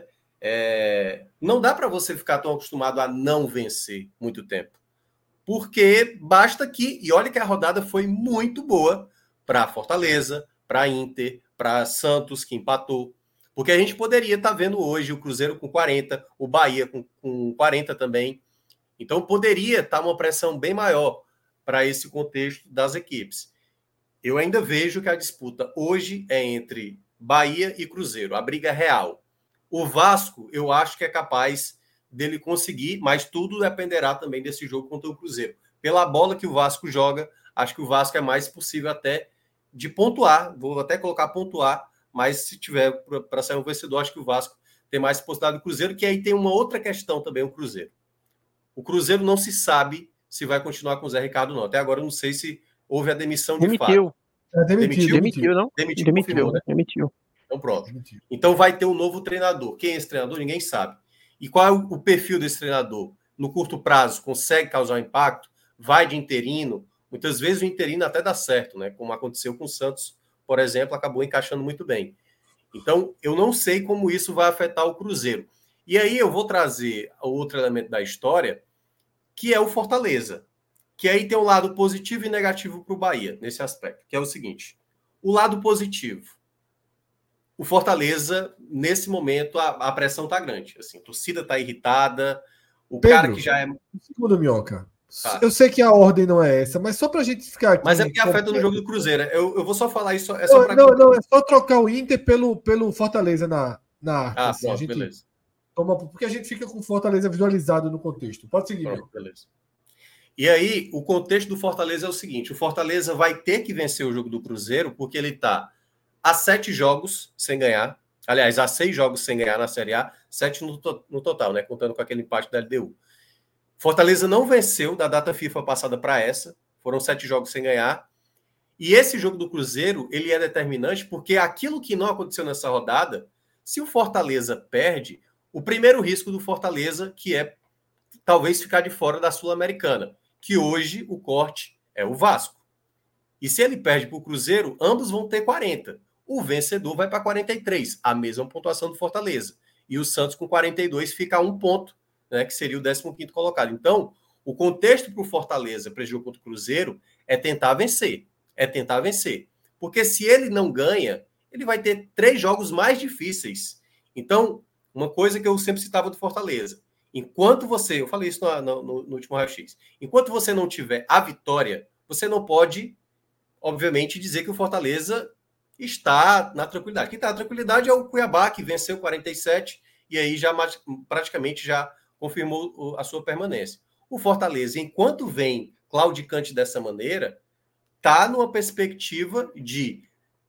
É, não dá para você ficar tão acostumado a não vencer muito tempo. Porque basta que, e olha que a rodada foi muito boa para Fortaleza, para Inter, para Santos, que empatou. Porque a gente poderia estar tá vendo hoje o Cruzeiro com quarenta, o Bahia com, com quarenta também. Então poderia estar tá uma pressão bem maior para esse contexto das equipes. Eu ainda vejo que a disputa hoje é entre Bahia e Cruzeiro, a briga real. O Vasco, eu acho que é capaz dele conseguir, mas tudo dependerá também desse jogo contra o Cruzeiro. Pela bola que o Vasco joga, acho que o Vasco é mais possível até de pontuar, vou até colocar pontuar, mas se tiver para sair um vencedor, acho que o Vasco tem mais possibilidade do Cruzeiro, que aí tem uma outra questão também, o Cruzeiro. O Cruzeiro não se sabe se vai continuar com o Zé Ricardo, não. Até agora eu não sei se houve a demissão de demitiu. fato. É, demitiu, demitiu, demitiu, não? Demitiu, demitiu, confirmou, né? demitiu. Então pronto. Demitiu. Então vai ter um novo treinador. Quem é esse treinador? Ninguém sabe. E qual é o perfil desse treinador? No curto prazo, consegue causar um impacto? Vai de interino? Muitas vezes o interino até dá certo, né? Como aconteceu com o Santos, por exemplo, acabou encaixando muito bem. Então, eu não sei como isso vai afetar o Cruzeiro. E aí eu vou trazer outro elemento da história, que é o Fortaleza. Que aí tem um lado positivo e negativo para o Bahia, nesse aspecto, que é o seguinte. O lado positivo. O Fortaleza, nesse momento, a, a pressão está grande. Assim, a torcida está irritada. O Pedro, cara que já é... Segundo, Minhoca. Tá. Eu sei que a ordem não é essa, mas só para a gente ficar aqui... Mas é porque afeta no jogo do Cruzeiro. Eu, eu vou só falar isso. É só não, pra... não, não, é só trocar o Inter pelo, pelo Fortaleza na, na arte. Ah, assim, pronto, a gente beleza. toma, porque a gente fica com Fortaleza visualizado no contexto. Pode seguir, Pronto, Minhoca. beleza. E aí, o contexto do Fortaleza é o seguinte. O Fortaleza vai ter que vencer o jogo do Cruzeiro porque ele está a sete jogos sem ganhar. Aliás, há seis jogos sem ganhar na Série A. Sete no, to- no total, né? Contando com aquele empate da L D U. Fortaleza não venceu da data FIFA passada para essa. Foram sete jogos sem ganhar. E esse jogo do Cruzeiro, ele é determinante porque aquilo que não aconteceu nessa rodada, se o Fortaleza perde, o primeiro risco do Fortaleza, que é talvez ficar de fora da Sul-Americana, que hoje o corte é o Vasco. E se ele perde para o Cruzeiro, ambos vão ter quarenta. O vencedor vai para quarenta e três, a mesma pontuação do Fortaleza. E o Santos com quarenta e dois fica a um ponto, né, que seria o décimo quinto colocado. Então, o contexto para o Fortaleza, para esse jogo contra o Cruzeiro, é tentar vencer. É tentar vencer. Porque se ele não ganha, ele vai ter três jogos mais difíceis. Então, uma coisa que eu sempre citava do Fortaleza, enquanto você, eu falei isso no, no, no último raio-x, enquanto você não tiver a vitória, você não pode, obviamente, dizer que o Fortaleza está na tranquilidade. Quem está na tranquilidade é o Cuiabá, que venceu quarenta e sete e aí já praticamente já confirmou a sua permanência. O Fortaleza, enquanto vem claudicante dessa maneira, está numa perspectiva de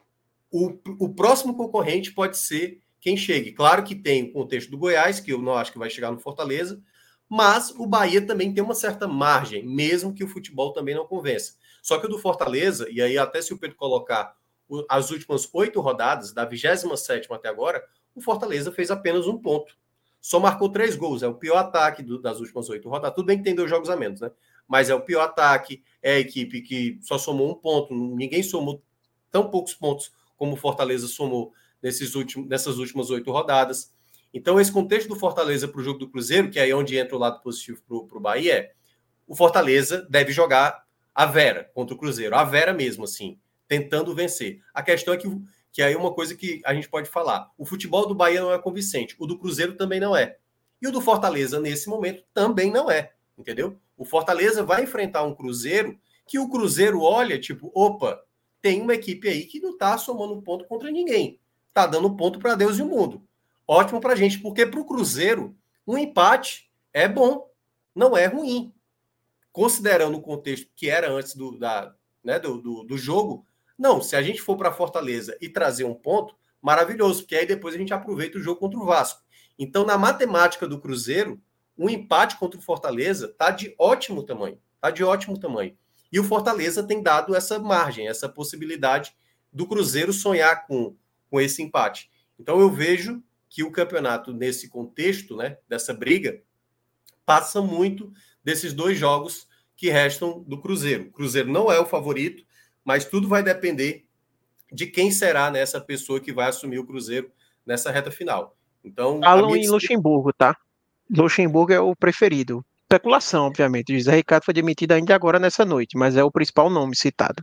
o, o próximo concorrente pode ser quem chegue. Claro que tem o contexto do Goiás, que eu não acho que vai chegar no Fortaleza, mas o Bahia também tem uma certa margem, mesmo que o futebol também não convença. Só que o do Fortaleza, e aí até se o Pedro colocar as últimas oito rodadas, da vigésima sétima até agora, o Fortaleza fez apenas um ponto. Só marcou três gols. É o pior ataque do, das últimas oito rodadas. Tudo bem que tem dois jogos a menos, né? Mas é o pior ataque, é a equipe que só somou um ponto. Ninguém somou tão poucos pontos como o Fortaleza somou nesses últimos, nessas últimas oito rodadas. Então, esse contexto do Fortaleza para o jogo do Cruzeiro, que é aí onde entra o lado positivo para o Bahia, é o Fortaleza deve jogar a Vera contra o Cruzeiro. A Vera mesmo, assim, tentando vencer. A questão é que, que aí é uma coisa que a gente pode falar. O futebol do Bahia não é convincente. O do Cruzeiro também não é. E o do Fortaleza, nesse momento, também não é. Entendeu? O Fortaleza vai enfrentar um Cruzeiro que o Cruzeiro olha, tipo, opa, tem uma equipe aí que não está somando ponto contra ninguém. Está dando ponto para Deus e o mundo. Ótimo para a gente, porque para o Cruzeiro, um empate é bom, não é ruim. Considerando o contexto que era antes do, da, né, do, do, do jogo, não, se a gente for para Fortaleza e trazer um ponto, maravilhoso, porque aí depois a gente aproveita o jogo contra o Vasco. Então, na matemática do Cruzeiro, um empate contra o Fortaleza está de ótimo tamanho. Está de ótimo tamanho. E o Fortaleza tem dado essa margem, essa possibilidade do Cruzeiro sonhar com, com esse empate. Então, eu vejo que o campeonato, nesse contexto, né, dessa briga, passa muito desses dois jogos que restam do Cruzeiro. O Cruzeiro não é o favorito, mas tudo vai depender de quem será nessa pessoa que vai assumir o Cruzeiro nessa reta final. Então, falam minha... em Luxemburgo, tá? Luxemburgo é o preferido. Especulação, obviamente. O José Ricardo foi demitido ainda agora nessa noite, mas é o principal nome citado.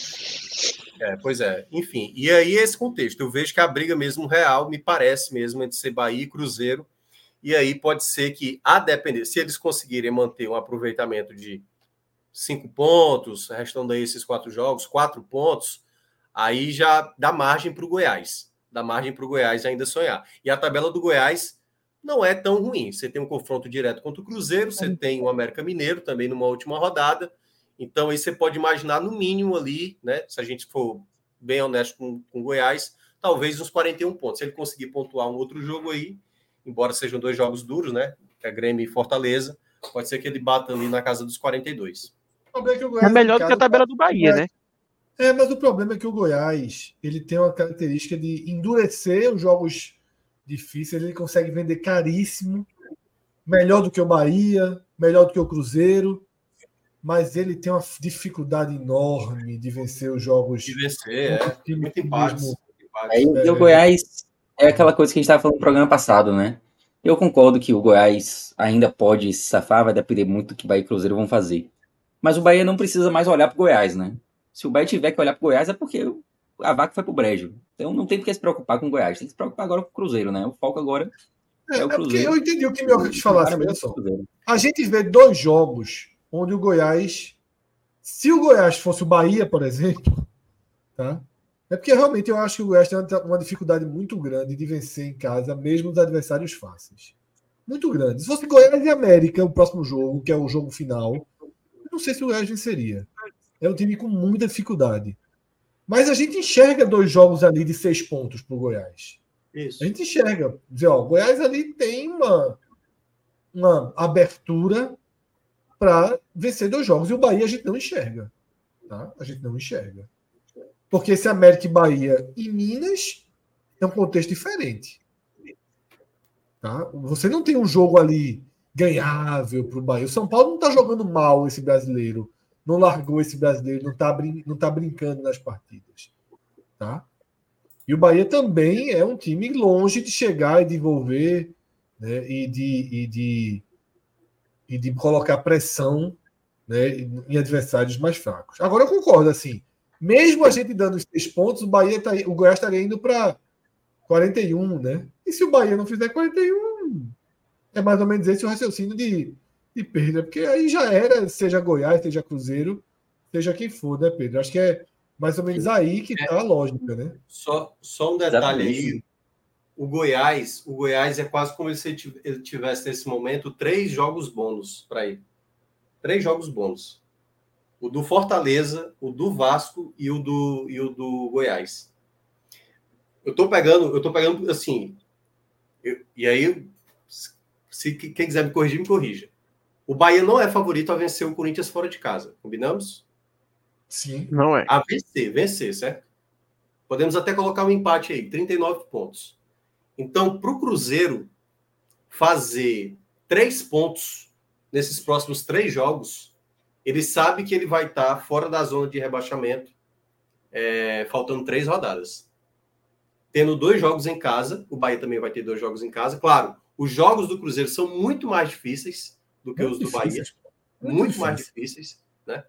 É, pois é. Enfim, e aí esse contexto. Eu vejo que a briga mesmo real, me parece mesmo, entre ser Bahia e Cruzeiro. E aí pode ser que, a depender, se eles conseguirem manter um aproveitamento de cinco pontos, restando aí esses quatro jogos, quatro pontos, aí já dá margem para o Goiás. Dá margem para o Goiás ainda sonhar. E a tabela do Goiás não é tão ruim. Você tem um confronto direto contra o Cruzeiro, você tem o América Mineiro também numa última rodada. Então aí você pode imaginar no mínimo ali, né? Se a gente for bem honesto com, com o Goiás, talvez uns quarenta e um pontos. Se ele conseguir pontuar um outro jogo aí, embora sejam dois jogos duros, né? Que é Grêmio e Fortaleza, pode ser que ele bata ali na casa dos quarenta e dois. É, que o Goiás, é melhor do caso, que a tabela do Bahia, é, né? É, mas o problema é que o Goiás ele tem uma característica de endurecer os jogos difíceis, ele consegue vender caríssimo, melhor do que o Bahia, melhor do que o Cruzeiro, mas ele tem uma dificuldade enorme de vencer os jogos. De vencer, é. Muito empate. Aí, é, o Goiás é aquela coisa que a gente estava falando no programa passado, né? Eu concordo que o Goiás ainda pode se safar, vai depender muito do que Bahia e Cruzeiro vão fazer. Mas o Bahia não precisa mais olhar para o Goiás, né? Se o Bahia tiver que olhar para o Goiás é porque a vaca foi para o brejo. Então não tem por que se preocupar com o Goiás, tem que se preocupar agora com o Cruzeiro, né? O foco agora é, é o Cruzeiro. É eu entendi o que Mioca quis falar. Assim, olha só. A gente vê dois jogos onde o Goiás... Se o Goiás fosse o Bahia, por exemplo, tá? É porque realmente eu acho que o Goiás tem uma dificuldade muito grande de vencer em casa, mesmo os adversários fáceis. Muito grande. Se fosse Goiás e América, o próximo jogo, que é o jogo final, eu não sei se o Goiás venceria. É um time com muita dificuldade. Mas a gente enxerga dois jogos ali de seis pontos para o Goiás. Isso. A gente enxerga. Dizer, ó, o Goiás ali tem uma, uma abertura para vencer dois jogos. E o Bahia a gente não enxerga. Tá? A gente não enxerga. Porque esse América e Bahia e Minas é um contexto diferente. Tá? Você não tem um jogo ali ganhável para o Bahia. O São Paulo não está jogando mal esse brasileiro. Não largou esse brasileiro. Não está brin- não tá brincando nas partidas. Tá? E o Bahia também é um time longe de chegar e de envolver, né, e, de, e, de, e de colocar pressão, né, em adversários mais fracos. Agora eu concordo, assim, mesmo a gente dando os seis pontos, o Bahia tá, o Goiás estaria indo para quarenta e um, né? E se o Bahia não fizer quarenta e um, é mais ou menos esse o raciocínio de, de perda, porque aí já era, seja Goiás, seja Cruzeiro, seja quem for, né, Pedro? Acho que é mais ou menos aí que está a lógica, né? Só, só um detalhe aí. O Goiás, o Goiás é quase como se ele tivesse nesse momento três jogos bônus para ele. Três jogos bônus. O do Fortaleza, o do Vasco e o do, e o do Goiás. Eu tô pegando, eu tô pegando assim. Eu, e aí, se quem quiser me corrigir, me corrija. O Bahia não é favorito a vencer o Corinthians fora de casa. Combinamos? Sim. Não é. A vencer, vencer, certo? Podemos até colocar um empate aí, trinta e nove pontos. Então, para o Cruzeiro fazer três pontos nesses próximos três jogos, ele sabe que ele vai estar fora da zona de rebaixamento, é, faltando três rodadas. Tendo dois jogos em casa, o Bahia também vai ter dois jogos em casa. Claro, os jogos do Cruzeiro são muito mais difíceis do que Muito os do Bahia. difíceis. Muito, Muito mais difícil. difíceis, né?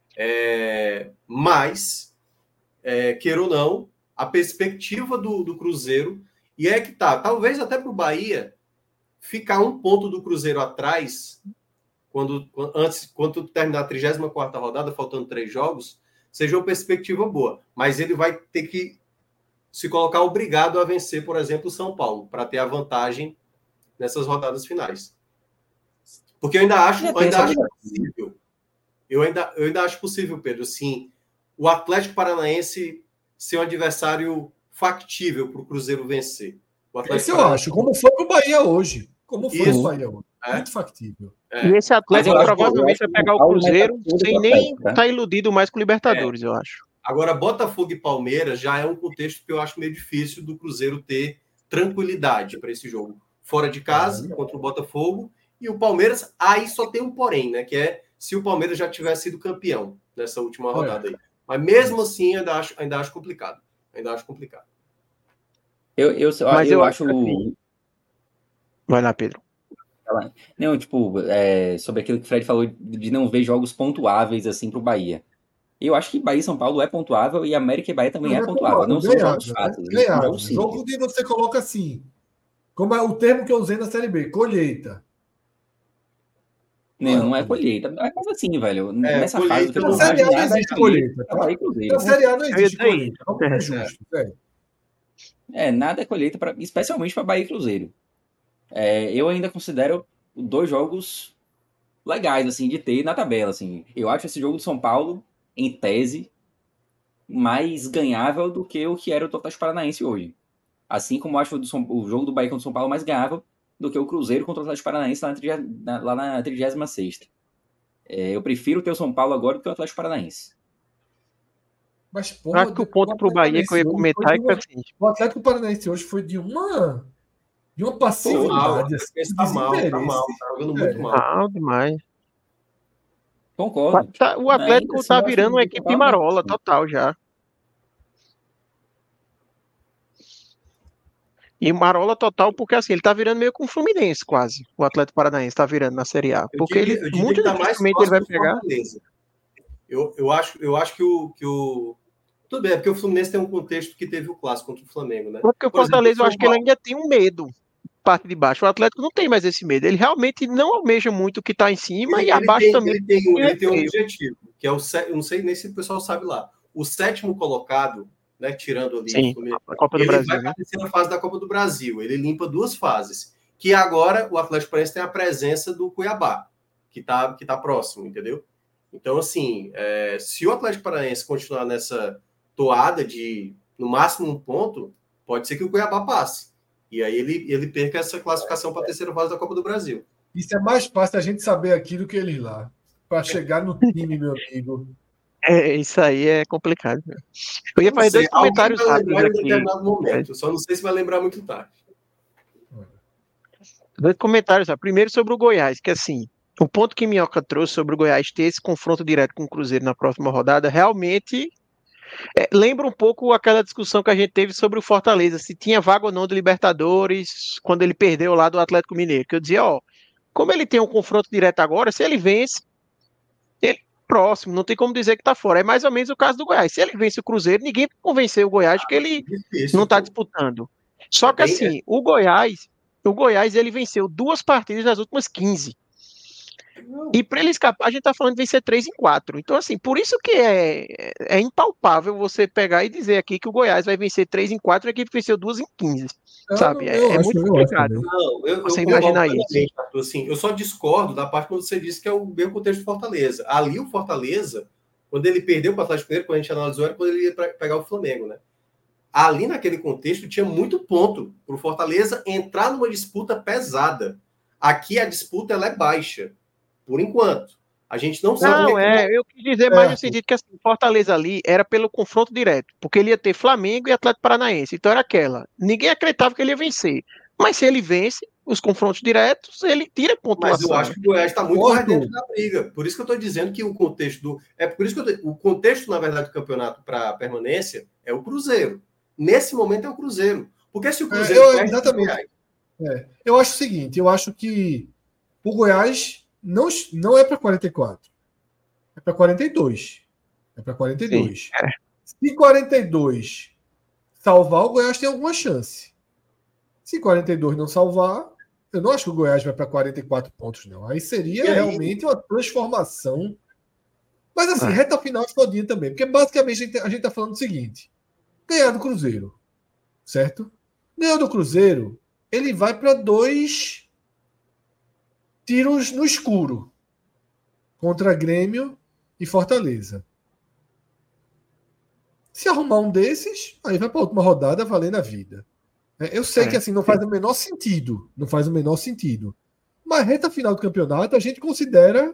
É, mas, é, queira ou não, a perspectiva do, do Cruzeiro, e é que tá, talvez até para o Bahia ficar um ponto do Cruzeiro atrás, quando, antes, quando terminar a trigésima quarta rodada, faltando três jogos, seja uma perspectiva boa. Mas ele vai ter que se colocar obrigado a vencer, por exemplo, o São Paulo, para ter a vantagem nessas rodadas finais. Porque eu ainda acho, eu ainda acho possível. Eu ainda, eu ainda acho possível, Pedro, sim, o Atlético Paranaense ser um adversário factível para o Cruzeiro vencer. O Atlético Esse eu Paranaense... acho, como foi o Bahia hoje. Como foi Isso. o Bahia hoje. É. Muito factível. É. E esse Atlético acho que- provavelmente eu vai acho pegar que o o Paulo vai Cruzeiro estar todo sem do nem Atlético, tá? estar tá iludido mais com o Libertadores, eu acho. Agora, Botafogo e Palmeiras já é um contexto que eu acho meio difícil do Cruzeiro ter tranquilidade para esse jogo. Fora de casa, contra o Botafogo, e o Palmeiras, aí só tem um porém, né? Que é se o Palmeiras já tivesse sido campeão nessa última rodada aí. Mas mesmo assim, ainda acho, ainda acho complicado. Ainda acho complicado. Eu, eu, Mas eu eu acho. acho assim. Vai lá, Pedro. Não, tipo, é, sobre aquilo que o Fred falou de não ver jogos pontuáveis assim pro Bahia. Eu acho que Bahia e São Paulo é pontuável e América e Bahia também é pontuável. Não são jogos fáceis. São Ganhável. jogos simples. Jogo que você coloca assim. Como é o termo que eu usei na Série B, colheita. Não, não é colheita. É coisa assim, velho. É, Nessa colheita, fase do Na campeonato, Série A não nada é existe colheita, tá? Bahia e Cruzeiro. Na Série A não existe Eu ia dizer colheita. Vamos ser justos, velho. É, nada é colheita, pra, especialmente para Bahia e Cruzeiro. É, eu ainda considero dois jogos legais, assim, de ter na tabela, assim. Eu acho esse jogo do São Paulo, em tese, mais ganhável do que o que era o Atlético Paranaense hoje. Assim como eu acho o, do São, o jogo do Bahia contra o São Paulo mais ganhável do que o Cruzeiro contra o Atlético Paranaense lá na, na, lá na trigésima sexta. É, eu prefiro ter o São Paulo agora do que o Atlético Paranaense. Mas, porra, Acho que o ponto pro Bahia que eu ia comentar é que assim. O Atlético Paranaense hoje foi de uma, de uma passividade. Mal, assim, esse tá mal, tá mal, tá jogando muito É. mal. Mal demais. Concordo. Tá- o Atlético Ainda assim, tá eu acho virando que uma o equipe São Paulo marola é total já. E marola total porque assim, ele tá virando meio com o Fluminense quase. O Atlético Paranaense tá virando na Série A. Eu Porque diria, ele eu diria muito que tá mais dificilmente ele vai próximo do pegar. Fortaleza. Eu, eu, acho, eu acho que o, que o. Tudo bem, é porque o Fluminense tem um contexto que teve o clássico contra o Flamengo, né? Porque o Por exemplo, Fortaleza eu São acho que ele Paulo. ainda tem um medo, parte de baixo. O Atlético não tem mais esse medo. Ele realmente não almeja muito o que tá em cima Ele, e ele abaixo tem, também. ele, tem um, é ele tem um feio. objetivo, que é o. sé- Eu não sei nem se o pessoal sabe lá. O sétimo colocado, né? Tirando ali Sim, o Fluminense, a Copa do ele Brasil, vai né? para a terceira fase da Copa do Brasil. Ele limpa duas fases. Que agora o Atlético Paranaense tem a presença do Cuiabá, que tá, que tá próximo, entendeu? Então, assim, é, se o Atlético Paranaense continuar nessa toada de, no máximo, um ponto, pode ser que o Cuiabá passe. E aí ele, ele perca essa classificação para a terceira fase da Copa do Brasil. Isso é mais fácil a gente saber aqui do que eles lá. Para chegar no time, meu amigo. É, isso aí é complicado. Eu ia Não fazer sei, dois alguém comentários vai rápidos lembrar em aqui. determinado momento. Só não sei se vai lembrar muito tarde. Dois comentários. Ó. Primeiro sobre o Goiás, que assim, o ponto que Minhoca trouxe sobre o Goiás ter esse confronto direto com o Cruzeiro na próxima rodada, realmente é, lembra um pouco aquela discussão que a gente teve sobre o Fortaleza, se tinha vaga ou não do Libertadores, quando ele perdeu lá do Atlético Mineiro. Que eu dizia, ó, como ele tem um confronto direto agora, se ele vence, ele, próximo, não tem como dizer que está fora. É mais ou menos o caso do Goiás. Se ele vence o Cruzeiro, ninguém convenceu o Goiás de que ele Difícil, não está pô. disputando. Só que É bem- assim, o Goiás, o Goiás ele venceu duas partidas nas últimas quinze. E para ele escapar, a gente está falando de vencer três em quatro. Então, assim, por isso que é, é impalpável você pegar e dizer aqui que o Goiás vai vencer três em quatro e a equipe venceu duas em quinze. Eu Sabe? não- É, eu é acho- muito eu acho complicado. também. Não, eu, Você eu imagina concordo isso. plenamente, Arthur, assim, eu só discordo da parte quando você disse que é o mesmo contexto do Fortaleza. Ali o Fortaleza, quando ele perdeu para o Atlético Mineiro, quando a gente analisou, era quando ele ia pra pegar o Flamengo, né? Ali naquele contexto tinha muito ponto para o Fortaleza entrar numa disputa pesada. Aqui a disputa ela é baixa, por enquanto. A gente não sabe o Não, que é que é, eu quis dizer mais no Certo. sentido que assim, o Fortaleza ali era pelo confronto direto, porque ele ia ter Flamengo e Atlético Paranaense, então era aquela. Ninguém acreditava que ele ia vencer, mas se ele vence os confrontos diretos, ele tira Mas eu pontuação. acho que o Goiás está muito Ô, mais Arthur. dentro da briga. Por isso que eu estou dizendo que o contexto do. É por isso que eu tô... o contexto, na verdade, do campeonato para permanência é o Cruzeiro. Nesse momento é o Cruzeiro. Porque se o É, Cruzeiro eu- perde pro exatamente. Goiás, É, eu acho o seguinte, eu acho que o Goiás não, não é para quarenta e quatro, é para quarenta e dois. É para quarenta e dois. é. Se quarenta e dois salvar, o Goiás tem alguma chance. Se quarenta e dois não salvar, eu não acho que o Goiás vai para quarenta e quatro pontos, não. Aí seria E aí? realmente uma transformação. Mas assim, É. reta final explodinha também. Porque basicamente a gente, a gente tá falando do seguinte: ganhar do Cruzeiro, certo? Ganhar do Cruzeiro, ele vai para dois tiros no escuro contra Grêmio e Fortaleza. Se arrumar um desses, aí vai para a última rodada valendo a vida. É, Eu sei É. que assim não faz o menor sentido, não faz o menor sentido. Mas reta final do campeonato a gente considera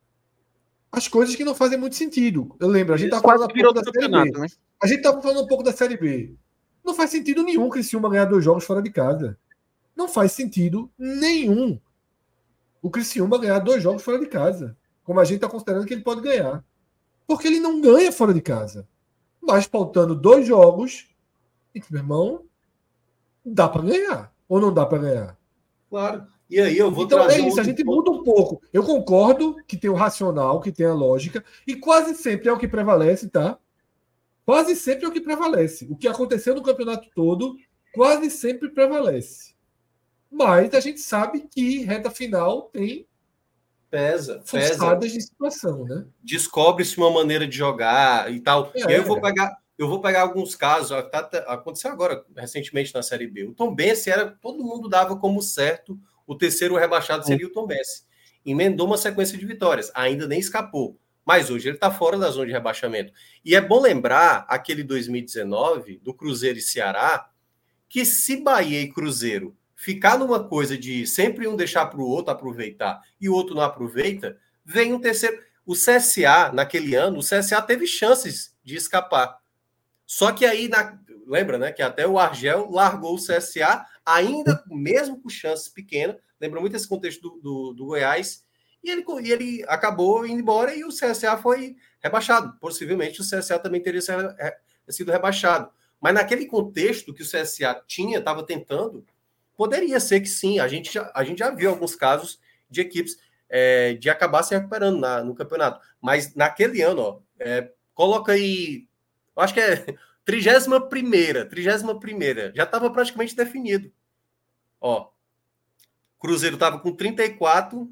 as coisas que não fazem muito sentido. Eu lembro, a gente estava Quase falando um virou pouco do da Série campeonato, B. né? A gente estava falando um pouco da Série B. Não faz sentido nenhum o Criciúma ganhar dois jogos fora de casa. Não faz sentido nenhum o Criciúma ganhar dois jogos fora de casa. Como a gente está considerando que ele pode ganhar. Porque ele não ganha fora de casa. Mas faltando dois jogos, e, meu irmão, dá para ganhar. Ou não dá para ganhar? claro. E aí eu vou Então trazer é um isso, a outro gente ponto. muda um pouco. Eu concordo que tem o racional, que tem a lógica, e quase sempre é o que prevalece, tá? Quase sempre é o que prevalece. O que aconteceu no campeonato todo, quase sempre prevalece. Mas a gente sabe que reta final tem Pesa, pesa. forçadas de situação, né? Descobre-se uma maneira de jogar e tal. É. E aí eu vou pegar, eu vou pegar alguns casos. ó, tá- tá- aconteceu agora, recentemente, na Série B. O Tombense era. Todo mundo dava como certo o terceiro rebaixado seria o Tombense. Emendou uma sequência de vitórias. Ainda nem escapou. Mas hoje ele está fora da zona de rebaixamento. E é bom lembrar aquele dois mil e dezenove, do Cruzeiro e Ceará, que se Bahia e Cruzeiro ficar numa coisa de sempre um deixar para o outro aproveitar e o outro não aproveita, vem um terceiro. O C S A, naquele ano, o C S A teve chances de escapar. Só que aí, na... lembra, né? Que até o Argel largou o C S A, ainda mesmo com chances pequenas. Lembra muito esse contexto do, do, do Goiás. E ele, e ele acabou indo embora e o C S A foi rebaixado. Possivelmente o C S A também teria sido rebaixado. Mas naquele contexto que o C S A tinha, estava tentando, poderia ser que sim. A gente já, a gente já viu alguns casos de equipes é, de acabar se recuperando na, no campeonato. Mas naquele ano, ó, é, coloca aí, eu acho que é trigésima primeira, trigésima primeira, já estava praticamente definido. Ó, Cruzeiro estava com trinta e quatro,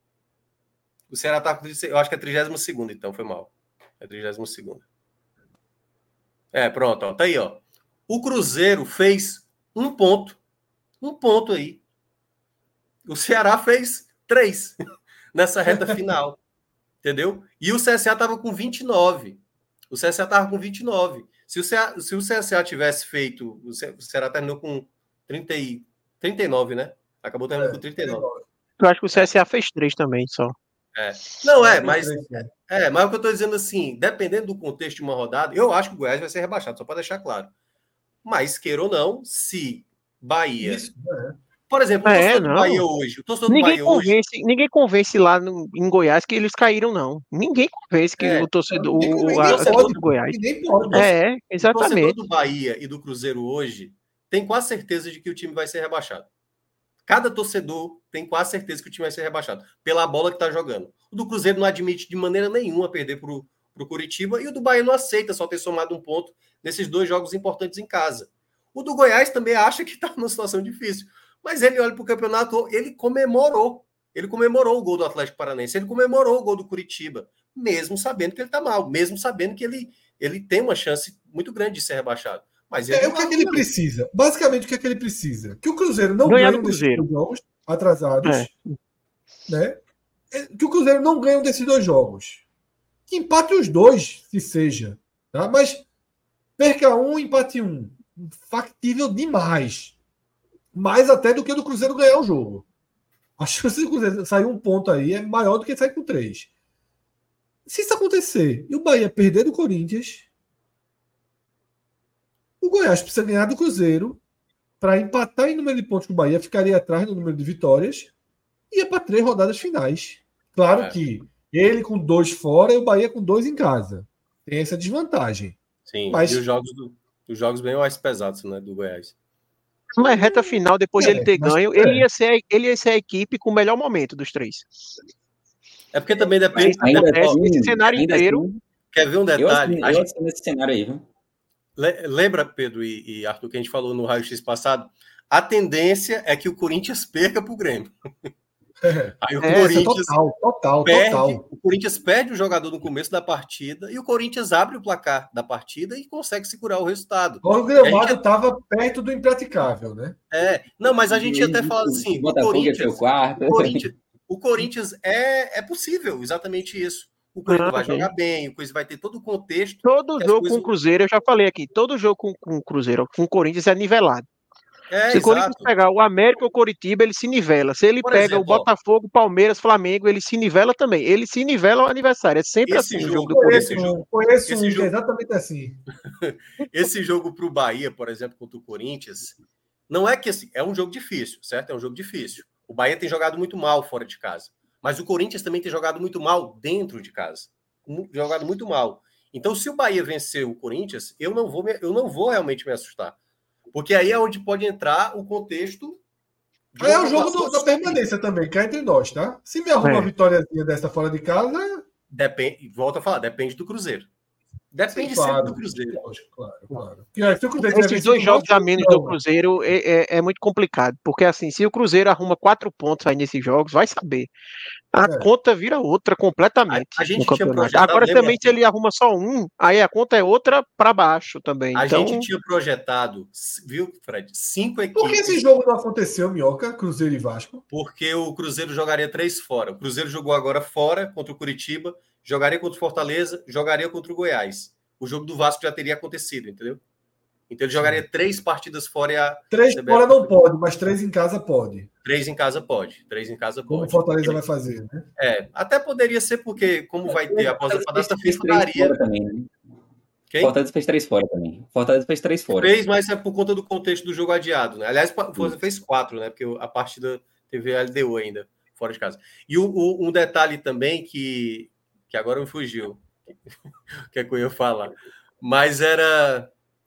o Ceará estava com trinta e seis, eu acho que é trigésima segunda, então foi mal. É trigésima segunda. É, pronto, ó, tá aí, ó. O Cruzeiro fez um ponto. Um ponto aí. O Ceará fez três nessa reta final. Entendeu? E o C S A estava com vinte e nove. O C S A estava com vinte e nove. Se o, C A, se o C S A tivesse feito... O Ceará terminou com trinta e, trinta e nove, né? Acabou terminando é, com trinta e nove. Eu acho que o C S A é. fez três também, só. É. Não, é, mas... É, mas o que eu estou dizendo assim, dependendo do contexto de uma rodada, eu acho que o Goiás vai ser rebaixado, só para deixar claro. Mas, queira ou não, se Bahia... Isso, é. Por exemplo, o torcedor é, do Bahia hoje... O torcedor ninguém, do Bahia convence, hoje... ninguém convence lá no, em Goiás que eles caíram, não. Ninguém convence que é, o torcedor, o, a, pode, do Goiás... Pode, é, exatamente. O torcedor do Bahia e do Cruzeiro hoje tem quase certeza de que o time vai ser rebaixado. Cada torcedor tem quase certeza que o time vai ser rebaixado, pela bola que está jogando. O do Cruzeiro não admite de maneira nenhuma perder para o Curitiba, e o do Bahia não aceita só ter somado um ponto nesses dois jogos importantes em casa. O do Goiás também acha que está numa situação difícil, mas ele olha para o campeonato, ele comemorou. Ele comemorou o gol do Atlético Paranaense, ele comemorou o gol do Curitiba, mesmo sabendo que ele está mal, mesmo sabendo que ele, ele tem uma chance muito grande de ser rebaixado. Mas ele é o que, é que ele precisa. Basicamente, o que é que ele precisa? Que o Cruzeiro não ganhe um desses dois jogos atrasados. É. Né? Que o Cruzeiro não ganhe um desses dois jogos. Que empate os dois, se seja. Tá? Mas perca um, empate um. Factível demais. Mais até do que do Cruzeiro ganhar o jogo. A chance do Cruzeiro sair um ponto aí é maior do que sair com três. Se isso acontecer e o Bahia perder do Corinthians, o Goiás precisa ganhar do Cruzeiro para empatar em número de pontos com o Bahia, ficaria atrás no número de vitórias e ia para três rodadas finais. Claro é. que ele com dois fora e o Bahia com dois em casa. Tem essa desvantagem. Sim, mas... e os jogos, do, os jogos bem mais pesados, né, do Goiás. Mas reta final, depois é, de ele ter ganho, é. ele, ia ser, ele ia ser a equipe com o melhor momento dos três. É porque também depende... Ainda depende assim, esse cenário ainda inteiro... Assim, quer ver um detalhe? Eu acho que nesse cenário aí, viu? Lembra, Pedro e, e Arthur, que a gente falou no raio-x passado? A tendência é que o Corinthians perca para o Grêmio. É, Aí o é, Corinthians total, total, perde, total. o Corinthians perde o jogador no começo da partida e o Corinthians abre o placar da partida e consegue segurar o resultado. O gramado estava gente... perto do impraticável, né? É, não, mas a gente ia até falar assim, o, o Corinthians, quarto. o Corinthians, o Corinthians é, é possível, exatamente isso. O Corinthians ah, vai jogar bem, o Corinthians vai ter todo o contexto. Todo jogo coisas... com o Cruzeiro, eu já falei aqui, todo jogo com, com o Cruzeiro, com o Corinthians é nivelado. É, se o Corinthians pegar o América ou o Coritiba, ele se nivela. Se ele Por pega exemplo, o Botafogo, Palmeiras, Flamengo, ele se nivela também. Ele se nivela ao aniversário. É sempre esse assim jogo, o jogo do Corinthians. Esse jogo, conheço esse um jogo, exatamente assim. Esse jogo para o Bahia, por exemplo, contra o Corinthians, não é que assim, é um jogo difícil, certo? É um jogo difícil. O Bahia tem jogado muito mal fora de casa. Mas o Corinthians também tem jogado muito mal dentro de casa. Jogado muito mal. Então, se o Bahia vencer o Corinthians, eu não vou, me, eu não vou realmente me assustar. Porque aí é onde pode entrar o contexto. É o jogo do, da permanência também, cá entre nós, tá? Se me arruma é. uma vitóriazinha dessa fora de casa. Depende, volta a falar, depende do Cruzeiro. Depende Sim, claro, sempre do Cruzeiro. Lógico, claro, claro. É, se o Cruzeiro Esses dois jogos a menos do Cruzeiro é, é, é muito complicado. Porque assim, se o Cruzeiro arruma quatro pontos aí nesses jogos, vai saber. A é. conta vira outra completamente. A, a gente no tinha campeonato. projetado, Agora também, assim, se ele arruma só um, aí a conta é outra para baixo também. A então... gente tinha projetado, viu, Fred? Cinco equipes. Por que esse jogo não aconteceu, Minhoca, Cruzeiro e Vasco? Porque o Cruzeiro jogaria três fora. O Cruzeiro jogou agora fora contra o Curitiba, jogaria contra o Fortaleza, jogaria contra o Goiás. O jogo do Vasco já teria acontecido, entendeu? Então ele jogaria três partidas fora e a. Três fora não pode, mas três em casa pode. Três em casa pode. Três em casa pode. Como o Fortaleza ele... vai fazer, né? É, até poderia ser porque, como vai ter após a data FIFA, daria. Também, né? Fortaleza fez três fora também. Fortaleza fez três fora. Fez, mas é por conta do contexto do jogo adiado, né? Aliás, Fortaleza fez quatro, né? Porque a partida teve a L D U ainda, fora de casa. E o, o, um detalhe também que, que agora me fugiu. O que é que eu ia falar? Mas era.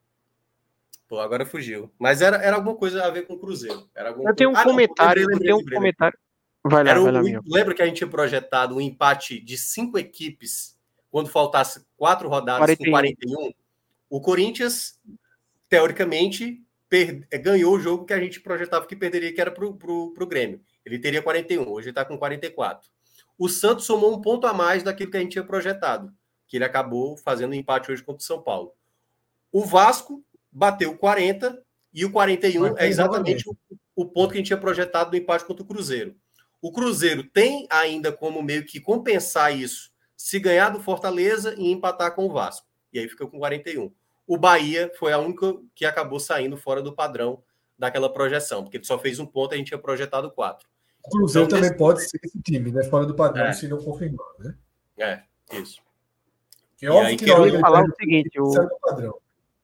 Pô, agora fugiu. Mas era, era alguma coisa a ver com o Cruzeiro. Era alguma eu tenho um coisa... comentário. Ah, não, lembrei, lembrei, eu tenho um lembrei. comentário. Vai lá, era vai lá, um, meu. Lembra que a gente tinha projetado um empate de cinco equipes quando faltasse quatro rodadas quarenta e um. Com quarenta e um? O Corinthians, teoricamente, per... ganhou o jogo que a gente projetava que perderia, que era para o Grêmio. Ele teria quarenta e um, hoje ele está com quarenta e quatro. O Santos somou um ponto a mais daquilo que a gente tinha projetado, que ele acabou fazendo um empate hoje contra o São Paulo. O Vasco bateu quarenta e o quarenta e um é exatamente o, o ponto que a gente tinha projetado do empate contra o Cruzeiro. O Cruzeiro tem ainda como meio que compensar isso se ganhar do Fortaleza e empatar com o Vasco. E aí fica com quarenta e um. O Bahia foi a única que acabou saindo fora do padrão daquela projeção, porque ele só fez um ponto e a gente tinha projetado quatro. O Cruzeiro então, também esse... pode ser esse time, né? Fora do padrão, é. se não confirmar, né? É, isso. Que é óbvio aí, que eu ia falar o seguinte, o... do padrão.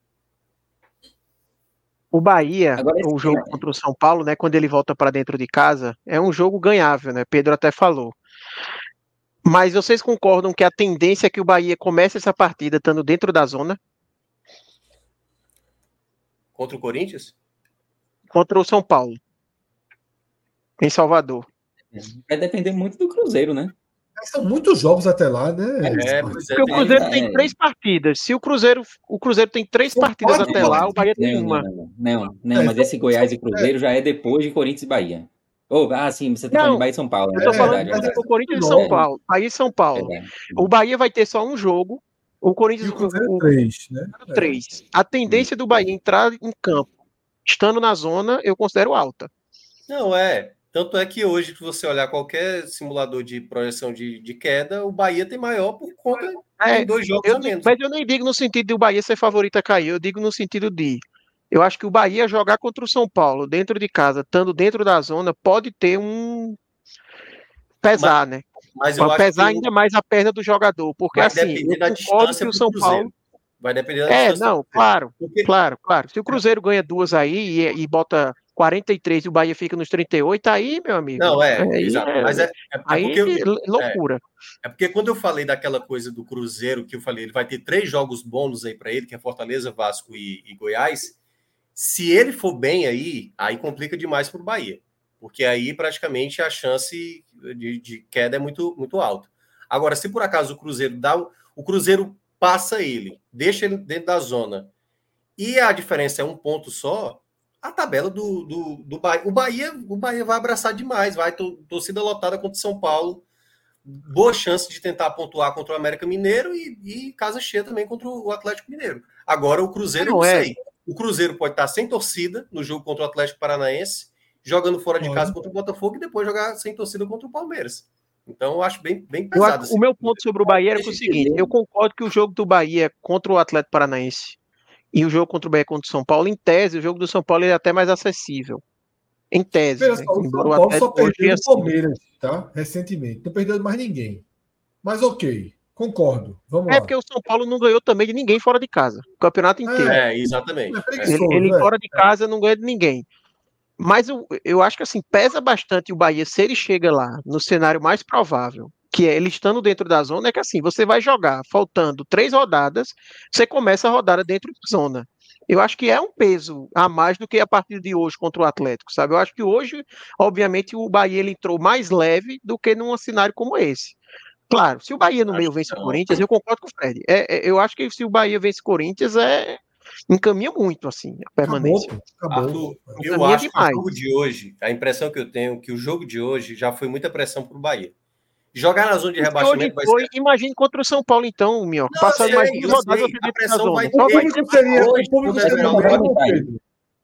O Bahia, Agora, o jogo é. contra o São Paulo, né, quando ele volta para dentro de casa, é um jogo ganhável, né? Pedro até falou. Mas vocês concordam que a tendência é que o Bahia comece essa partida estando dentro da zona? Contra o Corinthians? Contra o São Paulo. em Salvador. Vai depender muito do Cruzeiro, né? São muitos jogos até lá, né? É, pois é, Porque o tem- Cruzeiro é, tem é. três partidas. Se o Cruzeiro, o Cruzeiro tem três São partidas quatro até lá, partidas. o Bahia tem Não, não, uma. não, não, não, É, mas são- esse Goiás são- e Cruzeiro já é depois de Corinthians e Bahia. Oh, ah, sim, você tá falando de Não, Bahia e São Paulo, eu né? tô É falando verdade, é mas do verdade. Corinthians e é, São Paulo. Bahia e São É Paulo. verdade. O Bahia vai ter só um jogo. O E Corinthians o Cruzeiro o, o, três, né? É. três. A tendência do Bahia entrar em campo, estando na zona, eu considero alta. Não, é. Tanto é que hoje, se você olhar qualquer simulador de projeção de, de queda, o Bahia tem maior por conta É, tem dois jogos eu a nem- menos. mas eu nem digo no sentido de o Bahia ser favorito a cair, eu digo no sentido de eu acho que o Bahia jogar contra o São Paulo dentro de casa, estando dentro da zona, pode ter um pesar, né? Mas eu Para acho pesar que ainda mais a perna do jogador, porque vai assim, depender eu da concordo distância que o pro São Cruzeiro. Paulo Vai depender da é, distância não, do Cruzeiro. claro, Porque claro, claro. Se o Cruzeiro ganha duas aí e, e bota quarenta e três e o Bahia fica nos trinta e oito, aí, meu amigo, Não, é, aí exato. é, Mas é, é, é aí porque eu- é loucura. É porque quando eu falei daquela coisa do Cruzeiro, que eu falei, ele vai ter três jogos bônus aí para ele, que é Fortaleza, Vasco e, e Goiás. Se ele for bem aí, aí complica demais para o Bahia. Porque aí praticamente a chance de, de queda é muito, muito alta. Agora, se por acaso o Cruzeiro dá. O Cruzeiro passa ele, deixa ele dentro da zona, e a diferença é um ponto só, a tabela do, do, do Bahia. O Bahia, o Bahia vai abraçar demais, vai to, torcida lotada contra o São Paulo. Boa chance de tentar pontuar contra o América Mineiro e, e casa cheia também contra o Atlético Mineiro. Agora, o Cruzeiro, eu não Não é. sei. O Cruzeiro pode estar sem torcida no jogo contra o Atlético Paranaense, jogando fora de Pode. casa contra o Botafogo e depois jogar sem torcida contra o Palmeiras. Então, eu acho bem, bem Eu pesado. acho, assim. o meu ponto sobre o Bahia era que o Deixa eu seguinte, entender. eu concordo que o jogo do Bahia contra o Atlético Paranaense e o jogo contra o Bahia contra o São Paulo, em tese, o jogo do São Paulo é até mais acessível. Em tese, Veja né? só, o Embora São o Paulo só Atlético hoje perdeu é do assim. Palmeiras, tá? Recentemente. Não perdeu de mais ninguém. Mas ok, concordo. Vamos É lá. porque o São Paulo não ganhou também de ninguém fora de casa. O campeonato inteiro. É, exatamente. É É. preguiçoso, Ele, ele é. fora de casa não ganha de ninguém. Mas eu, eu acho que assim, pesa bastante o Bahia se ele chega lá no cenário mais provável, que é ele estando dentro da zona, é que assim, você vai jogar faltando três rodadas, você começa a rodada dentro da zona. Eu acho que é um peso a mais do que a partir de hoje contra o Atlético, sabe? Eu acho que hoje, obviamente, o Bahia ele entrou mais leve do que num cenário como esse. Claro, se o Bahia no Acho meio que vence o não. Corinthians, eu concordo com o Fred. É, é, eu acho que se o Bahia vence o Corinthians, é encaminha muito assim a permanência. Acabou, acabou. Arthur, eu Encaminha acho que o demais. jogo de hoje, a impressão que eu tenho é que o jogo de hoje já foi muita pressão para o Bahia. Jogar na zona de Se hoje rebaixamento vai foi, ser. imagine contra o São Paulo, então, Minhoca. Não, eu Passar mais sei, duas eu rodadas sei. você A dentro da pressão zona. vai Só O vai ter. público seria, Hoje, o público quando seria o haverá mesmo, uma- Pedro.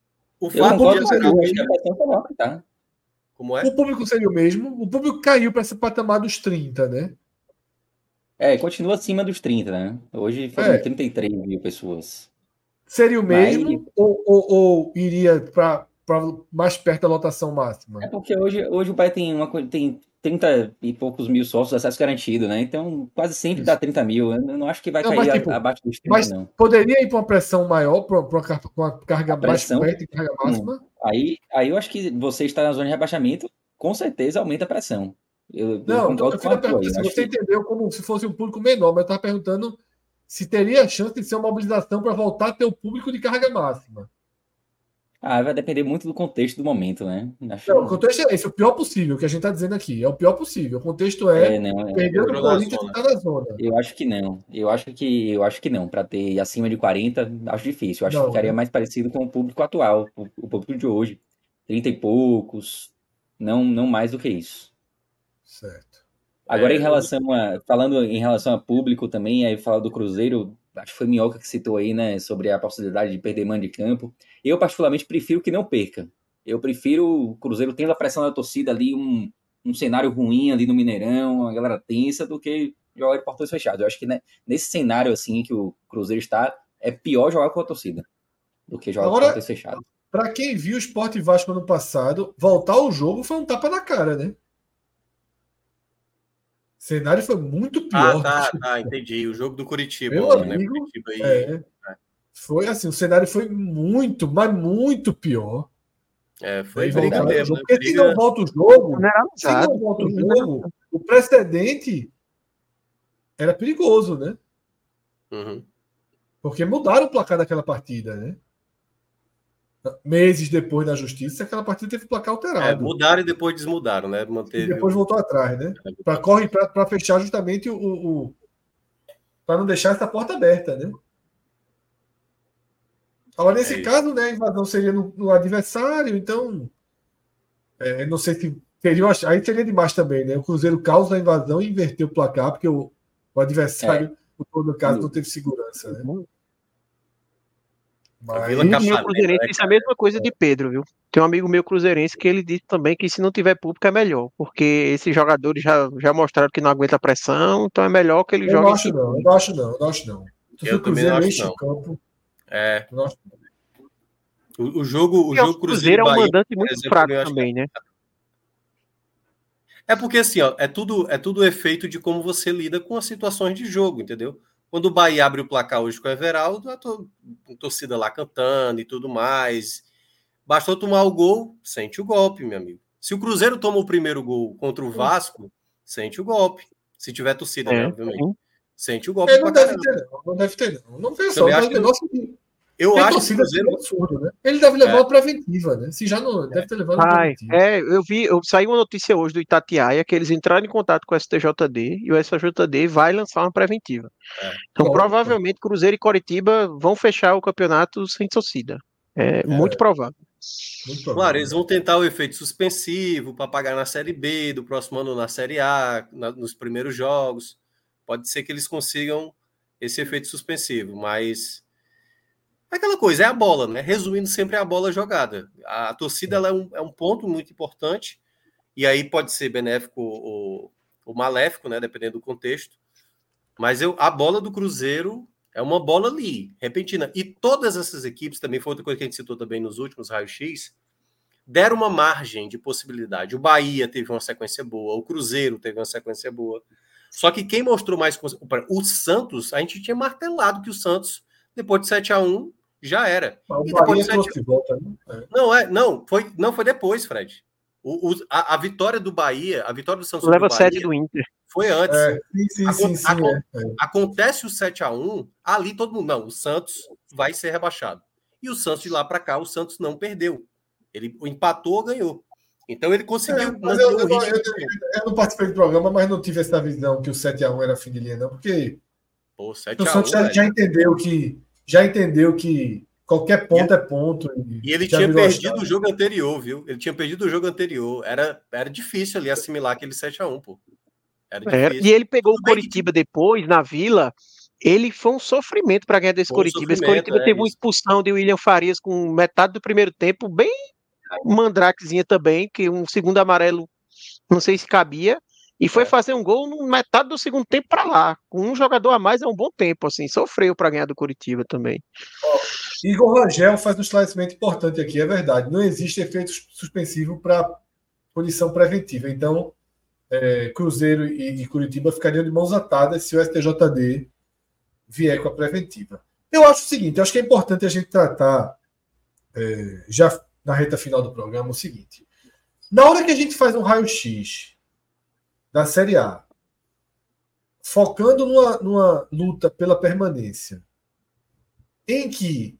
O Eu fato de concordo com haverá. o hoje que a pressão coloca, tá? Como é? O público seria o mesmo. O público caiu para esse patamar dos trinta, né? É, continua acima dos trinta, né? Hoje foram É. trinta e três mil pessoas. Seria o Mas- mesmo ou, ou- ou iria para mais perto da lotação máxima? É porque hoje, hoje o Bahia tem, uma, co- tem trinta e poucos mil sócios, acesso garantido, né? Então quase sempre Isso. dá trinta mil. Eu não acho que vai Não, cair mas, a- tipo, abaixo dos trinta, Mas não. poderia ir para uma pressão maior, para uma, car- pra uma carga A pressão? mais perto de carga máxima? Aí, aí eu acho que você está na zona de rebaixamento, com certeza aumenta a pressão. Eu, eu Não, então, concordo eu com fiz a a pergunta tua. se Eu acho você que- entendeu como se fosse um público menor, mas eu estava perguntando se teria chance de ser uma mobilização para voltar a ter o público de carga máxima. Ah, vai depender muito do contexto do momento, né? Acho Não, o contexto é esse, o pior possível, que a gente está dizendo aqui. É o pior possível. O contexto é, é, não, é- perdendo o Entrou na Corinthians e zona. está na zona. eu acho que não. Eu acho que eu acho que não. Para ter acima de quarenta, acho difícil. Eu acho Não, que ficaria né? mais parecido com o público atual, o, o público de hoje. trinta e poucos, não, não mais do que isso. Certo. Agora, É, em relação a. Falando em relação a público também, aí falar do Cruzeiro, acho que foi Minhoca que citou aí, né, sobre a possibilidade de perder mando de campo. Eu, particularmente, prefiro que não perca. Eu prefiro o Cruzeiro tendo a pressão da torcida ali, um, um cenário ruim ali no Mineirão, a galera tensa, do que jogar de portões fechados. Eu acho que, né, nesse cenário assim que o Cruzeiro está, é pior jogar com a torcida do que jogar Agora- com portões fechados. Para quem viu o Sport e Vasco ano passado, voltar ao jogo foi um tapa na cara, né? O cenário foi muito Ah, pior. tá, tá, entendi. O jogo do Curitiba, Meu óbvio, né? amigo, Curitiba aí. É. Foi assim, o cenário foi muito, mas muito pior. É, foi Aí briga voltar ao mesmo, jogo. né? Porque se Briga- não volta o jogo, se Generalizado. não volta o jogo, o precedente era perigoso, né? Uhum. Porque mudaram o placar daquela partida, né? meses depois na justiça, aquela partida teve placar alterado. É, mudaram e depois desmudaram, né? Manteve e depois o... voltou atrás, né? Para corre para fechar justamente o, o para não deixar essa porta aberta, né? Agora, nesse é caso, né, a invasão seria no, no adversário, então é, não sei se teria, aí seria demais também, né? O Cruzeiro causa a invasão e inverteu o placar, porque o, o adversário, é. no caso, não teve segurança, né? Mas... Um meu cruzeirense disse a mesma coisa de Pedro, viu? Tem um amigo meu cruzeirense que ele disse também que se não tiver público é melhor, porque esses jogadores já, já mostraram que não aguenta pressão, então é melhor que ele eu jogue. Não acho, não, eu não acho não, eu não acho não. Se o Cruzeiro enche o campo. É. O, o jogo, o jogo o Cruzeiro Cruzeiro é um Bahia, mandante muito exemplo, fraco também, que... né? É porque assim, ó, é tudo é tudo efeito de como você lida com as situações de jogo, entendeu? Quando o Bahia abre o placar hoje com o Everaldo, a to... a torcida lá cantando e tudo mais. Bastou tomar o gol, sente o golpe, meu amigo. Se o Cruzeiro toma o primeiro gol contra o Vasco, sente o golpe. Se tiver torcida, é, né, obviamente. Sim. Sente o golpe. Ele não deve ter, não. Não deve ter, não. Não tem só. Acho que... Nossa, eu tem acho que o Cruzeiro... absurdo, né? Ele deve levar é. para preventiva, né? Se já não deve ter levado para preventiva. É, eu vi, eu saiu uma notícia hoje do Itatiaia que eles entraram em contato com o S T J D e o S T J D vai lançar uma preventiva. É. Então, Bom, provavelmente, Cruzeiro e Coritiba vão fechar o campeonato sem torcida. É, é. Muito provável. Muito provável. Claro, eles vão tentar o efeito suspensivo para pagar na Série B, do próximo ano na Série A, na, nos primeiros jogos. Pode ser que eles consigam esse efeito suspensivo, mas é aquela coisa, é a bola, né? Resumindo, sempre é a bola jogada. A, a torcida ela é, um, é um ponto muito importante, e aí pode ser benéfico ou, ou maléfico, né? Dependendo do contexto. Mas eu, a bola do Cruzeiro é uma bola ali, repentina. E todas essas equipes, também foi outra coisa que a gente citou também nos últimos raios-x, deram uma margem de possibilidade. O Bahia teve uma sequência boa, o Cruzeiro teve uma sequência boa. Só que quem mostrou mais... O Santos, a gente tinha martelado que o Santos, depois de sete a um, já era. O e Bahia depois de sete... de volta, né? É. Não, é, não, foi, não, foi depois, Fred. O, o, a, a vitória do Bahia, a vitória do Santos leva do Bahia, sete do Inter. Foi antes. É, sim, sim, Acon sim, sim, acon é, é. Acontece o sete a um, ali todo mundo... Não, o Santos vai ser rebaixado. E o Santos de lá para cá, o Santos não perdeu. Ele empatou ou ganhou. Então ele conseguiu é, manter eu, o ritmo. Eu, eu, eu, eu não participei do programa, mas não tive essa visão que o sete a um era fim de linha, não, porque Pô, sete a um, o Santos já, já entendeu que já entendeu que qualquer ponto e, é ponto. E, e ele tinha perdido o jogo anterior, viu? Ele tinha perdido o jogo anterior. Era, era difícil ali assimilar aquele sete a um, pô. Era difícil. É, e ele pegou Tudo o Coritiba que... depois, na Vila. Ele foi um sofrimento para ganhar desse foi Coritiba. Um Esse Coritiba é, teve isso. uma expulsão de William Farias com metade do primeiro tempo, bem mandrakezinha também, que um segundo amarelo, não sei se cabia, e foi é. fazer um gol no metade do segundo tempo para lá. Com um jogador a mais é um bom tempo, assim, sofreu para ganhar do Coritiba também. Ó, Igor Rangel faz um esclarecimento importante aqui, é verdade. Não existe efeito suspensivo para punição preventiva. Então, é, Cruzeiro e, e Coritiba ficariam de mãos atadas se o S T J D vier com a preventiva. Eu acho o seguinte, eu acho que é importante a gente tratar, é, já na reta final do programa, o seguinte. Na hora que a gente faz um raio-x da Série A, focando numa, numa luta pela permanência, em que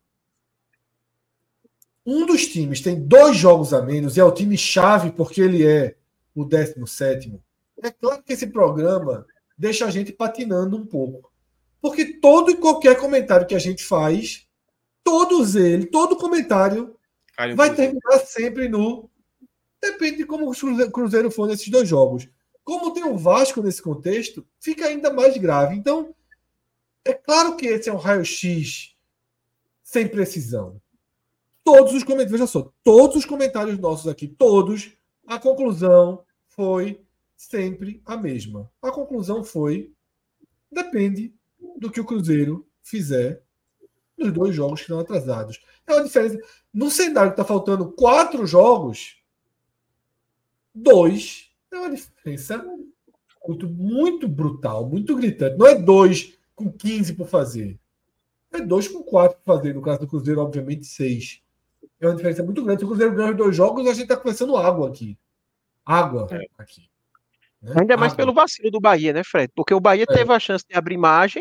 um dos times tem dois jogos a menos e é o time-chave porque ele é o décimo sétimo, é claro que esse programa deixa a gente patinando um pouco. Porque todo e qualquer comentário que a gente faz, todos eles, todo comentário Ai, vai terminar sempre no... Depende de como o Cruzeiro for nesses dois jogos. Como tem o Vasco nesse contexto, fica ainda mais grave. Então, é claro que esse é um raio-x sem precisão. Todos os comentários, veja só, todos os comentários nossos aqui, todos, a conclusão foi sempre a mesma. A conclusão foi, depende do que o Cruzeiro fizer nos dois jogos que estão atrasados. É uma diferença. No cenário que está faltando quatro jogos, dois é uma diferença muito, muito brutal, muito gritante. Não é dois com quinze por fazer. É dois com quatro por fazer. No caso do Cruzeiro, obviamente, seis. É uma diferença muito grande. Se o Cruzeiro ganha os dois jogos, a gente está conversando água aqui. Água é. aqui. Né? Ainda mais água. Pelo vacilo do Bahia, né, Fred? Porque o Bahia é. teve a chance de abrir margem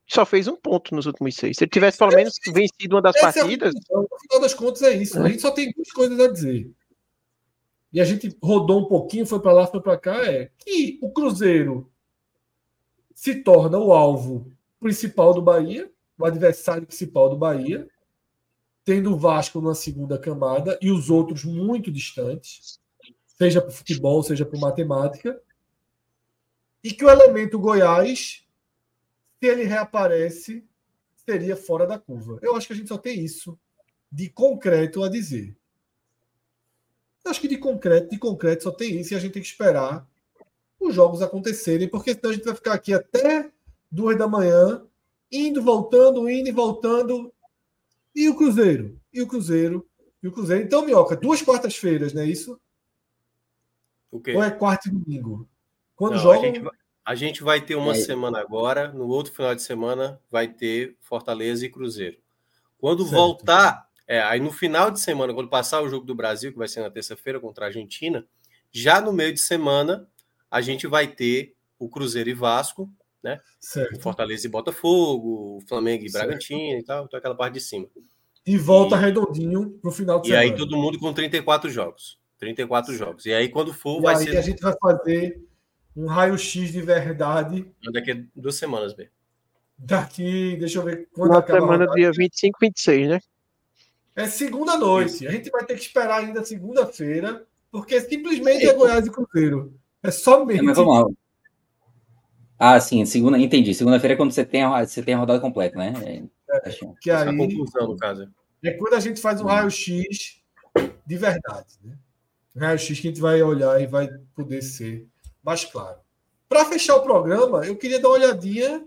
Só fez um ponto nos últimos seis. Se ele tivesse pelo menos vencido uma das Essa partidas. É a, no final das contas é isso. É. A gente só tem duas coisas a dizer. E a gente rodou um pouquinho, foi para lá, foi para cá. É que o Cruzeiro se torna o alvo principal do Bahia, o adversário principal do Bahia, tendo o Vasco numa segunda camada e os outros muito distantes, seja para futebol, seja para matemática. E que o elemento Goiás, se ele reaparece, seria fora da curva. Eu acho que a gente só tem isso de concreto a dizer. Eu acho que de concreto, de concreto só tem isso e a gente tem que esperar os jogos acontecerem, porque senão a gente vai ficar aqui até duas da manhã, indo, voltando, indo e voltando. E o Cruzeiro? E o Cruzeiro? E o Cruzeiro? Então, Minhoca, duas quartas-feiras, não é isso? O quê? Ou é quarta e domingo? Quando não, jogam... A gente vai... A gente vai ter uma é. semana agora, no outro final de semana vai ter Fortaleza e Cruzeiro. Quando certo. voltar, é, aí no final de semana, quando passar o jogo do Brasil, que vai ser na terça-feira contra a Argentina, já no meio de semana a gente vai ter o Cruzeiro e Vasco, né? Certo. Fortaleza e Botafogo, Flamengo e Bragantino e tal, então aquela parte de cima. E volta e... redondinho pro final de e semana. E aí todo mundo com trinta e quatro jogos. trinta e quatro jogos. E aí quando for, e vai aí ser... a gente vai fazer... um raio-x de verdade. Daqui a duas semanas, B. Daqui, deixa eu ver quando Na acaba semana, dia vinte e cinco, vinte e seis, né? É segunda noite. Isso. A gente vai ter que esperar ainda segunda-feira, porque simplesmente é Goiás e Cruzeiro. É somente. É, mas vamos lá. Ah, sim, segunda, entendi. Segunda-feira é quando você tem a, você tem a rodada completa, né? É, é que aí, a conclusão, no caso. É quando a gente faz um raio-x de verdade, né? Um raio-x que a gente vai olhar e vai poder ser. Mas, claro, para fechar o programa, eu queria dar uma olhadinha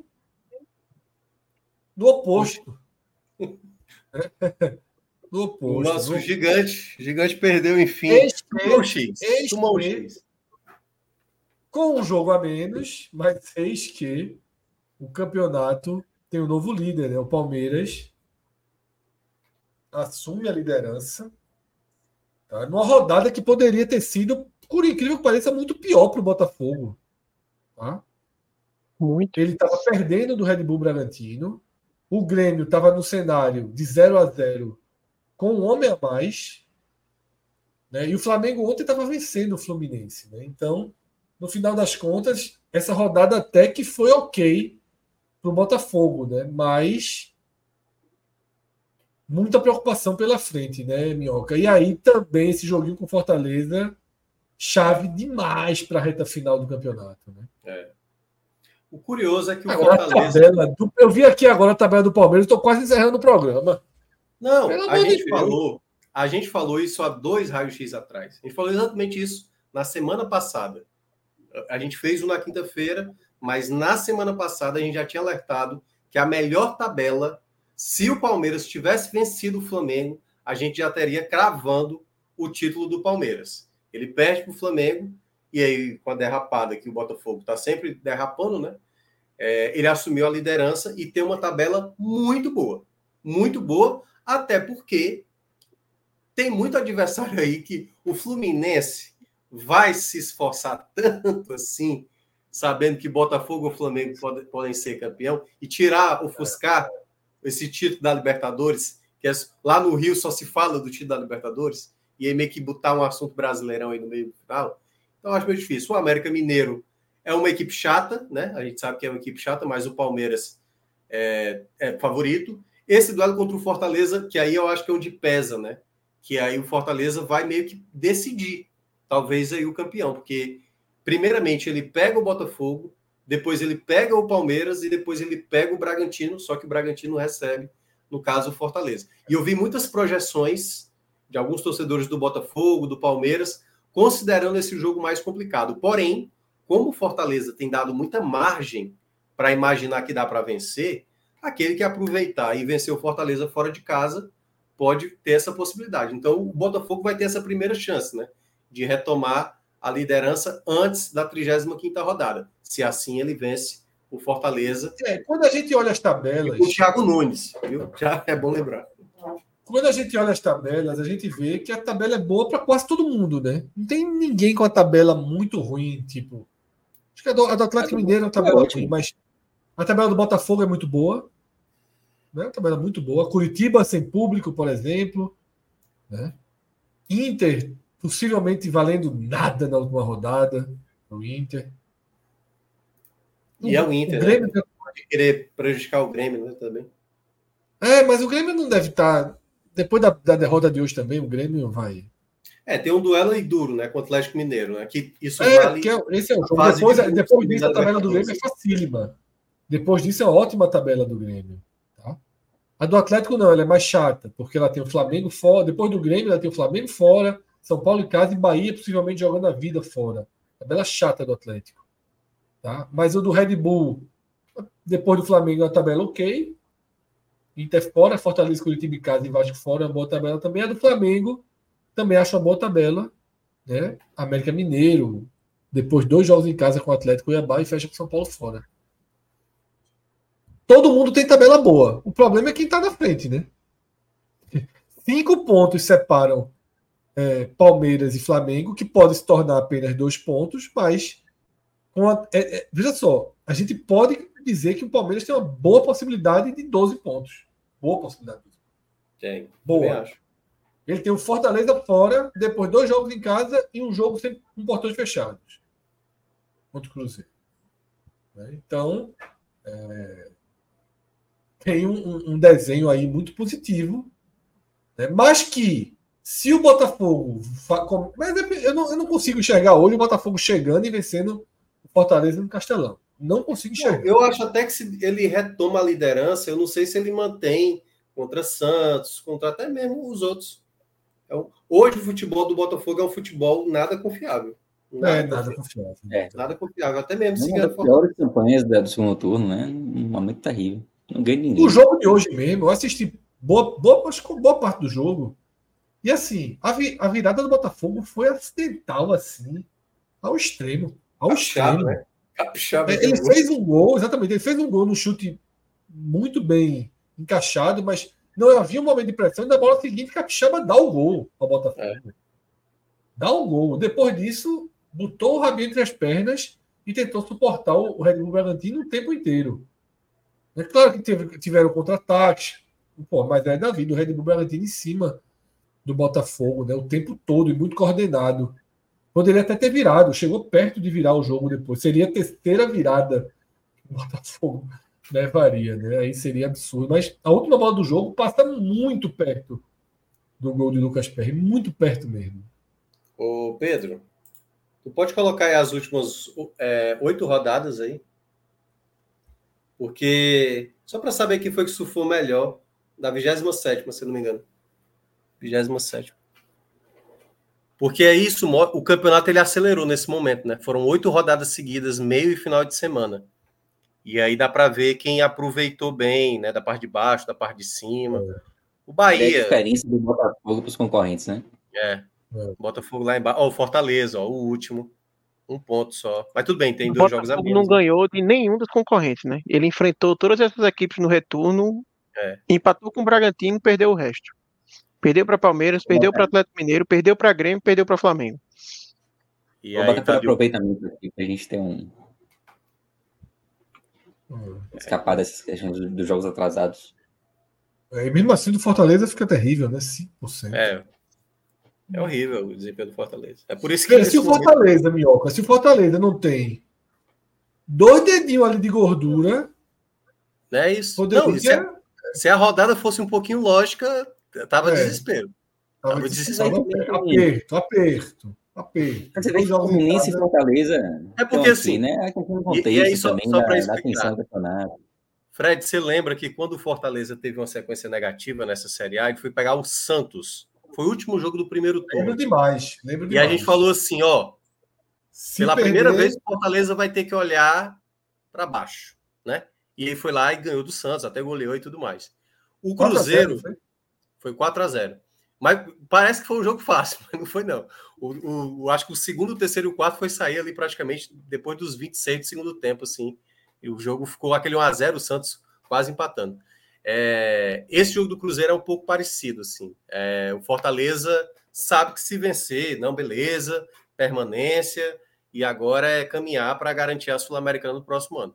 no oposto. No oposto. O nosso no... gigante. gigante perdeu, enfim. Tomou X. Tomou X. Com um jogo a menos, mas eis que o campeonato tem um novo líder, né? O Palmeiras assume a liderança. Tá? Numa rodada que poderia ter sido, por incrível que pareça, muito pior para o Botafogo. Tá? Muito. Ele estava perdendo do Red Bull Bragantino. O Grêmio estava no cenário de zero a zero com um homem a mais. Né? E o Flamengo ontem estava vencendo o Fluminense. Né? Então, no final das contas, essa rodada até que foi ok para o Botafogo. Né? Mas muita preocupação pela frente, né, Minhoca? E aí também esse joguinho com Fortaleza, chave demais para a reta final do campeonato. Né? É. O curioso é que o agora, Fortaleza... do... Eu vi aqui agora a tabela do Palmeiras, estou quase encerrando o programa. Não, a gente, falou, a gente falou isso há dois raios-x atrás. A gente falou exatamente isso na semana passada. A gente fez um na quinta-feira, mas na semana passada a gente já tinha alertado que a melhor tabela, se o Palmeiras tivesse vencido o Flamengo, a gente já teria cravando o título do Palmeiras. Ele perde para o Flamengo, e aí com a derrapada que o Botafogo está sempre derrapando, né? É, ele assumiu a liderança e tem uma tabela muito boa. Muito boa, até porque tem muito adversário aí que o Fluminense vai se esforçar tanto assim, sabendo que Botafogo ou Flamengo pode, podem ser campeão, e tirar, ofuscar esse título da Libertadores, que é, lá no Rio só se fala do título da Libertadores, e aí meio que botar um assunto brasileirão aí no meio do final. Então, eu acho meio difícil. O América Mineiro é uma equipe chata, né? A gente sabe que é uma equipe chata, mas o Palmeiras é, é favorito. Esse duelo contra o Fortaleza, que aí eu acho que é onde pesa, né? Que aí o Fortaleza vai meio que decidir, talvez, aí o campeão, porque primeiramente ele pega o Botafogo, depois ele pega o Palmeiras e depois ele pega o Bragantino, só que o Bragantino recebe, no caso, o Fortaleza. E eu vi muitas projeções de alguns torcedores do Botafogo, do Palmeiras, considerando esse jogo mais complicado. Porém, como o Fortaleza tem dado muita margem para imaginar que dá para vencer, aquele que aproveitar e vencer o Fortaleza fora de casa pode ter essa possibilidade. Então, o Botafogo vai ter essa primeira chance, né, de retomar a liderança antes da trigésima quinta rodada. Se assim ele vence o Fortaleza. É, quando a gente olha as tabelas... O Thiago Nunes, viu? Já é bom lembrar. Quando a gente olha as tabelas, a gente vê que a tabela é boa para quase todo mundo, né? Não tem ninguém com a tabela muito ruim, tipo... Acho que a do, a do Atlético Mineiro é uma tabela ruim, mas A tabela do Botafogo é muito boa. Né? A tabela é muito boa. Curitiba sem público, por exemplo. Né? Inter, possivelmente valendo nada na última rodada. O Inter. E é o Inter, o Grêmio, né? Pode querer prejudicar o Grêmio, né, também. É, mas o Grêmio não deve estar... Depois da, da derrota de hoje também, o Grêmio vai... É, tem um duelo aí duro, né, contra o Atlético Mineiro, né, que isso é, vale... É, esse é o jogo. Depois, de depois disso, a tabela do Grêmio é facílima. Depois disso, é ótima a tabela do Grêmio. Tá? A do Atlético não, ela é mais chata, porque ela tem o Flamengo fora. Depois do Grêmio, ela tem o Flamengo fora, São Paulo em casa e Bahia possivelmente jogando a vida fora. Tabela chata do Atlético. Tá? Mas o do Red Bull, depois do Flamengo, é uma tabela ok. Inter fora, Fortaleza, Curitiba em casa e Vasco fora, é uma boa tabela também. A do Flamengo, também acho uma boa tabela. Né? América Mineiro, depois dois jogos em casa com o Atlético e Cuiabá e fecha com São Paulo fora. Todo mundo tem tabela boa. O problema é quem está na frente, né? Cinco pontos separam é, Palmeiras e Flamengo, que pode se tornar apenas dois pontos, mas com a, é, é, veja só, a gente pode dizer que o Palmeiras tem uma boa possibilidade de doze pontos. Boa possibilidade. Tem. Boa. Acho. Ele tem o Fortaleza fora, depois dois jogos em casa e um jogo sem, com portões fechados. Contra o Cruzeiro. Né? Então, é, tem um, um desenho aí muito positivo, né? Mas que, se o Botafogo... Fa... Mas eu não, eu não consigo enxergar hoje o Botafogo chegando e vencendo o Fortaleza no Castelão. Não consigo enxergar. Eu acho até que se ele retoma a liderança, eu não sei se ele mantém contra Santos, contra até mesmo os outros. Então, hoje o futebol do Botafogo é um futebol nada confiável. Nada, é, nada confiável. É. Nada confiável, até mesmo. Uma das piores campanhas do segundo turno, né? Um momento terrível. Não ganhei ninguém. O jogo de hoje mesmo, eu assisti boa, boa, acho que boa parte do jogo. E assim, a, vi, a virada do Botafogo foi acidental, assim, ao extremo. Ao Capixaba, extremo. Né? Capixaba, é, ele fez um gol, exatamente, ele fez um gol no chute muito bem encaixado, mas não havia um momento de pressão, e na bola seguinte, Capixaba dá o gol ao Botafogo. É. Dá o gol. Depois disso, botou o rabinho entre as pernas e tentou suportar o Red Bull Bragantino o tempo inteiro. É claro que teve, tiveram contra-ataques, pô, mas é da vida, o Red Bull Bragantino em cima do Botafogo, né, o tempo todo e muito coordenado. Poderia até ter virado, chegou perto de virar o jogo depois. Seria a terceira virada que o Botafogo levaria, né? Aí seria absurdo. Mas a última bola do jogo passa muito perto do gol de Lucas Perry, muito perto mesmo. Ô, Pedro, tu pode colocar aí as últimas é, oito rodadas aí? Porque, só para saber quem foi que surfou melhor, da vigésima sétima, se não me engano. vigésima sétima. Porque é isso, o campeonato ele acelerou nesse momento, né? Foram oito rodadas seguidas, meio e final de semana. E aí dá para ver quem aproveitou bem, né? Da parte de baixo, da parte de cima. É. O Bahia... É a diferença do Botafogo para os concorrentes, né? É. é. Botafogo lá embaixo. Ó, o Fortaleza, ó, o último. Um ponto só. Mas tudo bem, tem o dois jogos a menos. Não ganhou de nenhum dos concorrentes, né? Ele enfrentou todas essas equipes no retorno, é. empatou com o Bragantino e perdeu o resto. Perdeu para Palmeiras, perdeu para Atlético Mineiro, perdeu para Grêmio, perdeu para Flamengo. E Vou aí, botar por aproveitamento aqui para a gente ter um hum. escapar dessas questões dos jogos atrasados. É, e mesmo assim, do Fortaleza fica terrível, né? cinco por cento. É. É horrível o desempenho do Fortaleza. É por isso que. É, se o Fortaleza, momento... Minhoca, se o Fortaleza não tem dois dedinhos ali de gordura. Não é isso. Não, se, a, se a rodada fosse um pouquinho lógica, tava é. desespero. Tava, tava desespero. desespero. Aperto, aperto, aperto. Você vê que o Fluminense e Fortaleza. É porque assim. Né? É um contexto e, e aí, só, também só da, da atenção do campeonato. Fred, você lembra que quando o Fortaleza teve uma sequência negativa nessa Série A, ele foi pegar o Santos. Foi o último jogo do primeiro turno. Lembro demais. Lembro e demais. a gente falou assim, ó, Se pela perder... primeira vez o Fortaleza vai ter que olhar para baixo, né? E ele foi lá e ganhou do Santos, até goleou e tudo mais. O Cruzeiro foi? foi quatro a zero. Mas parece que foi um jogo fácil, mas não foi não. O, o, acho que o segundo, o terceiro e o quarto foi sair ali praticamente depois dos vinte e seis do segundo tempo, assim. E o jogo ficou aquele um a zero, o Santos quase empatando. É, esse jogo do Cruzeiro é um pouco parecido, assim. É, o Fortaleza sabe que se vencer, não, beleza, permanência, e agora é caminhar para garantir a Sul-Americana no próximo ano.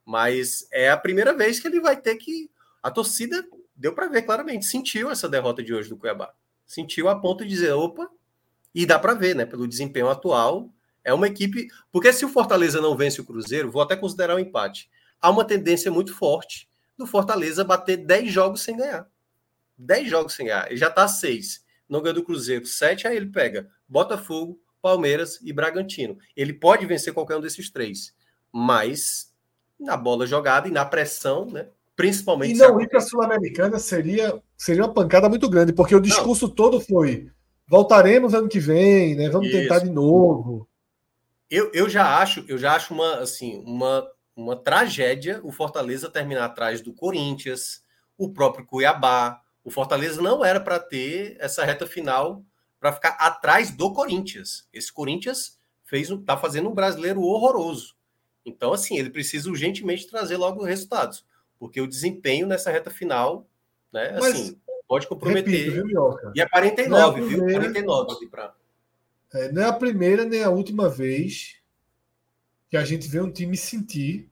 Mas é a primeira vez que ele vai ter que... A torcida, deu para ver claramente, sentiu essa derrota de hoje do Cuiabá. Sentiu a ponto de dizer, opa, e dá para ver, né? Pelo desempenho atual, é uma equipe... Porque se o Fortaleza não vence o Cruzeiro, vou até considerar um empate. Há uma tendência muito forte do Fortaleza bater dez jogos sem ganhar. dez jogos sem ganhar. Ele já está a seis. Não ganha do Cruzeiro, sete, aí ele pega Botafogo, Palmeiras e Bragantino. Ele pode vencer qualquer um desses três. Mas na bola jogada e na pressão, né? Principalmente... E não ir para a Sul-Americana seria, seria uma pancada muito grande, porque o discurso não. todo foi voltaremos ano que vem, né? Vamos Isso. tentar de novo. Eu, eu já acho, eu já acho uma, assim, uma, uma tragédia o Fortaleza terminar atrás do Corinthians, o próprio Cuiabá. O Fortaleza não era para ter essa reta final para ficar atrás do Corinthians. Esse Corinthians fez, tá fazendo um brasileiro horroroso. Então, assim, ele precisa urgentemente trazer logo resultados, porque o desempenho nessa reta final, né, Mas, assim, pode comprometer. Repito, viu, Minhoca? E é quarenta e nove, é viu? Primeira, quarenta e nove ali para. É, não é a primeira nem a última vez que a gente vê um time sentir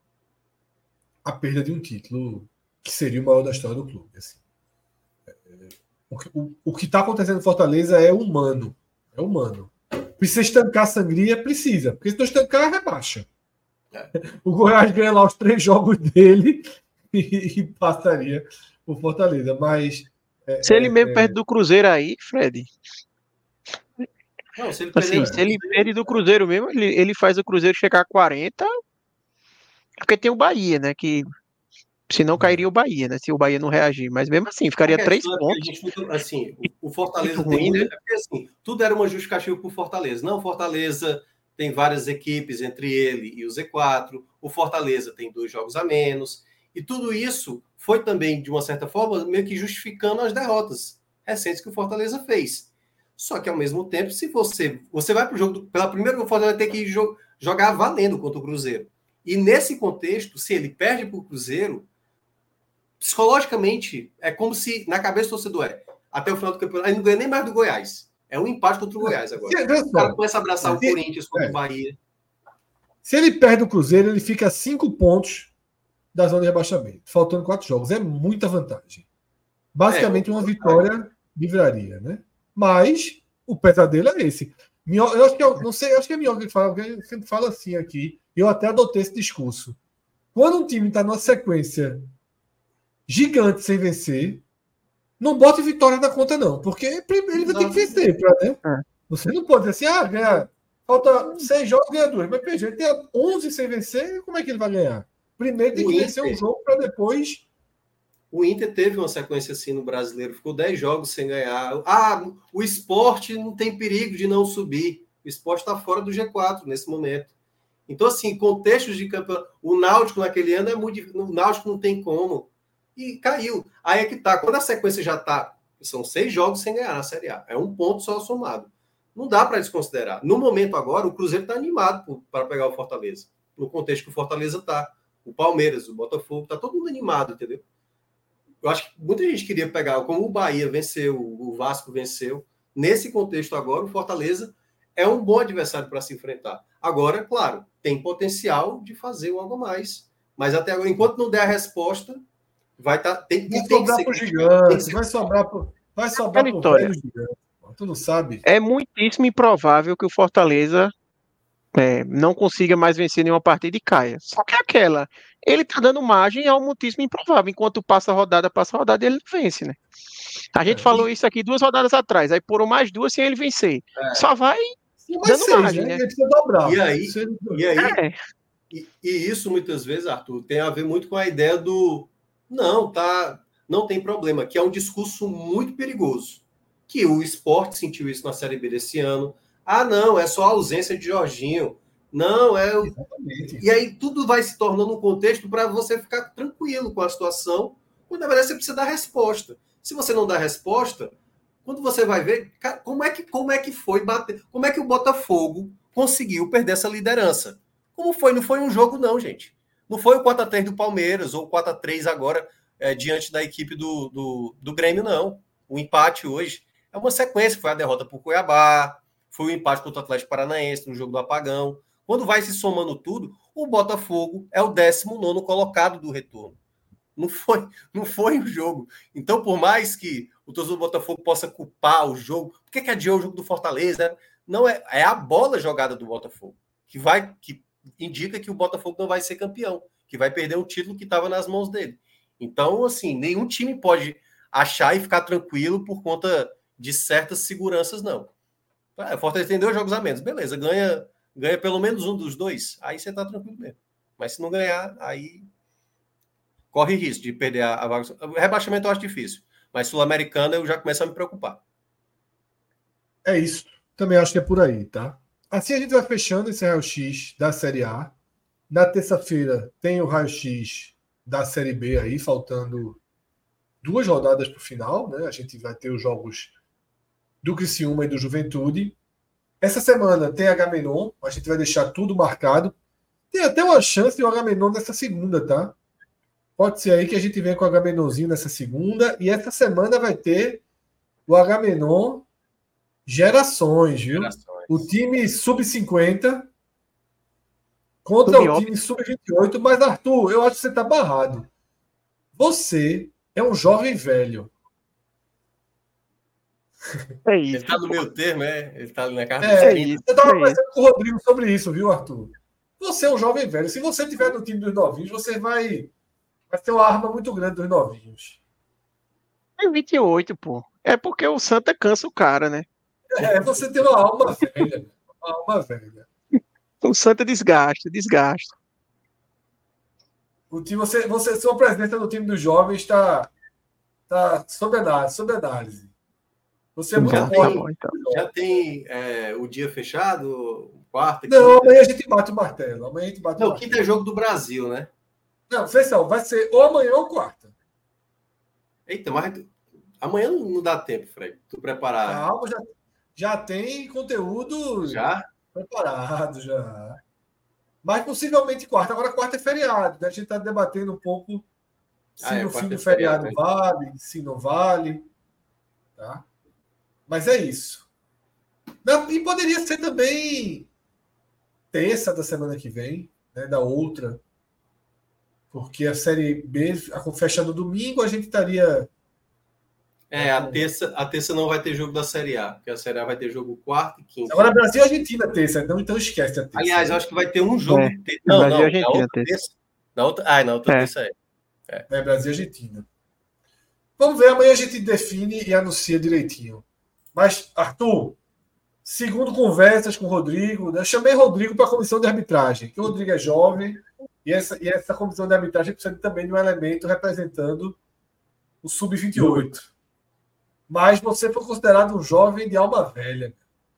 a perda de um título que seria o maior da história do clube. Assim. O, o, o que está acontecendo em Fortaleza é humano. É humano. Precisa estancar a sangria? Precisa. Porque se não estancar, rebaixa. É. O Goiás ganha lá os três jogos dele e, e passaria o Fortaleza. Mas. É, se ele é, mesmo é... perde do Cruzeiro aí, Fred. Não, se ele, assim, perder, se ele perde do Cruzeiro mesmo, ele, ele faz o Cruzeiro chegar a quarenta. Porque tem o Bahia, né? Que. Se não cairia o Bahia, né? Se o Bahia não reagir. Mas mesmo assim, ficaria três pontos. É gente, assim, o Fortaleza muito tem ruim, muita... né? É porque, assim, tudo era uma justificativa para o Fortaleza. Não, o Fortaleza tem várias equipes entre ele e o Z quatro. O Fortaleza tem dois jogos a menos. E tudo isso foi também, de uma certa forma, meio que justificando as derrotas recentes que o Fortaleza fez. Só que, ao mesmo tempo, se você, você vai para o jogo... Do, pela primeira vez, o Fortaleza vai ter que jo- jogar valendo contra o Cruzeiro. E nesse contexto, se ele perde para o Cruzeiro... Psicologicamente, é como se na cabeça do torcedor é até o final do campeonato, ele não ganha nem mais do Goiás. É um empate contra o Goiás agora. O cara começa a abraçar o Corinthians contra o Bahia. Se ele perde o Cruzeiro, ele fica a cinco pontos da zona de rebaixamento, faltando quatro jogos. É muita vantagem. Basicamente, é, uma vitória livraria, né? Mas o pesadelo é esse. Eu acho que eu não sei, eu acho que é melhor que ele fala, porque ele sempre fala assim aqui. Eu até adotei esse discurso. Quando um time está numa sequência gigante sem vencer, não bote vitória na conta, não. Porque ele vai ter que vencer. Pra, né? é. Você não pode dizer assim, ah, ganhar. Falta seis jogos, ganha dois. Mas, P G, ele tem onze sem vencer, como é que ele vai ganhar? Primeiro tem o que Inter, vencer um jogo para depois... O Inter teve uma sequência assim no Brasileiro, ficou dez jogos sem ganhar. Ah, o Sport não tem perigo de não subir. O Sport está fora do G quatro nesse momento. Então, assim, contextos de campeonato... O Náutico naquele ano é muito... O Náutico não tem como. E caiu. Aí é que tá. Quando a sequência já tá... São seis jogos sem ganhar na Série A. É um ponto só somado. Não dá para desconsiderar. No momento agora, o Cruzeiro está animado para pegar o Fortaleza. No contexto que o Fortaleza tá. O Palmeiras, o Botafogo, tá todo mundo animado, entendeu? Eu acho que muita gente queria pegar, como o Bahia venceu, o Vasco venceu. Nesse contexto agora, o Fortaleza é um bom adversário para se enfrentar. Agora, claro, tem potencial de fazer algo a mais. Mas até agora, enquanto não der a resposta... Vai tá, tem, vai tem sobrar para o gigante, ser... vai sobrar para vai sobrar para o velho gigante. Tu não sabe? É muitíssimo improvável que o Fortaleza é, não consiga mais vencer nenhuma partida e caia. Só que é aquela, ele tá dando margem ao muitíssimo improvável. Enquanto passa a rodada, passa a rodada, ele não vence, né? A gente é, falou e... isso aqui duas rodadas atrás, aí por mais duas sem ele vencer. É. Só vai dando seis, margem, né? né? Ele precisa dobrar. E aí, e, aí é. e, e isso muitas vezes, Arthur, tem a ver muito com a ideia do Não, tá, não tem problema, que é um discurso muito perigoso. Que o Sport sentiu isso na Série B desse ano. Ah, não, é só a ausência de Jorginho. Não, é... O... Exatamente. E aí tudo vai se tornando um contexto para você ficar tranquilo com a situação, quando na verdade você precisa dar resposta. Se você não dá resposta, quando você vai ver, cara, como é que, como é que foi bater... Como é que o Botafogo conseguiu perder essa liderança? Como foi? Não foi um jogo não, gente. Não foi o quatro a três do Palmeiras ou o quatro a três agora é, diante da equipe do, do, do Grêmio, não. O empate hoje é uma sequência. Foi a derrota para o Cuiabá, foi o empate contra o Atlético Paranaense no jogo do Apagão. Quando vai se somando tudo, o Botafogo é o décimo nono colocado do retorno. Não foi, não foi o jogo. Então, por mais que o torcedor do Botafogo possa culpar o jogo, por que, que adiou o jogo do Fortaleza? Não é, é a bola jogada do Botafogo que vai, que indica que o Botafogo não vai ser campeão, que vai perder um título que estava nas mãos dele. Então, assim, nenhum time pode achar e ficar tranquilo por conta de certas seguranças, não. O Fortaleza tem dois jogos a menos, beleza, ganha, ganha pelo menos um dos dois, aí você tá tranquilo mesmo. Mas se não ganhar, aí corre risco de perder a, a vaga. O rebaixamento eu acho difícil, mas Sul-Americana eu já começo a me preocupar. É isso. Também acho que é por aí, tá? Assim a gente vai fechando esse raio-x da Série A. Na terça-feira tem o raio-x da Série B aí, faltando duas rodadas para o final, né? A gente vai ter os jogos do Criciúma e do Juventude. Essa semana tem Agamenon, a gente vai deixar tudo marcado. Tem até uma chance de o Agamenon nessa segunda, tá? Pode ser aí que a gente venha com o Agamenonzinho nessa segunda. E essa semana vai ter o Agamenon Gerações, viu? Gerações. O time sub cinquenta contra o time sub vinte e oito. Mas, Arthur, eu acho que você está barrado. Você é um jovem velho. É isso. Ele está no meio termo, é? Ele está ali na casa é, do isso. Eu estava conversando com o Rodrigo sobre isso, viu, Arthur? Você é um jovem velho. Se você estiver no time dos novinhos, você vai, vai ter uma arma muito grande dos novinhos. É vinte e oito, pô. É porque o Santa cansa o cara, né? É, você tem uma alma velha. Uma alma velha. O Santa desgasta, desgasta. O time, você, você, sua presença no time dos jovens está tá sob análise, sob análise. Você é muito já bom. Tem, então. Já tem é, o dia fechado? Quarta? Não, quinta. Amanhã a gente bate o martelo. Amanhã a gente bate não, o martelo. Quinta é jogo do Brasil, né? Não, vocês são. Vai ser ou amanhã ou quarta. Eita, mas amanhã não dá tempo, Fred. Tu preparar. Calma, já, já tem conteúdo já? preparado, já. Mas possivelmente quarta. Agora quarta é feriado, né? A gente está debatendo um pouco se ah, é, no fim do feriado, feriado vale, se não vale. Tá? Mas é isso. E poderia ser também terça da semana que vem, né, da outra. Porque a Série B fecha no domingo, a gente estaria... É, a terça, a terça não vai ter jogo da Série A, porque a Série A vai ter jogo quarta e quinta. Agora Brasil e Argentina terça, então, então esquece a terça. Aliás, eu acho que vai ter um jogo. É. Ter... Não, Brasil não, Argentina, na outra terça. terça. Na outra... Ah, na outra é. terça é. é. É Brasil e Argentina. Vamos ver, amanhã a gente define e anuncia direitinho. Mas, Arthur, segundo conversas com o Rodrigo, né, eu chamei Rodrigo para a comissão de arbitragem, que o Rodrigo é jovem, e essa, e essa comissão de arbitragem precisa também de um elemento representando o sub vinte e oito. Mas você foi considerado um jovem de alma velha.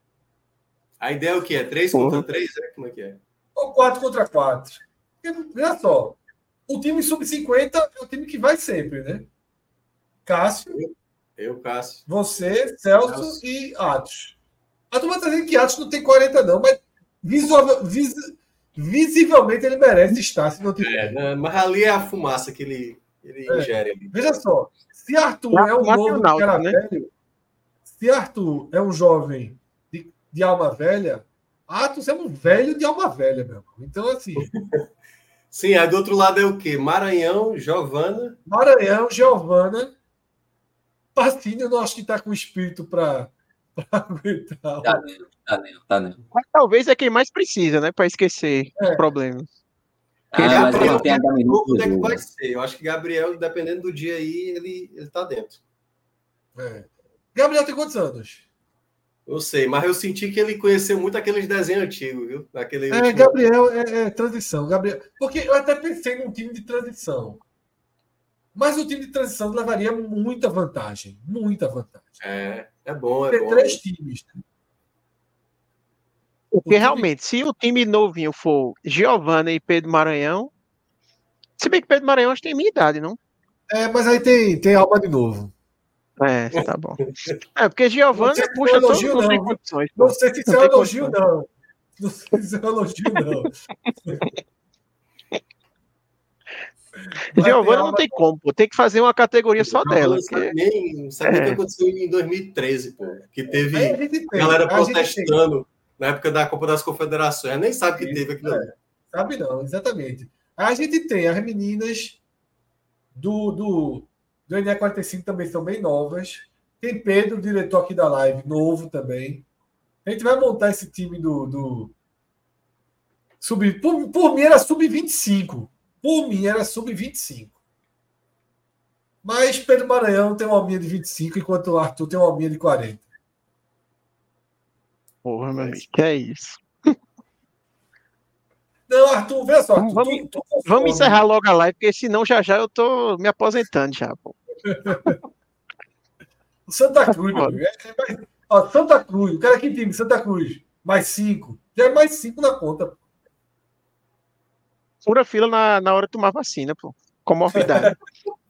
A ideia é o quê? É três contra três? É? Como é que é? Ou quatro contra quatro. Olha só, o time sub cinquenta é o time que vai sempre, né? Cássio. Eu, eu Cássio. Você, Celso, Celso. E Atos. A turma está dizendo que Atos não tem quarenta, não, mas visual, vis, visivelmente ele merece estar, se não tiver. É, mas ali é a fumaça que ele, ele é. ingere ali. Veja só, se Arthur é, é um novo cara né? velho, se Arthur é um jovem de, de alma velha, Atos é um velho de alma velha, meu irmão. Então, assim. Sim, aí do outro lado é o quê? Maranhão, Giovana. Maranhão, Giovana. Pacini, eu não acho que está com espírito para aguentar. Tá não, tá não, tá não. Mas talvez é quem mais precisa, né? Para esquecer é. os problemas. Ah, mas Gabriel, ele tem a pouco é que vai ser. Eu acho que Gabriel, dependendo do dia aí, ele, ele tá dentro. É. Gabriel tem quantos anos? Eu sei, mas eu senti que ele conheceu muito aqueles desenhos antigos, viu? Aquele é, último... Gabriel é, é transição. Gabriel... Porque eu até pensei num time de transição. Mas o time de transição levaria muita vantagem. Muita vantagem. É, é bom, é Ter bom. três times. Né? Porque time... realmente, se o time novinho for Giovana e Pedro Maranhão, se bem que Pedro Maranhão acho que tem minha idade, não? É, mas aí tem, tem alma de novo. É, tá bom. É, porque Giovana se puxa todo mundo não tem condições. Não sei se isso é um elogio, não. Não sei se é um elogio, não. Giovana não tem como, pô. Tem que fazer uma categoria só dela. Sabe nem sabe o é. que aconteceu em dois mil e treze, pô. Que teve a galera protestando na época da Copa das Confederações. Nem sabe que teve aquilo ali. Sabe não, exatamente. A gente tem as meninas do, do, do N E quarenta e cinco também são bem novas. Tem Pedro, diretor aqui da live, novo também. A gente vai montar esse time do... do sub, por, por mim era sub vinte e cinco. Por mim era sub vinte e cinco. Mas Pedro Maranhão tem uma alminha de vinte e cinco, enquanto o Arthur tem uma alminha de quarenta. Porra, meu amigo, que é isso? Não, Arthur, vê só. Vamos, Arthur, vamos, tu, tu vamos encerrar logo a live, porque senão já já eu tô me aposentando já, pô. O Santa Cruz, meu amigo. É, ó, Santa Cruz, o cara que time, Santa Cruz, mais cinco. Já é mais cinco na conta. Fura fila na, na hora de tomar vacina, pô. Comorbidade.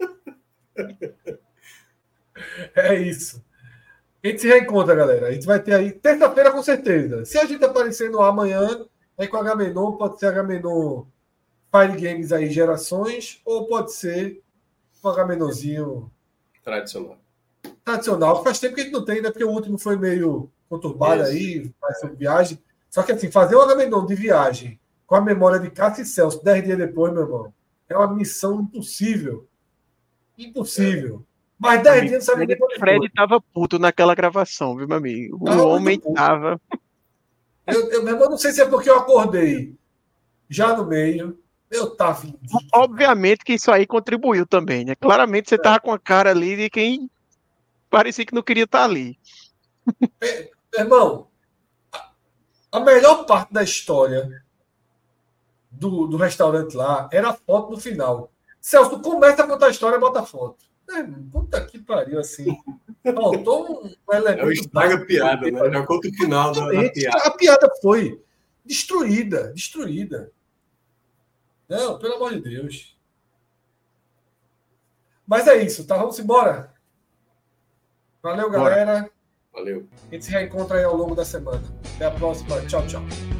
É isso. A gente se reencontra, galera. A gente vai ter aí, terça-feira com certeza. Se a gente aparecer no amanhã, é com H-Menon, pode ser H-Menon Fire Games aí, gerações, ou pode ser um H-Menonzinho Tradicional. tradicional. Faz tempo que a gente não tem, né? Porque o último foi meio conturbado Isso. aí, mais sobre viagem. Só que assim, fazer um H-Menon de viagem com a memória de Cássio e Celso dez dias depois, meu irmão, é uma missão impossível. Impossível. Mas dez dias não sabe nem quando Fred foi. tava puto naquela gravação, viu, meu amigo? O Tava muito homem puto. tava. Eu, eu, meu irmão, não sei se é porque eu acordei já no meio. Eu tava. Obviamente que isso aí contribuiu também, né? Claramente você tava com a cara ali de quem parecia que não queria estar ali. Meu irmão, a- a melhor parte da história do, do restaurante lá era a foto no final. Celso, tu começa a contar a história e bota a foto. É, puta que pariu, assim. Faltou um elemento. É o estraga piada, né? Já conta o final da, da Exatamente. piada. A piada foi destruída, destruída. Não, pelo amor de Deus. Mas é isso, tá? Vamos embora. Valeu, Bora. galera. Valeu. A gente se reencontra aí ao longo da semana. Até a próxima. Tchau, tchau.